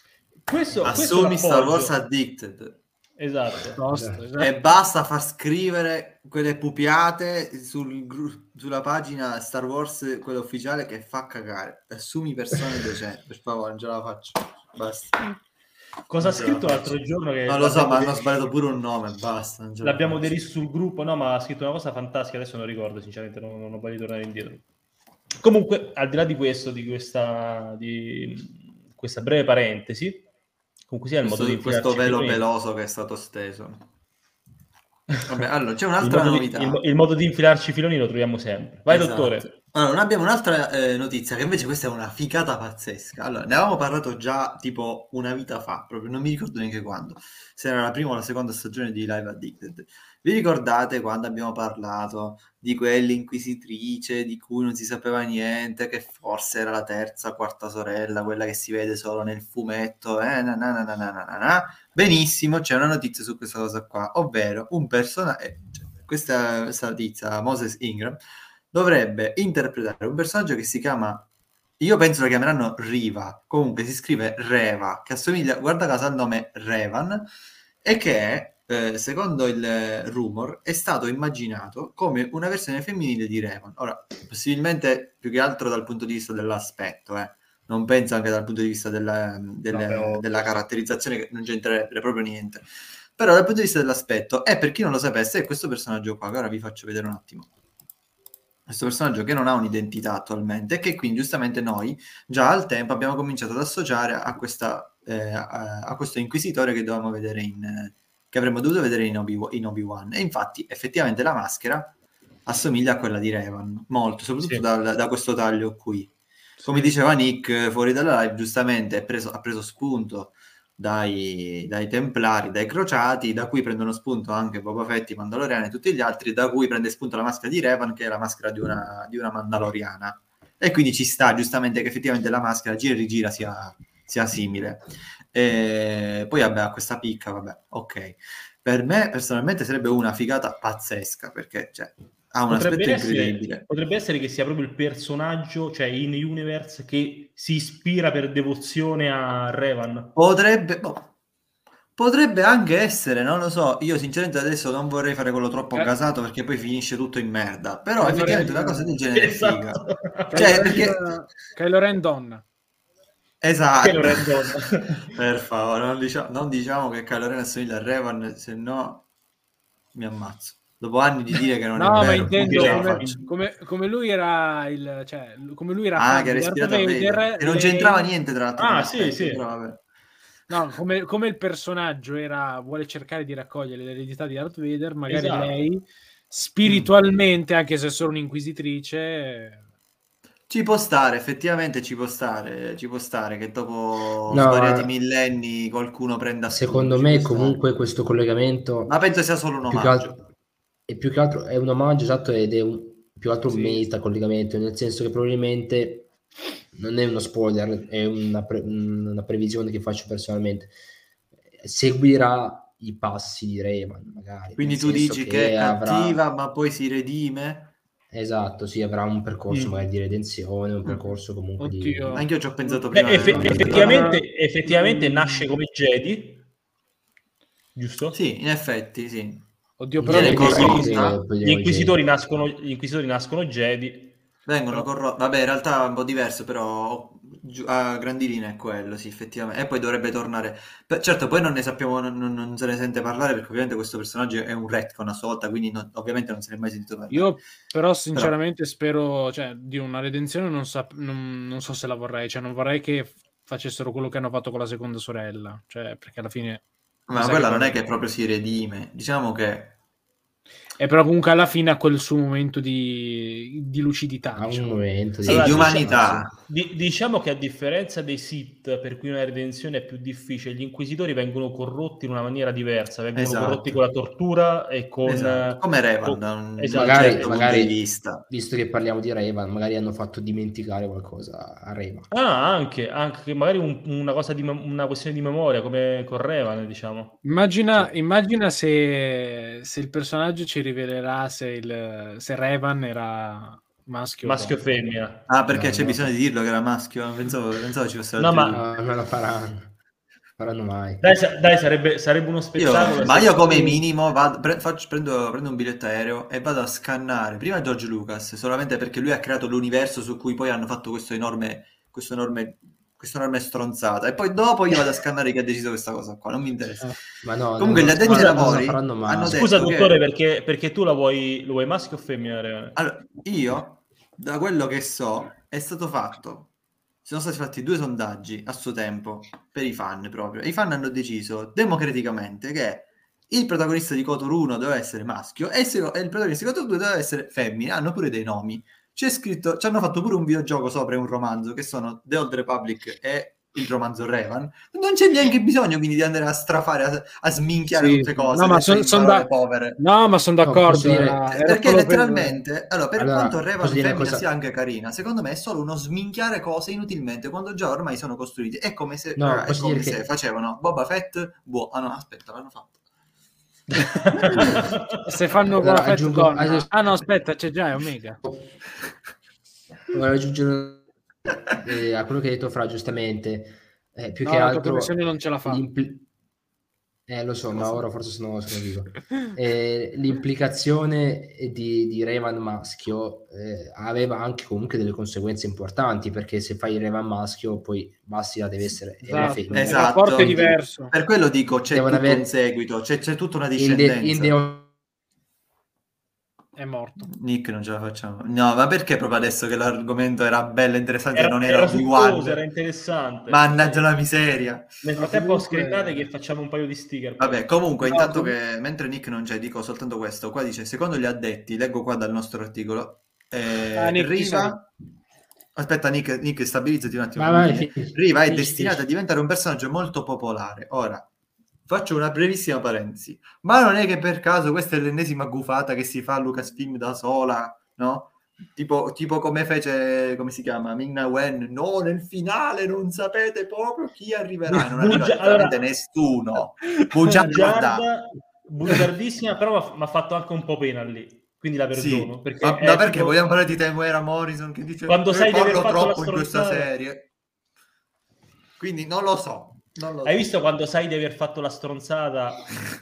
questo, assumi questo Star Wars Addicted. Esatto. Tosto, esatto. E basta far scrivere quelle pupiate sul gru- sulla pagina Star Wars, quella ufficiale, che fa cagare. Assumi persone decenti, per favore, non ce la faccio. Basta. Cosa ha Non ce scritto la l'altro faccio. giorno? Che Non lo so, l'abbiamo ma hanno de- sbagliato pure un nome, basta. non ce la L'abbiamo faccio. deriso sul gruppo, no, ma ha scritto una cosa fantastica, adesso non ricordo, sinceramente non, non ho voglia di tornare indietro. Comunque, al di là di questo, di questa, di questa breve parentesi, comunque sia il questo, modo di questo infilarci velo filoni- peloso che è stato steso. Vabbè, allora c'è il un'altra modo, di, novità. il, il modo di infilarci i filoni lo troviamo sempre. Vai, Esatto. dottore. Allora, noi abbiamo un'altra eh, notizia che invece questa è una figata pazzesca. Allora, ne avevamo parlato già tipo una vita fa, proprio non mi ricordo neanche quando, se era la prima o la seconda stagione di Live Addicted. Vi ricordate quando abbiamo parlato di quell'inquisitrice di cui non si sapeva niente, che forse era la terza, quarta sorella, quella che si vede solo nel fumetto? Eh, na, na, na, na, na, na, na. Benissimo, c'è una notizia su questa cosa qua, ovvero un personaggio, eh, cioè, questa, questa tizia, Moses Ingram, dovrebbe interpretare un personaggio che si chiama, io penso lo chiameranno Riva, comunque si scrive Reva, che assomiglia, guarda caso, al nome Revan, e che eh, secondo il rumor è stato immaginato come una versione femminile di Revan. Ora, possibilmente più che altro dal punto di vista dell'aspetto, eh. non penso anche dal punto di vista della, delle, No, però- della caratterizzazione, che non c'entrerebbe proprio niente. Però dal punto di vista dell'aspetto, e per chi non lo sapesse, è questo personaggio qua, che ora vi faccio vedere un attimo. Questo personaggio che non ha un'identità attualmente e che quindi giustamente noi già al tempo abbiamo cominciato ad associare a, questa, eh, a, a questo inquisitore che dovevamo vedere in, eh, che avremmo dovuto vedere in, Obi, in Obi-Wan. E infatti effettivamente la maschera assomiglia a quella di Revan molto, soprattutto Sì. dal, da questo taglio qui. Come diceva Nick fuori dalla live, giustamente è preso, ha preso spunto dai, dai Templari, dai Crociati, da cui prendono spunto anche Boba Fett, i Mandaloriani e tutti gli altri, da cui prende spunto la maschera di Revan, che è la maschera di una, di una Mandaloriana. E quindi ci sta giustamente che effettivamente la maschera gira e rigira sia, sia simile. E poi vabbè, a questa picca, vabbè, ok. Per me personalmente sarebbe una figata pazzesca, perché cioè, ha un Potrebbe aspetto essere, incredibile. potrebbe essere che sia proprio il personaggio, cioè in universe, che si ispira per devozione a Revan. Potrebbe, boh, potrebbe anche essere, non lo so. Io sinceramente adesso non vorrei fare quello troppo Eh. gasato, perché poi finisce tutto in merda. Però Kylo effettivamente Ren- una cosa del genere è figa. Esatto. Cioè, Kylo perché... Ren- Kylo Ren donna. Esatto. Kylo Ren donna. Per favore, non diciamo, non diciamo che Kylo Ren assomiglia a Revan, se no mi ammazzo. Dopo anni di dire che non No, è ma vero, intendo ce la come, faccio. come, come lui era il, cioè, come lui era Ah, fan che era di Darth ispirato a Vader, Vader. Che non lei- c'entrava niente tra l'altro. Ah, come sì, aspetto, sì. però vabbè. No, come, come il personaggio era, vuole cercare di raccogliere l'eredità di Darth Vader, magari Esatto. lei spiritualmente, anche se è solo un'inquisitrice, Ci può stare, effettivamente ci può stare, ci può stare che dopo No, svariati eh, millenni qualcuno prenda spunto, Secondo ci me può stare. comunque questo collegamento Ma penso sia solo un più che omaggio. altro, è più che altro è un omaggio, esatto, ed è un, più che altro un Sì. meta collegamento, nel senso che probabilmente non è uno spoiler, è una, pre- una previsione che faccio personalmente, seguirà i passi di Revan magari. Quindi nel tu senso dici che è avrà- cattiva ma poi si redime? Esatto, sì, avrà un percorso Mm. magari di redenzione, un percorso comunque Oddio. di... Anche io ci ho pensato Beh, prima. effe- eh, effettivamente, effettivamente nasce come Jedi, giusto? Sì, in effetti, sì. oddio, in però Viene gli genere corrotta. sì, inquisitori- poi- poi Gli diremo inquisitori Jedi. nascono, gli inquisitori nascono Jedi. Vengono Però- corrotti. Vabbè, in realtà è un po' diverso, però giu- a grandi linee è quello, sì, effettivamente. E poi dovrebbe tornare. Per- certo, poi non ne sappiamo, non, non- non se ne sente parlare perché ovviamente questo personaggio è un retcon a sua volta, quindi non- ovviamente non se ne è mai sentito parlare. Io però sinceramente spero, cioè, di una redenzione non, sap- non, non so se la vorrei, cioè non vorrei che facessero quello che hanno fatto con la seconda sorella, cioè perché alla fine... mi Ma sa quella che non è poi- che proprio si redime. Diciamo che E però comunque alla fine ha quel suo momento di, di lucidità, Ha un diciamo. momento Sì, Allora, di diciamo- umanità. Di- diciamo che a differenza dei Sith, per cui una redenzione è più difficile, gli inquisitori vengono corrotti in una maniera diversa, vengono Esatto. corrotti con la tortura e con... Esatto. Come Revan, con- da un, esatto, da un Magari, certo magari punto di vista. visto che parliamo di Revan, magari hanno fatto dimenticare qualcosa a Revan. Ah, anche, anche magari un- una cosa di mem- una questione di memoria, come con Revan, diciamo. Immagina, immagina se, se il personaggio ci rivelerà se, il, se Revan era maschio o Maschio o donna. femmina. Ah, perché No, c'è no. bisogno di dirlo che era maschio? Pensavo, pensavo ci fosse No, altri ma- due. No, non lo faranno. faranno mai. Dai, sa- dai, sarebbe, sarebbe uno spettacolo. Io, ma io come tu... minimo vado, pre- faccio, prendo, prendo un biglietto aereo e vado a scannare prima George Lucas, solamente perché lui ha creato l'universo su cui poi hanno fatto questo enorme, questo enorme, questa enorme stronzata, e poi dopo io vado a scannare chi ha deciso questa cosa qua, non mi interessa. Ma no, Comunque no, gli addetti ai scusa, non lavori lo faranno mai. hanno Scusa, detto dottore, che... perché, perché tu la vuoi, lo vuoi maschio o femmina? Reone? Allora, io, da quello che so, è stato fatto, sono stati fatti due sondaggi a suo tempo per i fan proprio. I fan hanno deciso democraticamente che il protagonista di KOTOR uno doveva essere maschio e, se, e il protagonista di KOTOR due doveva essere femmina. Hanno pure dei nomi. C'è scritto, ci hanno fatto pure un videogioco sopra e un romanzo che sono The Old Republic e il romanzo Revan. Non c'è neanche bisogno quindi di andare a strafare, a, a sminchiare Sì, tutte cose, no, ma detto son- in son parole da- povere. No, ma sono No, d'accordo. posso dire- era- era Perché solo per- letteralmente, allora, per Allora, quanto Revan posso dire una femmina cosa? sia anche carina, secondo me è solo uno sminchiare cose inutilmente quando già ormai sono costruite. È come se, No, raga, è posso come dire se che- facevano Boba Fett, buono. Ah no, aspetta, l'hanno fatto. Se fanno Allora, Boba Fett aggiungo- con... adesso- Ah no, aspetta, c'è già, è Omega. Vorrei aggiungere eh, a quello che hai detto Fra, giustamente, eh, più No, che la tua altro connessione non ce la fa. l'impl- eh lo so, ma Cosa? ora forse sono, sono vivo. Eh, l'implicazione di, di Revan maschio eh, aveva anche comunque delle conseguenze importanti, perché se fai il Revan maschio poi Bastia deve essere è una Esatto, femmina. il Esatto. rapporto è Quindi, diverso. Per quello dico, c'è Devono tutto avere- un seguito, c'è, c'è tutta una In the, discendenza. in the È morto. Nick, non ce la facciamo. No, ma perché proprio adesso che l'argomento era bello, interessante, Era, non era era succoso, Obi-Wan? era interessante. Mannaggia la miseria. Nel Ma frattempo comunque- screenate che facciamo un paio di sticker. poi. Vabbè, comunque, No, intanto com- che mentre Nick non c'è, dico soltanto questo. Qua dice, secondo gli addetti, leggo qua dal nostro articolo, eh, Ah, Nick, chi sei? Riva... Aspetta, Nick, Nick, stabilizzati un attimo. Vai, non vai, mi viene. finisci, Riva è finisci, destinata finisci. a diventare un personaggio molto popolare. Ora, faccio una brevissima parentesi. Ma non è che per caso questa è l'ennesima gufata che si fa a Lucasfilm da sola, no? Tipo, tipo come fece, come si chiama? Ming-Na Wen. No, nel finale non sapete proprio chi arriverà. E non arriva Bugia- letteralmente allora- nessuno. Bugiarda. Bugiarda, bugiardissima, però mi ha fatto anche un po' pena lì. Quindi la Sì, perdono. Perché ma, è ma perché tipo- vogliamo parlare di Temuera Morrison che dice Quando "Eh, sai di aver parlo fatto la troppo in questa stronzata". serie, quindi non lo so, non lo Hai so. visto quando sai di aver fatto la stronzata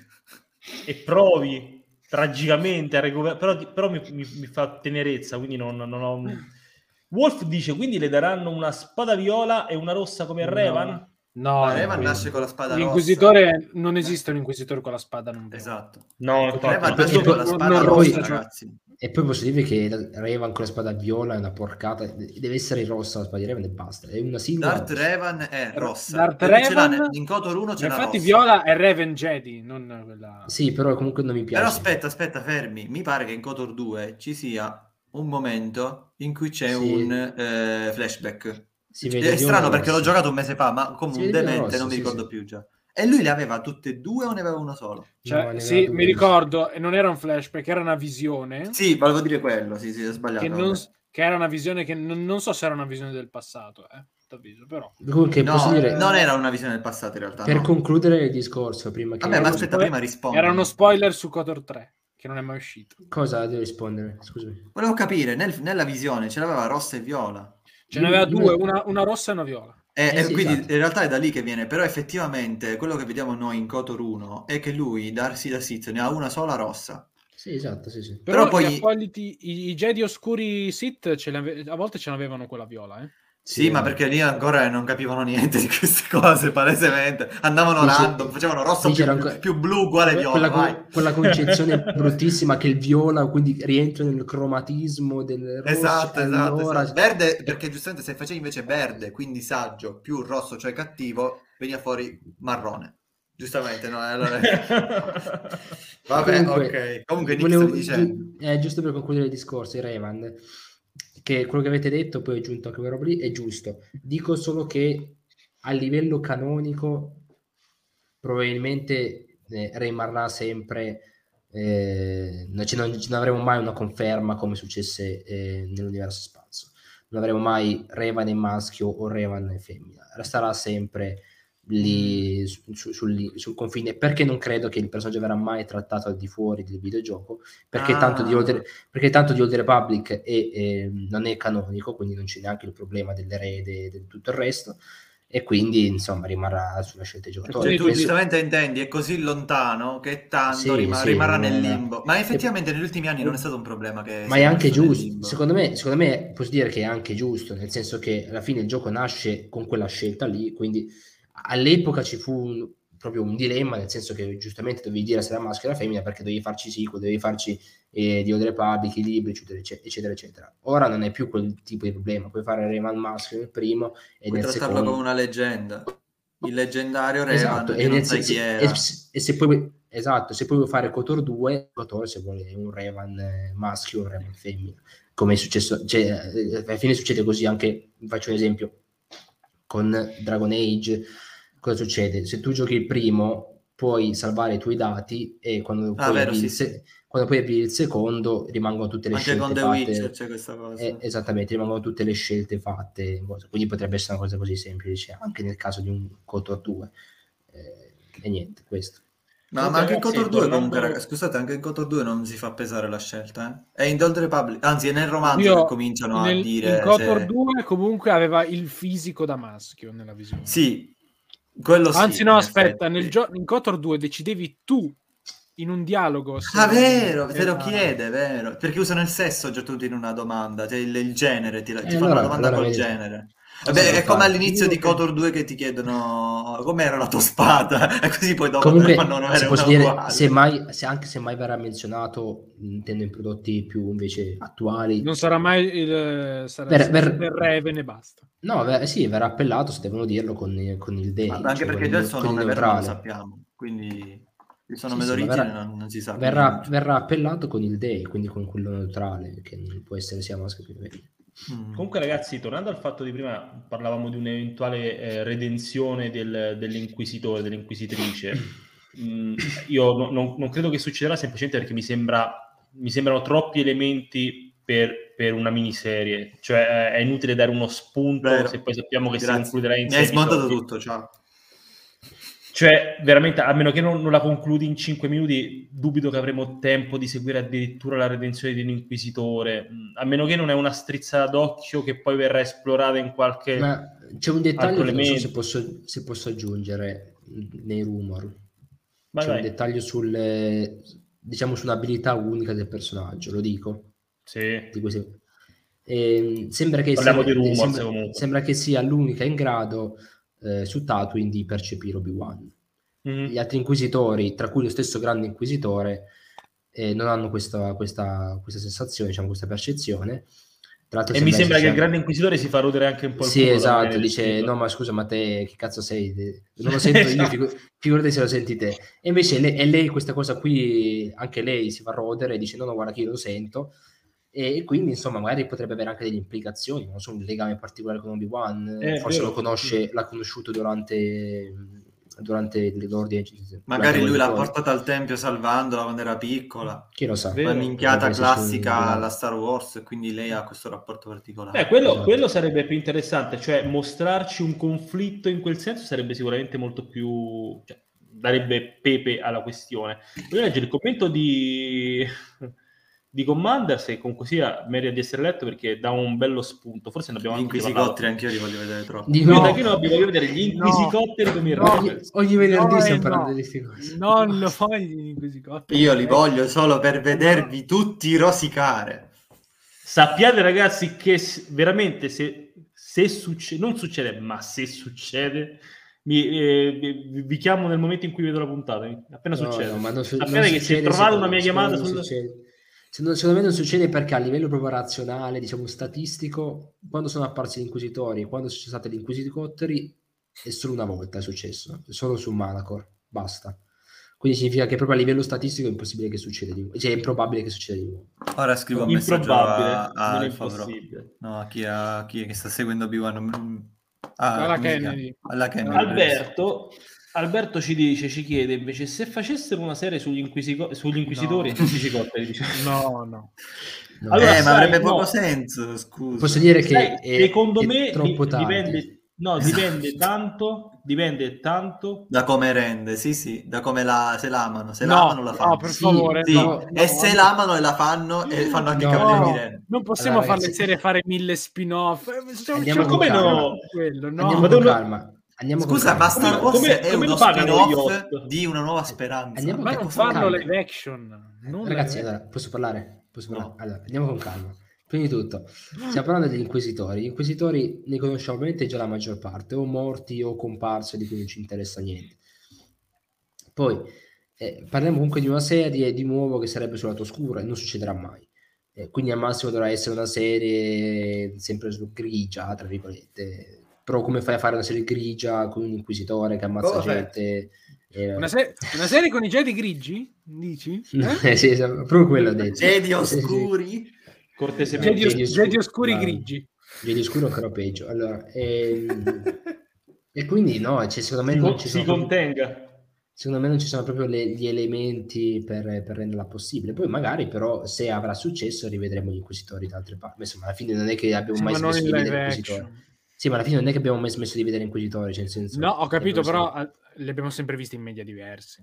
e provi tragicamente a recuperare, però, però mi, mi- mi fa tenerezza, quindi non, non ho... Wolf dice, quindi le daranno una spada viola e una rossa come a Revan? No, Ma no, Revan qui- nasce con la spada rossa. l'inquisitore non esiste un inquisitore con la spada non viola. Esatto. No, infatti. Revan E poi- nasce e con poi- la non- spada non rossa, rossa, cioè- ragazzi. E poi posso dirvi che la Revan con la spada viola è una porcata, deve essere rossa la spada di Revan e basta, è una singola Darth rossa. Revan è rossa. Darth Lui ce l'ha Revan- ne- in KOTOR uno ce l'ha Infatti rossa. viola è Raven Jedi, non quella... Sì, però comunque non mi piace. Però aspetta, aspetta, fermi. Mi pare che in KOTOR due ci sia un momento in cui c'è Sì. un eh, flashback. Si vede È viola strano e perché l'ho rossa. giocato un mese fa, ma come Si un vede viola demente, rossa, non mi sì, ricordo sì. più già. E lui le aveva tutte e due o ne aveva uno solo? Cioè, No, ne sì, aveva mi due. ricordo, e non era un flashback, era una visione, Sì, volevo dire quello, sì, sì, ho sbagliato. che, non, vabbè. che era una visione che non, non so se era una visione del passato, eh, t'avviso, però. Comunque No, posso dire, non era una visione del passato in realtà. per no. concludere il discorso, prima che... Vabbè, ma uno aspetta, spo- prima rispondi. Era uno spoiler su KOTOR tre, che non è mai uscito. Cosa devo rispondere? Scusami. Volevo capire, nel- nella visione ce l'aveva rossa e viola. Ce n'aveva Lui- due, una, una rossa e una viola. E, Eh e sì, quindi esatto. in realtà è da lì che viene, però effettivamente quello che vediamo noi in KOTOR uno è che lui, Darcy da Sith, ne ha una sola rossa. Sì, esatto, sì, sì. Però, Però poi- gli accoliti, i, i Jedi oscuri Sith ce l'ave- a volte ce l'avevano quella viola, eh. Sì, Sì, ma eh. perché lì ancora non capivano niente di queste cose, palesemente. Andavano Dice- random, facevano rosso dice più, ancora- più blu uguale Que- viola, quella, vai. con- quella concezione bruttissima che il viola quindi rientra nel cromatismo del rosso. Esatto, e esatto, allora- esatto. Verde, perché giustamente se facevi invece verde, quindi saggio, più rosso, cioè cattivo, veniva fuori marrone. Giustamente, no? Allora... Vabbè, Comunque, ok. Comunque Nick volevo- stavi dicendo. giu- eh, giusto per concludere il discorso, il Revan, che quello che avete detto, poi ho aggiunto anche quella roba lì, è giusto. Dico solo che a livello canonico probabilmente eh, rimarrà sempre, eh, non, ci- non- non avremo mai una conferma come successe eh, nell'universo espanso. Non avremo mai Revan e maschio o Revan e femmina. Resterà sempre lì su- su- sul, sul confine, perché non credo che il personaggio verrà mai trattato al di fuori del videogioco, perché, Ah. tanto, di Old, perché tanto di Old Republic è, è- non è canonico, quindi non c'è neanche il problema dell'erede e di tutto il resto, e quindi insomma rimarrà sulla scelta dei giocatori. Cioè, tu Penso... giustamente intendi, è così lontano che tanto Sì, rim- sì, rimarrà non nel è- limbo. Ma effettivamente negli ultimi anni non è stato un problema che Ma sia è anche rimasto nel giusto, limbo. secondo me, secondo me posso dire che è anche giusto, nel senso che alla fine il gioco nasce con quella scelta lì, quindi all'epoca ci fu un- proprio un dilemma, nel senso che giustamente dovevi dire se era maschio o era femmina, perché dovevi farci sequel, dovevi farci eh, The Old Republic, i libri, eccetera, eccetera, eccetera. Ora non è più quel tipo di problema, puoi fare Rayman maschio nel primo e Puoi nel trattarlo secondo... come una leggenda. Il leggendario Revan, Esatto, che e, non nel sai se- chi se- era. e, e se poi esatto, se poi vuoi fare KOTOR due, KOTOR se vuole un Revan eh, maschio o un Revan femmina, come è successo, cioè, eh, alla fine succede così anche, faccio un esempio, con Dragon Age, cosa succede? Se tu giochi il primo puoi salvare i tuoi dati e quando Ah, poi vero, avvii sì, il, se- quando poi avvii il secondo rimangono tutte le Anche scelte con The fatte. Witcher c'è questa cosa. Eh, esattamente, rimangono tutte le scelte fatte, quindi potrebbe essere una cosa così semplice anche nel caso di un KOTOR due. Eh, e niente, questo. No, Comunque, ma anche in ragazzi, KOTOR due tornando- comunque, raga- scusate, anche in KOTOR due non si fa pesare la scelta, eh? È in The Old Republic, anzi è nel romanzo Io che cominciano nel, a dire in KOTOR se- due comunque aveva il fisico da maschio nella visione. Sì, quello sì. Anzi no, in aspetta, effetti. nel gio- in KOTOR due decidevi tu in un dialogo se Ah, vero, te lo era- chiede, vero. Perché usano il sesso già tutti in una domanda, cioè il, il genere, ti, ti Eh, fanno allora- una domanda allora col vedi. genere. Cosa Vabbè, devo è come fare? all'inizio Io di che- KOTOR due che ti chiedono com'era la tua spada, e così poi dopo te Comunque, ne fanno avere se una posso dire, uguale. se mai, se anche se mai verrà menzionato, intendo in prodotti più invece attuali, non sarà mai il sarà Ver- sempre ver- il Raven e basta. no, beh, sì, verrà appellato se devono dirlo con, con il day, Ma anche cioè perché con già il, il suo con il nome vero non lo neutrale. sappiamo, quindi il suo Sì, nome sì, ma d'origine verrà- non, non si sa. Verrà, quindi- verrà appellato con il day, quindi con quello neutrale, che non può essere sia maschio che femmina. Mm. Comunque, ragazzi, tornando al fatto di prima, parlavamo di un'eventuale eh, redenzione del, dell'inquisitore, dell'inquisitrice. Mm, io no- non, non credo che succederà, semplicemente perché mi sembra mi sembrano troppi elementi per, per una miniserie. Cioè, eh, è inutile dare uno spunto Vero. se poi sappiamo che Grazie. si concluderà in Mi sei hai smontato episodi. tutto, ciao. Cioè, veramente, a meno che non, non la concludi in cinque minuti, dubito che avremo tempo di seguire addirittura la redenzione di un inquisitore. Mm, A meno che non è una strizzata d'occhio che poi verrà esplorata in qualche Ma c'è un dettaglio altro che non so elemento. se posso, se posso aggiungere mh, nei rumor. Vai, C'è un vai. dettaglio sulle, diciamo, su un'abilità unica del personaggio, lo dico. Sì. Di questi- Ehm, sembra, che Parliamo sia, di rumors, sembra, comunque. sembra che sia l'unica in grado eh, su Tatooine di percepire Obi-Wan. Mhm. Gli altri inquisitori, tra cui lo stesso grande inquisitore, eh, non hanno questa, questa, questa sensazione, diciamo, questa percezione. Tra l'altro E mi sembra sembra ci che il sia- grande inquisitore si fa rodere anche un po' il Sì, culo da esatto, bene dice vestito. no, ma scusa, ma te che cazzo sei? Non lo sento io, Esatto. figu- figurati se lo senti te. E invece lei, e lei questa cosa qui, anche lei si fa rodere e dice no, no, guarda che io lo sento. E quindi, insomma, magari potrebbe avere anche delle implicazioni, non so, un legame particolare con Obi-Wan, È forse vero. lo conosce, l'ha conosciuto durante, durante l'ordine. Magari lui l'ha portato portata al tempio salvandola quando era piccola. Chi lo sa? Vero. Una minchiata Potrebbe esserci un classica legame. alla Star Wars, e quindi lei ha questo rapporto particolare. Beh, quello, Esatto. quello sarebbe più interessante, cioè mostrarci un conflitto in quel senso sarebbe sicuramente molto più... Cioè, darebbe pepe alla questione. Voglio leggere il commento di, di Commander, se comunque sia merita di essere letto perché dà un bello spunto. Forse ne abbiamo Gli anche inquisicotteri parlato. anch'io li voglio vedere troppo. Di Io no. da che no, vi voglio vedere gli inquisicotteri come il No. Ogni, Rebels. ogni venerdì No, stiamo eh, parlando no. di queste cose. Non lo fai gli inquisicotteri. Io li voglio solo per vedervi tutti rosicare. Sappiate ragazzi che s- veramente se, se succede, non succede, ma se succede, mi, eh, vi, vi chiamo nel momento in cui vedo la puntata, appena No, succede. no, ma non su- Sappiate non che se succede, trovate secondo- una mia secondo chiamata me non sul... succede. Secondo, secondo me non succede perché a livello proprio razionale, diciamo statistico, quando sono apparsi gli inquisitori e quando sono stati gli inquisicotteri è solo una volta è successo, solo su Malachor, basta. Quindi significa che proprio a livello statistico è impossibile che succeda di nuovo, cioè è improbabile che succeda di nuovo. Ora scrivo un messaggio Improbabile, a, a non è Alfa, però. impossibile. No, a chi, a chi è che sta seguendo Obi-Wan? Ah, Alla come si Kennedy. chiama? Alla Kennedy. Alberto, Alberto ci dice, ci chiede invece se facessero una serie sugli, inquisico- sugli inquisitori, No. inquisicotteri, dice. No, no. No. Allora, eh, ma sai, avrebbe no. poco senso, scusa. Posso dire che Sai, è, secondo è me troppo di- tardi. dipende, no, Esatto. dipende tanto, dipende tanto Da come rende, sì, sì, da come la, se l'amano. Se No, l'amano la fanno. no, per Sì, favore. Sì, no, e no, se no. l'amano e la fanno, e fanno anche No, i capelli No, di Ren. non possiamo Allora, fare le ragazzi, serie, fare mille spin-off. Eh, C'è, andiamo c'è con un calma. quello, no? Andiamo Ma con devono- calma. Andiamo Scusa, con ma calma. Star Wars Come- è come uno lo pagano gli spin-off host? di Una Nuova Speranza. Andiamo Ma con non calma. fanno live action. Non Ragazzi, live allora, posso parlare? Posso No. parlare? Allora, andiamo con calma. Prima di tutto, stiamo parlando degli inquisitori. Gli inquisitori ne conosciamo ovviamente già la maggior parte, o morti o comparse di cui non ci interessa niente. Poi eh, parliamo comunque di una serie di nuovo che sarebbe sul lato oscuro e non succederà mai. Eh, quindi al massimo dovrà essere una serie sempre su grigia, tra virgolette. Però come fai a fare una serie grigia con un inquisitore che ammazza Boba Fett. gente? Eh, Una, se- una serie con i Jedi grigi? Dici? Eh? eh, sì, esatto, proprio quello ho detto. Jedi Sì, sì, sì. oscuri. Cortesemente. Jedi, os- Jedi oscuri. Jedi oscuri Bravo. grigi. Jedi oscuro ancora peggio. Allora, ehm, e quindi no, cioè, secondo me Si, non con- ci si sono proprio, contenga. secondo me non ci sono proprio le- gli elementi per, per renderla possibile. Poi magari però se avrà successo rivedremo gli inquisitori da altre parti. Ma insomma, alla fine non è che abbiamo Sì, mai ma non smesso in di vedere live inquisitori. action. Sì, ma alla fine non è che abbiamo mai smesso di vedere inquisitori, cioè nel senso, No, ho capito, abbiamo però sempre- eh, li abbiamo sempre visti in media diversi.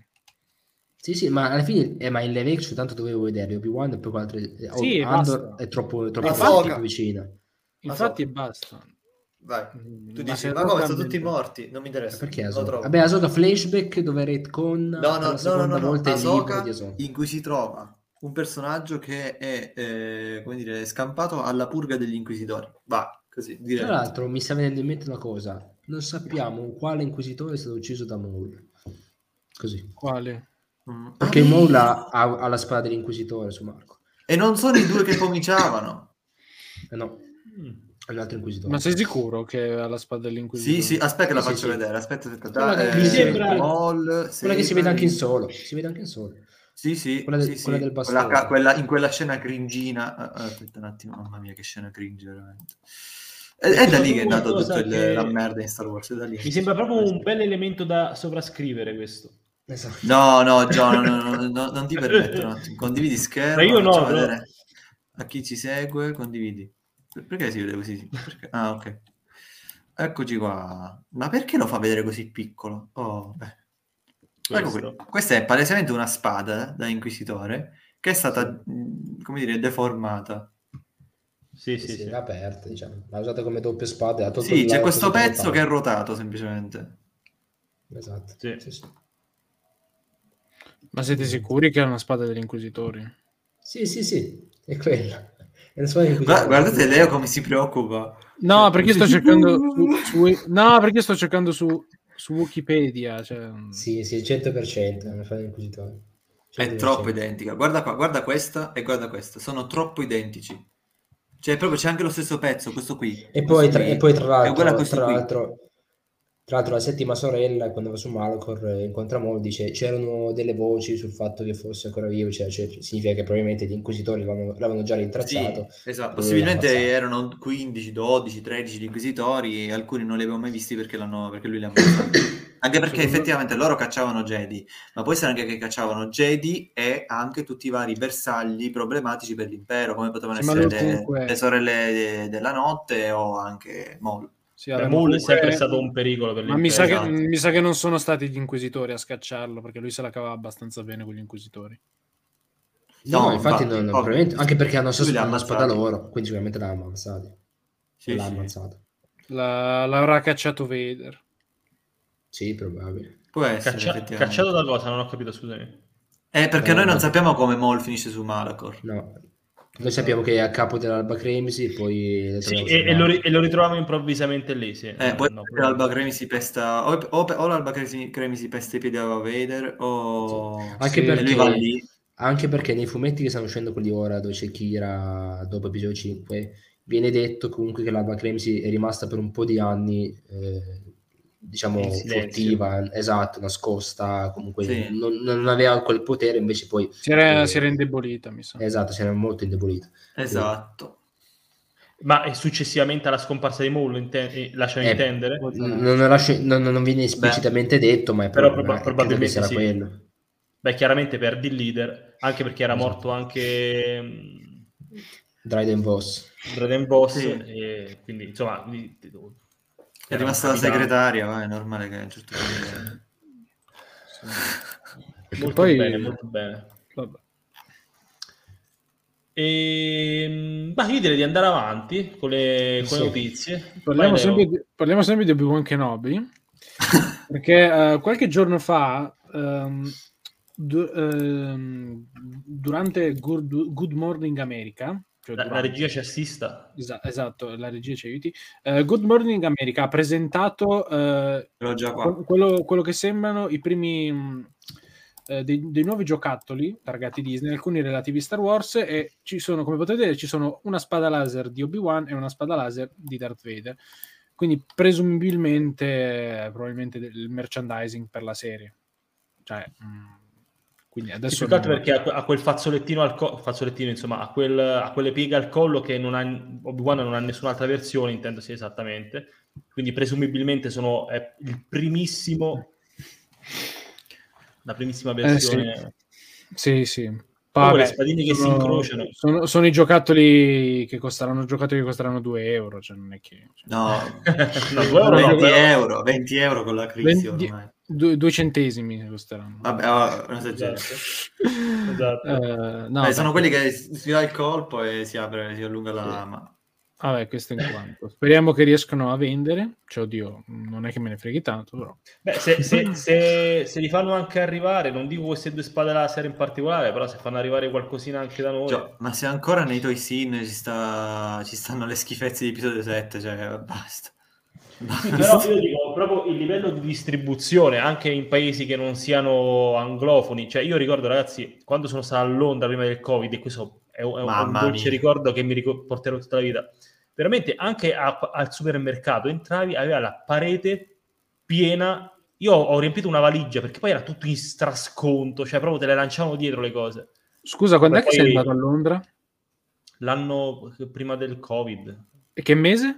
Sì, sì, ma alla fine, eh, ma in live action tanto dovevo vedere Obi-Wan e poi con altre... eh, Sì, e Andor basta. è troppo, troppo, Ahsoka. troppo vicina. Infatti so. e basta. Vai. Mm, Tu ma dici, se ma come, Ahsoka sono tutti ambienta- morti? Non mi interessa. Perché non lo Ahsoka? trovo. Vabbè, Ahsoka flashback dove retcon No, per no, la no, no, seconda no, no. volta il libro Ahsoka di Ahsoka. in cui si trova un personaggio che è, eh, come dire, scampato alla purga degli inquisitori. Va, così, Tra direi. l'altro mi sta venendo in mente una cosa, non sappiamo quale inquisitore è stato ucciso da Maul. Così. Quale? Mm. Perché Ah, Maul vero. ha, ha- ha la spada dell'inquisitore su Marco. E non sono i due che pomiciavano. Eh no, Mm. è un altro inquisitore. Ma sei sicuro che ha la spada dell'inquisitore? Sì, sì, aspetta che la Sì, sì, faccio sì. vedere. Aspetta, aspetta. Quella Da, che- eh, mi sembra- Maul, Quella che si vede anche in Saber- solo. Si vede anche in solo. Sì, sì, Quella, del- sì, quella sì. del Quella, bastone. ca- quella- in quella scena cringina. Ah, aspetta un attimo, mamma mia, che scena cringe veramente. È, è da lì che è nato Qualcosa tutta che- la merda in Star Wars. È da lì. Mi sembra proprio un bel elemento da sovrascrivere questo. Esatto. No, no, John, no, no, no, no, non ti permetto. Un attimo. Condividi schermo. Ma io no, facciamo però- vedere a chi ci segue. Condividi. Perché si vede così? Perché- Ah, ok. Eccoci qua. Ma perché lo fa vedere così piccolo? Oh, beh. Ecco qui. Questo. Questa è palesemente una spada da inquisitore che è stata, mh, come dire, deformata. Sì, Sì, sì, sì, sì. l'ha aperta, diciamo. L'ha usata come doppia spada. e ha tolto Sì, la c'è questo cosa pezzo che è ruotato semplicemente. Esatto. Sì. Sì, sì. Ma siete sicuri che è una spada degli inquisitori? Sì, sì, sì, è quella. È una spada Gua- inquisitore. guardate Leo come si preoccupa. No, Cioè, perché io sto sì. cercando su, su- no, perché io sto cercando su, su Wikipedia, cioè, Sì, sì, cento per cento è una spada inquisitore. È cento per troppo cento. identica. Guarda qua, guarda questa e guarda questa. Sono troppo identici. Cioè, proprio c'è anche lo stesso pezzo, questo qui. E Questo poi, tra, qui e poi tra è uguale a l'altro, questo tra qui. l'altro, tra l'altro la settima sorella, quando va su Malcor, eh, incontra Maul, dice c'erano delle voci sul fatto che fosse ancora vivo, cioè, cioè, significa che probabilmente gli inquisitori l'avevano, l'avevano già Sì, rintracciato. esatto. e Possibilmente l'hanno ammazzato. erano quindici, dodici, tredici gli inquisitori e alcuni non li abbiamo mai visti perché, l'hanno, perché lui li ha ammazzati. Anche perché Secondo- effettivamente loro cacciavano Jedi, ma può essere anche che cacciavano Jedi e anche tutti i vari bersagli problematici per l'impero, come potevano Sì, ma essere lui le, comunque- le sorelle de- della notte o anche Maul. sì, Beh, vabbè, Maul è comunque- sempre stato un pericolo per ma mi sa, che, Esatto. mi sa che non sono stati gli inquisitori a scacciarlo, perché lui se la cavava abbastanza bene con gli inquisitori. No, No, no, infatti, infatti, non, ovvio. probabilmente- anche perché hanno Lui li ha una spada ammazzati. loro, quindi sicuramente l'hanno ammazzato. Sì, l'ha sì. ammazzato. La- l'avrà cacciato Vader. Sì, probabile. Può essere, Caccia- effettivamente. cacciato da cosa? Non ho capito, scusami. Eh, perché No, noi non no. sappiamo come Maul finisce su Malachor. No, noi sappiamo che è a capo dell'Alba Cremisi, poi le Sì, troviamo e, su e lo, ri- Malcor. e lo ritroviamo improvvisamente lì, sì. Eh, Eh, poi no, l'Alba Cremi si pesta, o, o, o l'Alba Cremi, Cremi si pesta i piedi a Vader, o Sì. Anche Sì. e lui va perché lì. Anche perché nei fumetti che stanno uscendo quelli ora, dove c'è Kira dopo episodio cinque, viene detto comunque che l'Alba Cremisi è rimasta per un po' di anni, eh, diciamo, In silenzio. furtiva, esatto, nascosta, comunque Sì. non, non aveva quel potere, invece poi... Si era, eh, si era indebolita, mi sa. Esatto, si era molto indebolito. Esatto. Ma è successivamente alla scomparsa di Maul, inte- eh, lasciano Eh, intendere? può Non, darsi. non, lascio- non- non viene esplicitamente detto, ma è Però proprio, proba- credo che probabilmente sarà sì. quello. Beh, chiaramente perdi il leader, anche perché era Esatto. morto anche mm, Dryden Voss. Draden Boss, Sì. e quindi insomma di- di- È era rimasta un la capitano. segretaria, va, è normale che a un certo punto... Molto Poi- bene, molto bene. Vabbè. E, ma io direi di andare avanti con le, con le Sì. notizie. Parliamo, Vai, Leo. sempre di, parliamo sempre di Obi-Wan Kenobi. Perché uh, qualche giorno fa um, du- um, durante Good, Good Morning America, cioè La, durante, la regia ci assista. Esa- esatto, la regia ci aiuti. Uh, Good Morning America ha presentato uh, già qua. quello, quello che sembrano i primi mh, eh, dei, dei nuovi giocattoli targati Disney, alcuni relativi a Star Wars, e ci sono, come potete vedere, ci sono una spada laser di Obi-Wan e una spada laser di Darth Vader. Quindi presumibilmente eh, probabilmente il merchandising per la serie. Cioè, mh, quindi adesso sì, più che altro non... perché ha, ha quel fazzolettino al collo, fazzolettino, insomma, ha, quel, ha quelle pieghe al collo che non ha, Obi-Wan non ha nessun'altra versione, intendosi esattamente. Quindi presumibilmente sono è il primissimo la primissima versione. Eh, sì, sì. sì. Poi Vabbè, le spadine che sono, si incrociano. Sono, sono i giocattoli che costeranno, giocattoli che costeranno due euro, cioè non è che... Cioè... No, no, due euro venti no, euro, venti euro con la crisi venti, ormai. Due, due centesimi costeranno. Vabbè, oh, non esagero. Esatto. esatto. Uh, no, Beh, sono quelli che si dà il colpo e si apre, si allunga la sì. lama. Vabbè, questo in quanto. Speriamo che riescano a vendere. Cioè, oddio, non è che me ne freghi tanto, però. Beh, se, se, se, se li fanno anche arrivare, non dico queste due spade laser in particolare, però se fanno arrivare qualcosina anche da noi... Cioè, ma se ancora nei Toy Scene ci, sta, ci stanno le schifezze di episodio sette, cioè, basta. Sì, però io dico proprio il livello di distribuzione anche in paesi che non siano anglofoni, cioè io ricordo ragazzi quando sono stato a Londra prima del Covid, e questo è un, è un dolce mia. ricordo che mi ricor- porterò tutta la vita, veramente anche a, al supermercato entravi, aveva la parete piena, io ho riempito una valigia perché poi era tutto in strasconto, cioè proprio te le lanciavano dietro le cose. Scusa, quando Vabbè, è che sei andato a Londra? L'anno prima del Covid. E che mese?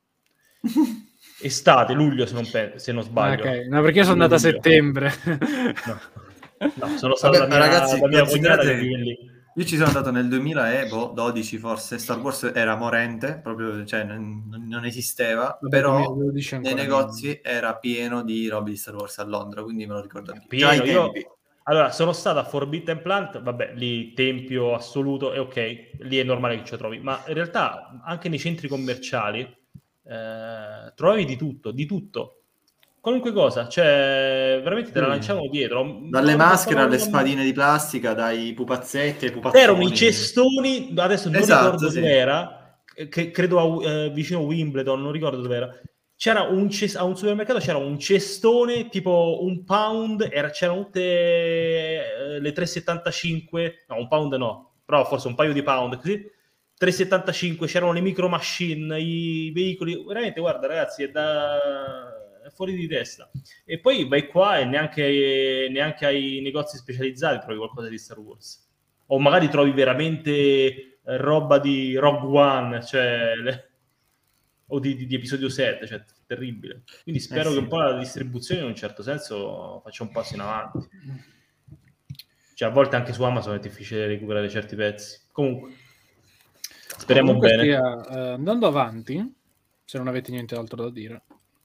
Estate, luglio se non, pe- se non sbaglio. Okay. No, perché io sono andato a settembre. No, no sono stato Vabbè, da mia, ragazzi, da mia cognata che vive lì. Io ci sono andato nel duemiladodici forse, Star Wars era morente, proprio, cioè non, non esisteva, Vabbè, però nei negozi negozi era pieno di robe di Star Wars a Londra, quindi me lo ricordo anche pieno, io. Allora, sono stato a Forbidden Plant, vabbè, lì tempio assoluto, è ok, lì è normale che ci trovi, ma in realtà anche nei centri commerciali eh, trovi di tutto, di tutto. Qualunque cosa, cioè veramente te la lanciamo dietro. Dalle maschere alle spadine di plastica, dai pupazzetti ai pupazzoni. Erano i cestoni, adesso non esatto, ricordo sì. dove era, che credo a, eh, vicino Wimbledon, non ricordo dove era. C'era un ces- a un supermercato c'era un cestone tipo un pound, era, c'erano tutte eh, le tre virgola settantacinque, no un pound no, però forse un paio di pound così, tre virgola settantacinque, c'erano le micro machine, i veicoli, veramente guarda ragazzi è da è fuori di testa. E poi vai qua e neanche, neanche ai negozi specializzati trovi qualcosa di Star Wars, o magari trovi veramente roba di Rogue One, cioè le... o di, di, di episodio sette, cioè terribile. Quindi spero eh sì. che un po' la distribuzione in un certo senso faccia un passo in avanti. Cioè a volte anche su Amazon è difficile recuperare certi pezzi. Comunque speriamo Comunque bene. Stia, eh, andando avanti, se non avete niente altro da dire.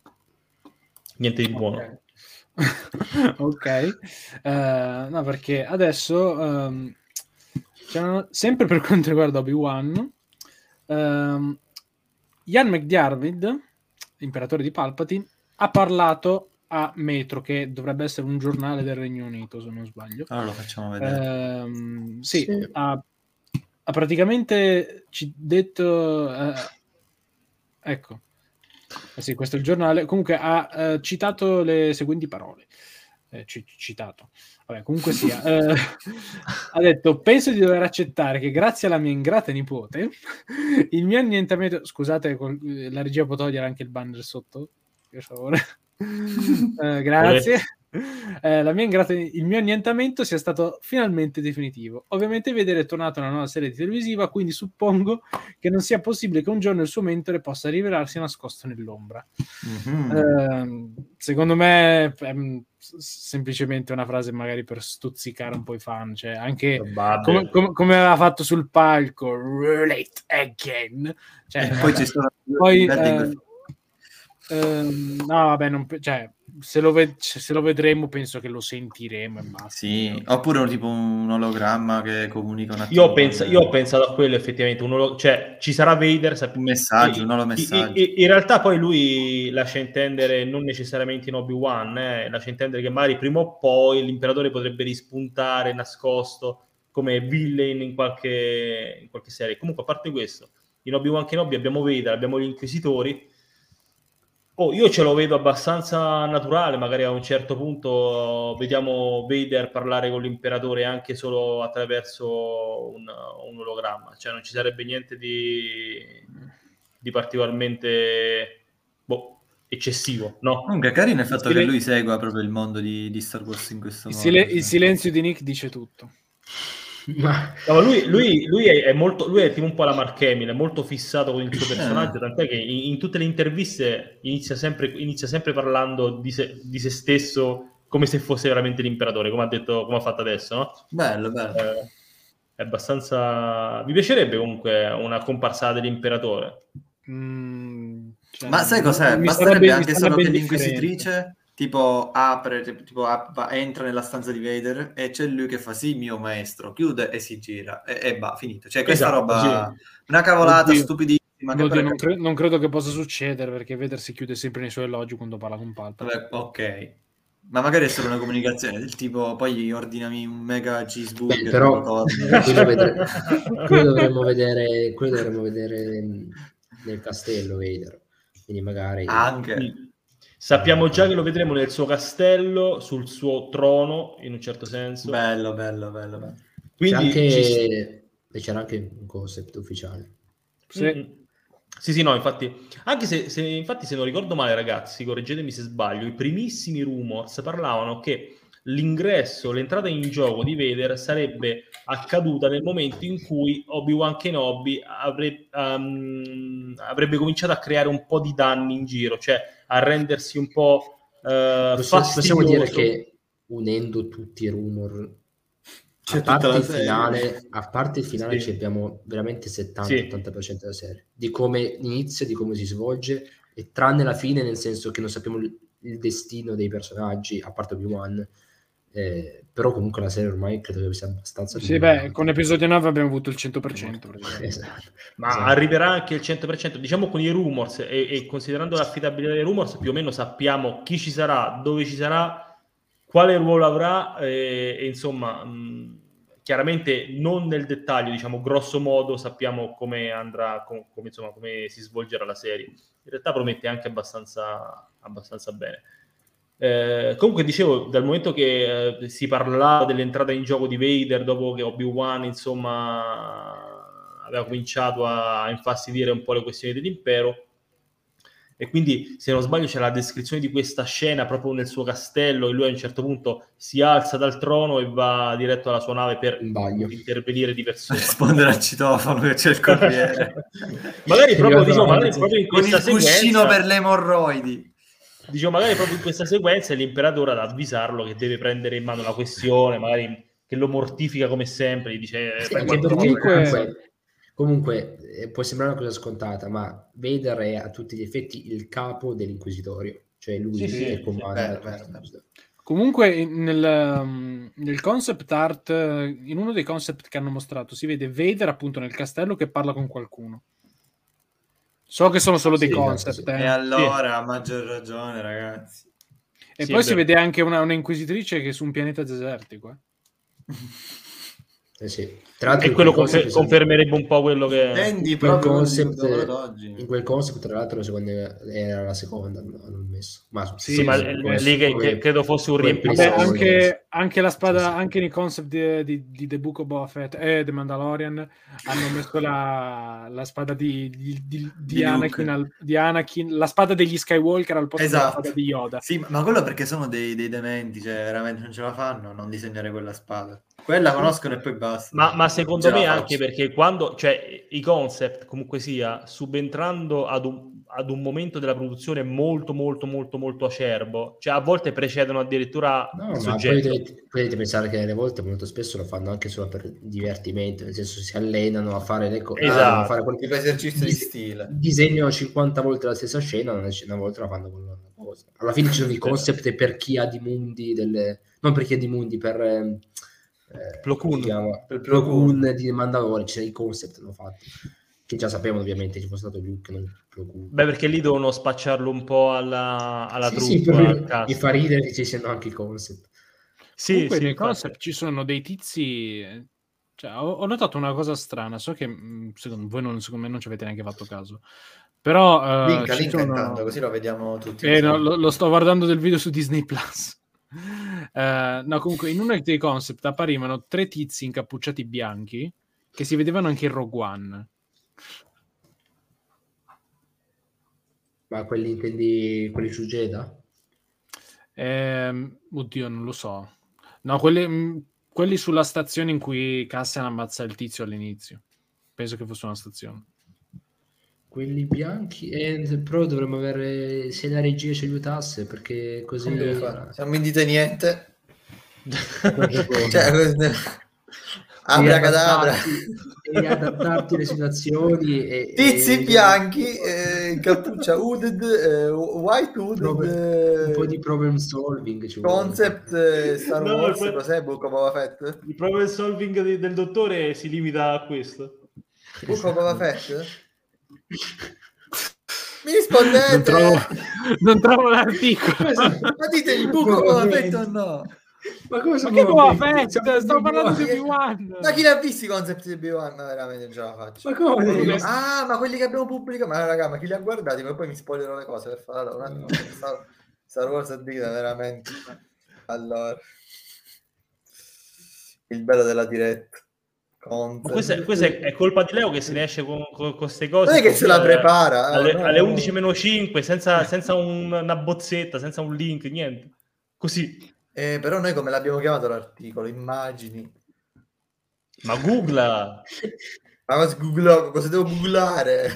Niente di buono. Ok, okay. Uh, no, perché adesso um, sempre per quanto riguarda Obi-Wan, um, Ian McDiarmid, imperatore di Palpatine, ha parlato a Metro, che dovrebbe essere un giornale del Regno Unito, se non sbaglio. Allora lo facciamo vedere. Uh, sì, sì. Ha, ha praticamente ci detto... Uh, ecco. Eh sì, questo è il giornale. Comunque ha eh, citato le seguenti parole. Eh, c- citato. Vabbè, comunque sia. Eh, ha detto: penso di dover accettare che grazie alla mia ingrata nipote il mio annientamento. Scusate, col... la regia può togliere anche il banner sotto, per favore. eh, grazie. Eh, la mia ingrata... il mio annientamento sia stato finalmente definitivo. Ovviamente vedere è tornato una nuova serie televisiva, quindi suppongo che non sia possibile che un giorno il suo mentore possa rivelarsi nascosto nell'ombra. Mm-hmm. Eh, secondo me è semplicemente una frase magari per stuzzicare un po' i fan, cioè anche come, come, come aveva fatto sul palco Roulette again, cioè, e poi ci sono poi eh, eh, no vabbè non, cioè se lo, ved- se lo vedremo penso che lo sentiremo e basta. Sì, oppure un, tipo un ologramma che comunica un attimo. Io ho, pens- io ho pensato a quello effettivamente, un olo- cioè ci sarà Vader, sap- un messaggio, e- un holo e- messaggio. e- in realtà poi lui lascia intendere, non necessariamente in Obi-Wan, eh, lascia intendere che magari prima o poi l'imperatore potrebbe rispuntare nascosto come villain in qualche, in qualche serie. Comunque, a parte questo, in Obi-Wan Kenobi abbiamo Vader, abbiamo gli Inquisitori. Oh, io ce lo vedo abbastanza naturale, magari a un certo punto vediamo Vader parlare con l'imperatore anche solo attraverso un, un ologramma, cioè non ci sarebbe niente di, di particolarmente boh, eccessivo, no? Comunque carino il fatto Il che silen- lui segua proprio il mondo di, di Star Wars in questo Il, modo. sile- sì. il silenzio di Nick dice tutto. Ma No, ma lui, lui, lui è, è molto, lui è tipo un po' la Mark Hamill, è molto fissato con il suo personaggio, tant'è che in, in tutte le interviste inizia sempre, inizia sempre parlando di se, di se stesso come se fosse veramente l'imperatore, come ha detto, come ha fatto adesso, no? Bello, bello. Eh, è abbastanza... Mi piacerebbe comunque una comparsata dell'imperatore. Mm, cioè, Ma sai cos'è? mi Basterebbe sarebbe- mi anche solo sarebbe che indifferente. l'inquisitrice tipo apre, tipo ap- va- entra nella stanza di Vader e c'è lui che fa sì, mio maestro, chiude e si gira e, e va, finito. Cioè questa Esatto, roba, sì. una cavolata Oddio. stupidissima. Che Oddio, però è non, cap- cre- non credo che possa succedere perché Vader si chiude sempre nei suoi elogi quando parla con Palpatine. Vabbè, ok. Ma magari è solo una comunicazione del tipo poi ordinami un mega cheeseburger. Beh, però con quello, vedre- quello dovremmo vedere, quello dovremmo vedere mh, nel castello Vader. Quindi magari anche. Sì. Sappiamo già che lo vedremo nel suo castello, sul suo trono, in un certo senso. Bello, bello, bello, bello. c'è Quindi anche, ci- e c'era anche un concept ufficiale. Sì. Mm-mm. Sì, sì, no, infatti, anche se, se- infatti se non ricordo male, ragazzi, correggetemi se sbaglio, i primissimi rumors parlavano che l'ingresso, l'entrata in gioco di Vader sarebbe accaduta nel momento in cui Obi-Wan Kenobi avre- um, avrebbe cominciato a creare un po' di danni in giro, cioè a rendersi un po' eh, Possiamo, possiamo dire fastidioso. che unendo tutti i rumor, C'è a tutta parte la il serie. finale, a parte il finale Sì. ci abbiamo veramente Sì. settanta ottanta per cento della serie, di come inizia, di come si svolge, e tranne la fine, nel senso che non sappiamo il, il destino dei personaggi, a parte Obi-Wan, eh, però comunque la serie ormai credo che sia abbastanza... Sì, divulgata. beh, con episodio nove abbiamo avuto il cento per cento. praticamente. Esatto. Ma Esatto. arriverà anche il cento per cento, diciamo con i rumors e, e considerando l'affidabilità dei rumors più o meno sappiamo chi ci sarà, dove ci sarà, quale ruolo avrà e, e insomma mh, chiaramente non nel dettaglio, diciamo grosso modo sappiamo come andrà, com- come, insomma, come si svolgerà la serie. In realtà promette anche abbastanza, abbastanza bene. Eh, comunque dicevo, dal momento che eh, si parlava dell'entrata in gioco di Vader dopo che Obi-Wan insomma aveva cominciato a infastidire un po' le questioni dell'impero, e quindi se non sbaglio c'è la descrizione di questa scena proprio nel suo castello e lui a un certo punto si alza dal trono e va diretto alla sua nave per In bagno. intervenire di persona. Rispondere al citofono che c'è il corriere. magari proprio, Arrivato diciamo, magari avanti. proprio in Con questa il cuscino sequenza per le emorroidi. diciamo magari proprio in questa sequenza è l'imperatore ad avvisarlo che deve prendere in mano la questione, magari che lo mortifica come sempre, gli dice eh, Sì, fai anche quanto perché vuoi. comunque- comunque, comunque eh, può sembrare una cosa scontata, ma Vader è a tutti gli effetti il capo dell'inquisitorio, cioè lui Sì, sì, che sì, comanda vero, tutto vero, l'inquisitorio. Comunque in- nel, um, nel concept art, eh, in uno dei concept che hanno mostrato, si vede Vader appunto nel castello che parla con qualcuno. So che sono solo dei Sì, esatto, concept, sì. eh. E allora, a maggior ragione, ragazzi. E Sì, poi è si vero. vede anche una, una inquisitrice che è su un pianeta desertico. Eh. Eh sì. Tra l'altro E in quello quel confer- concept- confermerebbe un po' quello che Intendi in quel proprio concept, quello di oggi. in quel concept tra l'altro secondo me era la seconda hanno messo, ma Sì, sì, ma sì, l- come- lì che, come- che credo fosse un come riempimento. Vabbè, Playstation. anche, anche la spada, Sì, sì. anche nei concept di, di, di The Book of Boba Fett e The Mandalorian hanno messo la, la spada di, di, di, di Di Anakin, Luke. al- di Anakin, la spada degli Skywalker al posto della Esatto. spada di Yoda. Sì, ma quello perché sono dei, dei dementi, cioè veramente non ce la fanno a non disegnare quella spada. Quella conoscono e poi basta. Ma, ma secondo Ce la me faccio. anche perché quando, cioè, i concept comunque sia, subentrando ad un, ad un momento della produzione molto molto molto molto acerbo, cioè a volte precedono addirittura No, il ma poi soggetto. dovete, poi dovete pensare che delle volte molto spesso lo fanno anche solo per divertimento, nel senso si allenano a fare le cose, Esatto. a fare quel Tipo esercizio di dis- stile. disegnano cinquanta volte la stessa scena, una una volta la fanno con la cosa. cosa. Alla fine ci sono i concept per chi ha di mundi, delle... non per chi ha di mundi, per... Eh, Plo Koon. Per Plo Koon di Mandalorian, c'è i concept hanno fatti. Che già sapevano ovviamente, ci fosse stato Luke, non Plo Koon. Beh, perché lì devono spacciarlo un po' alla, alla sì, truppa. sì, mi fa ridere che ci siano anche i concept. Sì, Comunque sì, nei infatti. Concept ci sono dei tizi... Cioè, ho, ho notato una cosa strana, so che secondo voi non, secondo me non ci avete neanche fatto caso. Però... Uh, linka, ci linka sono... intanto, così lo vediamo tutti. Eh, no, lo, lo sto guardando del video su Disney Plus. Uh, no, comunque in uno dei concept apparivano tre tizi incappucciati bianchi che si vedevano anche in Rogue One. Ma quelli intendi quelli su Jedha? Eh, oddio, non lo so. No, quelli, quelli sulla stazione in cui Cassian ammazza il tizio all'inizio. Penso che fosse una stazione. Quelli bianchi, eh, però dovremmo avere, se la regia ci aiutasse, perché così... Se non mi dite niente... cioè, abracadabra, devi adattarti alle situazioni e, tizi e... bianchi, eh, cappuccia hooded, eh, white hooded, problem, un po' di problem solving ci concept eh, Star no, Wars, que- cos'è Book of Boba Fett? Il problem solving di, del dottore si limita a questo. Book of Boba Fett? Mi rispondete? Non trovo, non trovo l'articolo. Ma ditemi Book of Boba Fett o no? Ma come ma che Boba Fett? Fett? Sto parlando di Obi-Wan. Ma chi l'ha visto i concept di Obi-Wan? Ma veramente non ce la faccio. Ma come? Ah, ma quelli che abbiamo pubblicato. Ma raga, ma chi li ha guardati? Ma poi mi spoilerò le cose per fare un attimo. Star, Star Wars a vita, veramente. Allora, il bello della diretta. Questa è, questa è colpa di Leo che se ne esce con queste cose. Non è che se la prepara alle, no, alle no. undici meno cinque senza, senza un, una bozzetta, senza un link, niente. Così. Eh, però noi come l'abbiamo chiamato l'articolo? Immagini. Ma googla. Ma cosa, googlo, cosa devo googlare?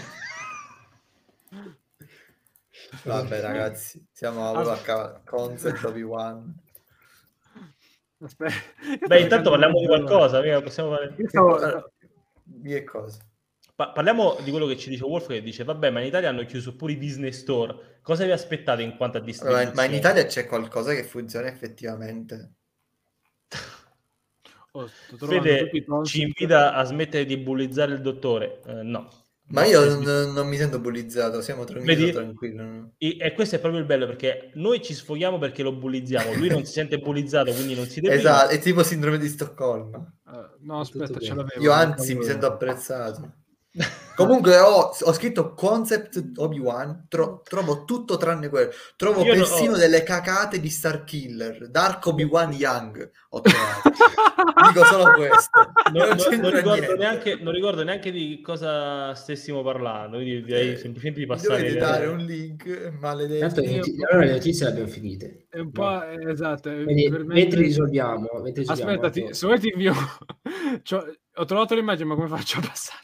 Vabbè ragazzi, siamo a, a concept Obi-Wan. Aspetta. Beh, intanto parliamo di qualcosa. Possiamo fare... Stavo... Di cosa? Pa- parliamo di quello che ci dice Wolf, che dice vabbè, ma in Italia hanno chiuso pure i Disney Store. Cosa vi aspettate in quanto a distribuzione? Ma in Italia c'è qualcosa che funziona effettivamente. Oh, Fede ci invita a smettere di bullizzare il dottore. Uh, no. Ma no, io non, non mi sento bullizzato, siamo tranquilli. tranquillo. E, e questo è proprio il bello, perché noi ci sfoghiamo perché lo bullizziamo, lui non si sente bullizzato, quindi non si deve... Esatto, è tipo sindrome di Stoccolma. Uh, no, aspetta, ce l'avevo. Io anzi mi sento apprezzato. Comunque ho, ho scritto concept Obi-Wan, tro, trovo tutto tranne quello. Trovo Io persino no. delle cacate di Starkiller, Dark Obi-Wan Young. Ho trovato. Dico solo questo. Non, non, non, ricordo neanche, non ricordo neanche di cosa stessimo parlando, quindi direi eh, semplicemente di passare. Dovete dare un link, maledetto. Allora le notizie le abbiamo finite. È un po' no. Esatto. Quindi, mentre, mentre risolviamo, mentre risolviamo aspetta, ti, se vuoi ti invio. Cioè, ho trovato l'immagine, ma come faccio a passare?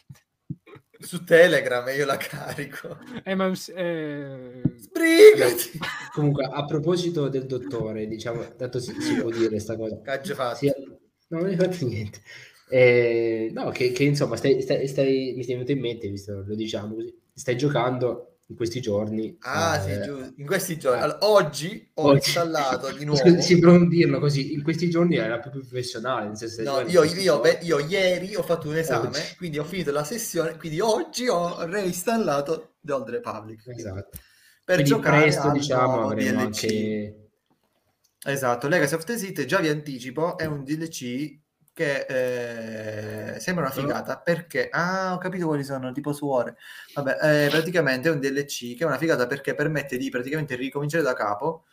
Su Telegram e io la carico. Eh, ma, eh... Sbrigati! Comunque, a proposito del dottore, diciamo, tanto si, si può dire questa cosa. Caccio fatto. Si, no, non hai fatto niente. Eh, no, che, che insomma, stai, stai, stai, mi stai venuto in mente, visto, lo diciamo così, stai giocando in questi giorni. Ah, eh, sì, giusto. In questi giorni. Allora, oggi ho oggi. installato di nuovo. Scusi, sì, per non dirlo così, in questi giorni era più professionale. Nel senso, no, io, io, io, io ieri ho fatto un esame, oggi. Quindi ho finito la sessione, quindi oggi ho reinstallato The Old Republic. Esatto. Per quindi giocare presto, diciamo, avremo D L C. Anche... Esatto, Legacy of the Sith, già vi anticipo, è un D L C che eh, sembra una figata perché ah ho capito quali sono, tipo suore vabbè eh, praticamente è un D L C che è una figata perché permette di praticamente ricominciare da capo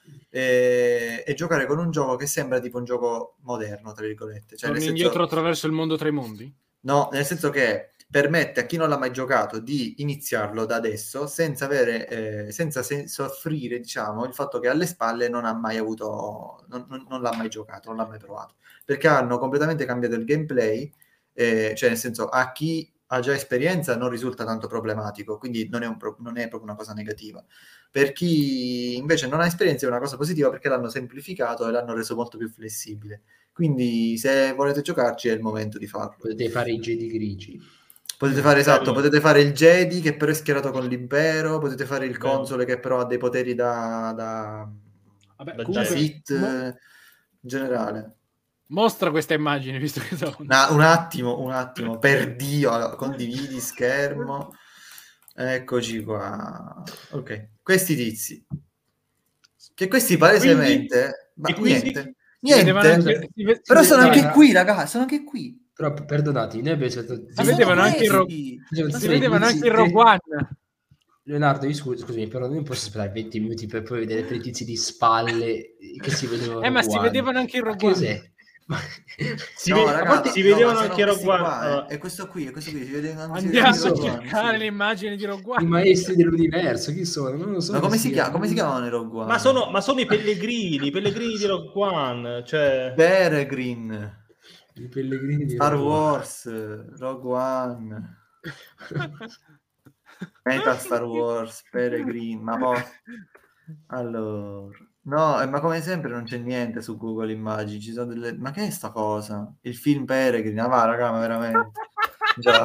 eh, e giocare con un gioco che sembra tipo un gioco moderno tra virgolette, cioè torni indietro attraverso il mondo tra i mondi? No, nel senso che permette a chi non l'ha mai giocato di iniziarlo da adesso senza avere eh, senza sen- soffrire diciamo il fatto che alle spalle non ha mai avuto non, non, non l'ha mai giocato, non l'ha mai provato, perché hanno completamente cambiato il gameplay, eh, cioè nel senso a chi ha già esperienza non risulta tanto problematico, quindi non è, un pro- non è proprio una cosa negativa. Per chi invece non ha esperienza è una cosa positiva perché l'hanno semplificato e l'hanno reso molto più flessibile, quindi se volete giocarci è il momento di farlo. Potete fare i Jedi grigi. Potete fare, esatto, potete fare il Jedi che però è schierato con l'impero, potete fare il console che però ha dei poteri da, da, Vabbè, da comunque, Sith mo- in generale. mostra questa immagine, visto che sono... Na- un attimo, un attimo, per Dio, allora, condividi schermo. Eccoci qua. Ok, questi tizi. Che questi palesemente... Quindi, ma e quindi niente, Si vedevano niente. anche, si ve- Però si sono vedevano- anche qui, raga, sono anche qui. Però perdonati, noi abbiamo scelto... si vedevano anche in Ro- questi. si vedevano anche in Rogue One. Leonardo, io scu- scusami, però non posso aspettare venti minuti per poi vedere quei tizi di spalle che si vedevano. Eh, ma si Rogue One. vedevano anche in Ma Rogue che One. cos'è? Ma- Si, No, ve- raga, a volte no, si no, vedevano ma sono anche questi Rogue One. qua, eh. allora. È questo qui, è questo qui, si vede anche Andiamo si a vede Rogue One, cercare sì. le immagini di Rogue I One. maestri dell'universo, chi sono? Non lo so. Ma come chi si, siano. chiama, come si chiamano i Rogue One? Ma sono, ma sono i pellegrini, i pellegrini di Rogue One, cioè... Peregrine, I pellegrini di Star Rogue One. Wars, Rogue One, Meta Star Wars, Peregrine, ma poi... Allora... No, eh, ma come sempre non c'è niente su Google Immagini, ci sono delle... Ma che è sta cosa? Il film Peregrine, ah, va raga, ma veramente... Già,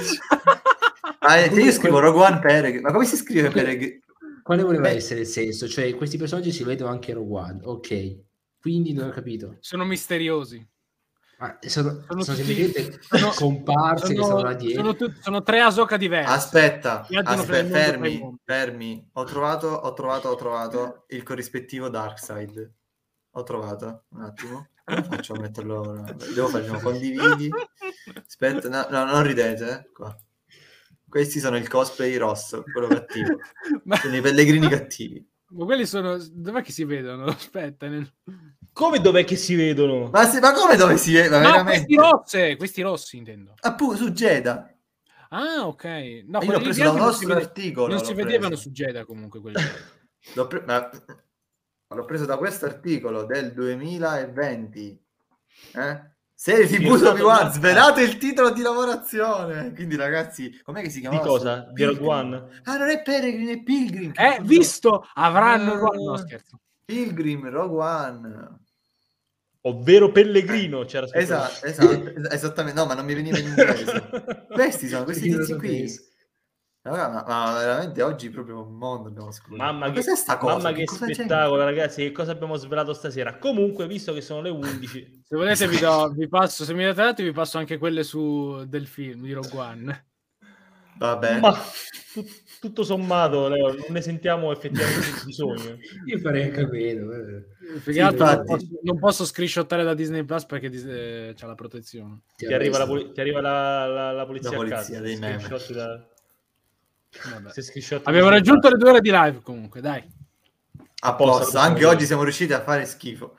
ma eh, se io scrivo Rogue One Peregrine, ma come si scrive Peregrine? Quale voleva Beh, essere il senso? Cioè, questi personaggi si vedono anche in Rogue One, ok. Quindi non ho capito. Sono misteriosi. Ma sono, Sono sono tutti- semplicemente sono- comparse che Sono, sono là dietro. sono tu- sono tre Ahsoka diverse. Aspetta, Viaggiano per il aspetta, mondo tra i fermi, mondi. fermi. Ho trovato, ho trovato, ho trovato il corrispettivo Darkseid. Ho trovato, un attimo. Come faccio a metterlo ora? Devo fare, no, condividi. Aspetta, no, no, non ridete, eh. Qua. Questi sono il cosplay rosso, quello cattivo. Ma, Sono i pellegrini cattivi. ma quelli sono... Dov'è che si vedono? Aspetta. Nel... Come dov'è che si vedono? Ma, se, ma come dove si vede? Ma No, veramente? questi rossi, questi rossi intendo. Appunto, su Jeddah. Ah, ok. No, Io l'ho quelli preso bianchi da un non si nostro vede- articolo. Non l'ho si vedevano preso. su Jeddah comunque quelli. L'ho, pre- ma- l'ho preso da questo articolo del duemilaventi. Eh? Serie Sì, tivù è su stato Obi-Wan, un- svelate il titolo di lavorazione. Quindi ragazzi, com'è che si Di chiamava? cosa? sto- Di Rogue Pilgrim. One? Ah, non è Peregrine, è Pilgrim. che Eh, cazzo- visto? Avranno... Ah. Rogue- No, scherzo. Pilgrim, Rogue One. Ovvero pellegrino, c'era scritto. Esatto, esatto, es- esattamente. No, ma non mi veniva in inglese. Questi sono questi Io lo tizi qui. sapevo. Raga, ma, ma veramente oggi proprio un mondo abbiamo scoperto. Mamma Ma che, cos'è sta cosa? mamma che cosa c'è? spettacolo, ragazzi, che cosa abbiamo svelato stasera. Comunque, visto che sono le undici, Se volete vi, do, vi passo, se mi date dato vi passo anche quelle su del film di Rogue One. Vabbè. ma tut- tutto sommato, Leo, non ne sentiamo effettivamente il bisogno. Io farei anche meno. eh. Più che Sì, altro non infatti. posso, non posso screenshottare da Disney Plus perché Dis- eh, c'ha la protezione. Ti arriva la, arrestano. poli- ti arriva la, la- la polizia, La a polizia casa. dei se meme. screenshotti da- Vabbè. se screenshotti Abbiamo da- raggiunto le due ore di live comunque, dai. A posto, posto, possiamo anche dire. oggi siamo riusciti a fare schifo.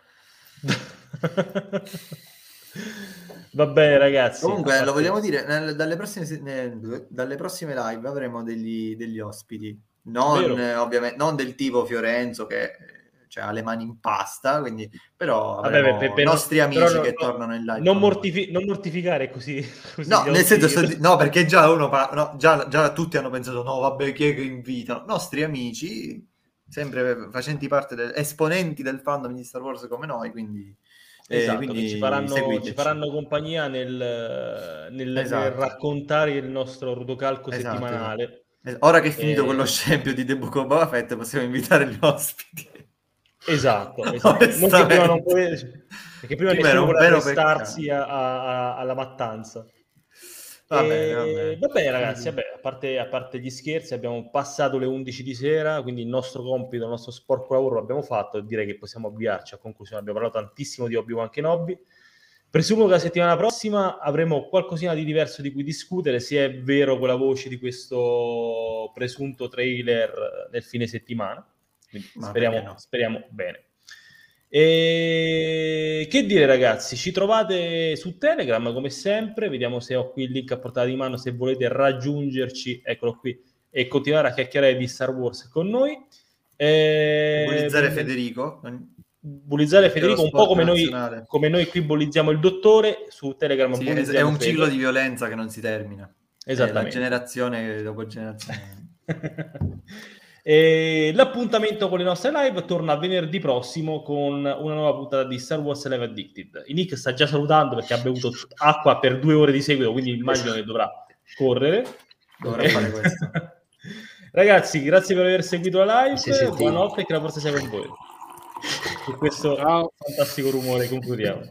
Va bene, ragazzi. Comunque, A lo parte- vogliamo dire, nel- dalle, prossime, se- nel- dalle prossime live avremo degli, degli ospiti. Non, Vero. eh, ovviamente, non del tipo Fiorenzo che eh, cioè, ha le mani in pasta, quindi, però Vabbè, avremo per- per- nostri però amici no- che no- tornano in live. Non, con noi. mortifi- non mortificare così. così No, gli nel senso, ospiti. sto di- no, perché già uno pa- no, già, già tutti hanno pensato, no, vabbè, chi è che invitano? Nostri amici, sempre facenti parte del, esponenti del fandom di Star Wars come noi, quindi, eh, Esatto, quindi che ci faranno, seguiteci. ci faranno compagnia nel, nel- nel Esatto. raccontare il nostro rudocalco Esatto, settimanale. Eh, Ora che è finito Eh, quello scempio di The Book of Boba Fett, possiamo invitare gli ospiti. Esatto, esatto. Non che prima non potete- perché prima Prima nessuno era un voleva vero prestarsi a- a- alla mattanza. Va E- bene, va bene. va bene, ragazzi, vabbè, a parte, a parte gli scherzi, abbiamo passato le undici di sera, quindi il nostro compito, il nostro sporco lavoro l'abbiamo fatto e direi che possiamo avviarci a conclusione. Abbiamo parlato tantissimo di Obi-Wan Kenobi. Presumo che la settimana prossima avremo qualcosina di diverso di cui discutere, se è vero quella voce di questo presunto trailer nel fine settimana. Quindi Ma speriamo, perché no? speriamo bene. E che dire, ragazzi, ci trovate su Telegram come sempre, vediamo se ho qui il link a portata di mano se volete raggiungerci, eccolo qui, e continuare a chiacchierare di Star Wars con noi. E... Bullizzare Federico. bullizzare Federico un po' come noi, nazionale. come noi qui bullizziamo il dottore, su Telegram Sì, è, bullizziamo è un Fede. ciclo di violenza che non si termina. Esattamente. È la generazione dopo generazione. E l'appuntamento con le nostre live torna venerdì prossimo con una nuova puntata di Star Wars Live Addicted. Il Nick sta già salutando perché ha bevuto acqua per due ore di seguito, quindi immagino che dovrà correre. Dovrei fare questo. Ragazzi, grazie per aver seguito la live, Sì, sì, buonanotte e che la forza sia con voi. Su questo Ciao. fantastico rumore concludiamo.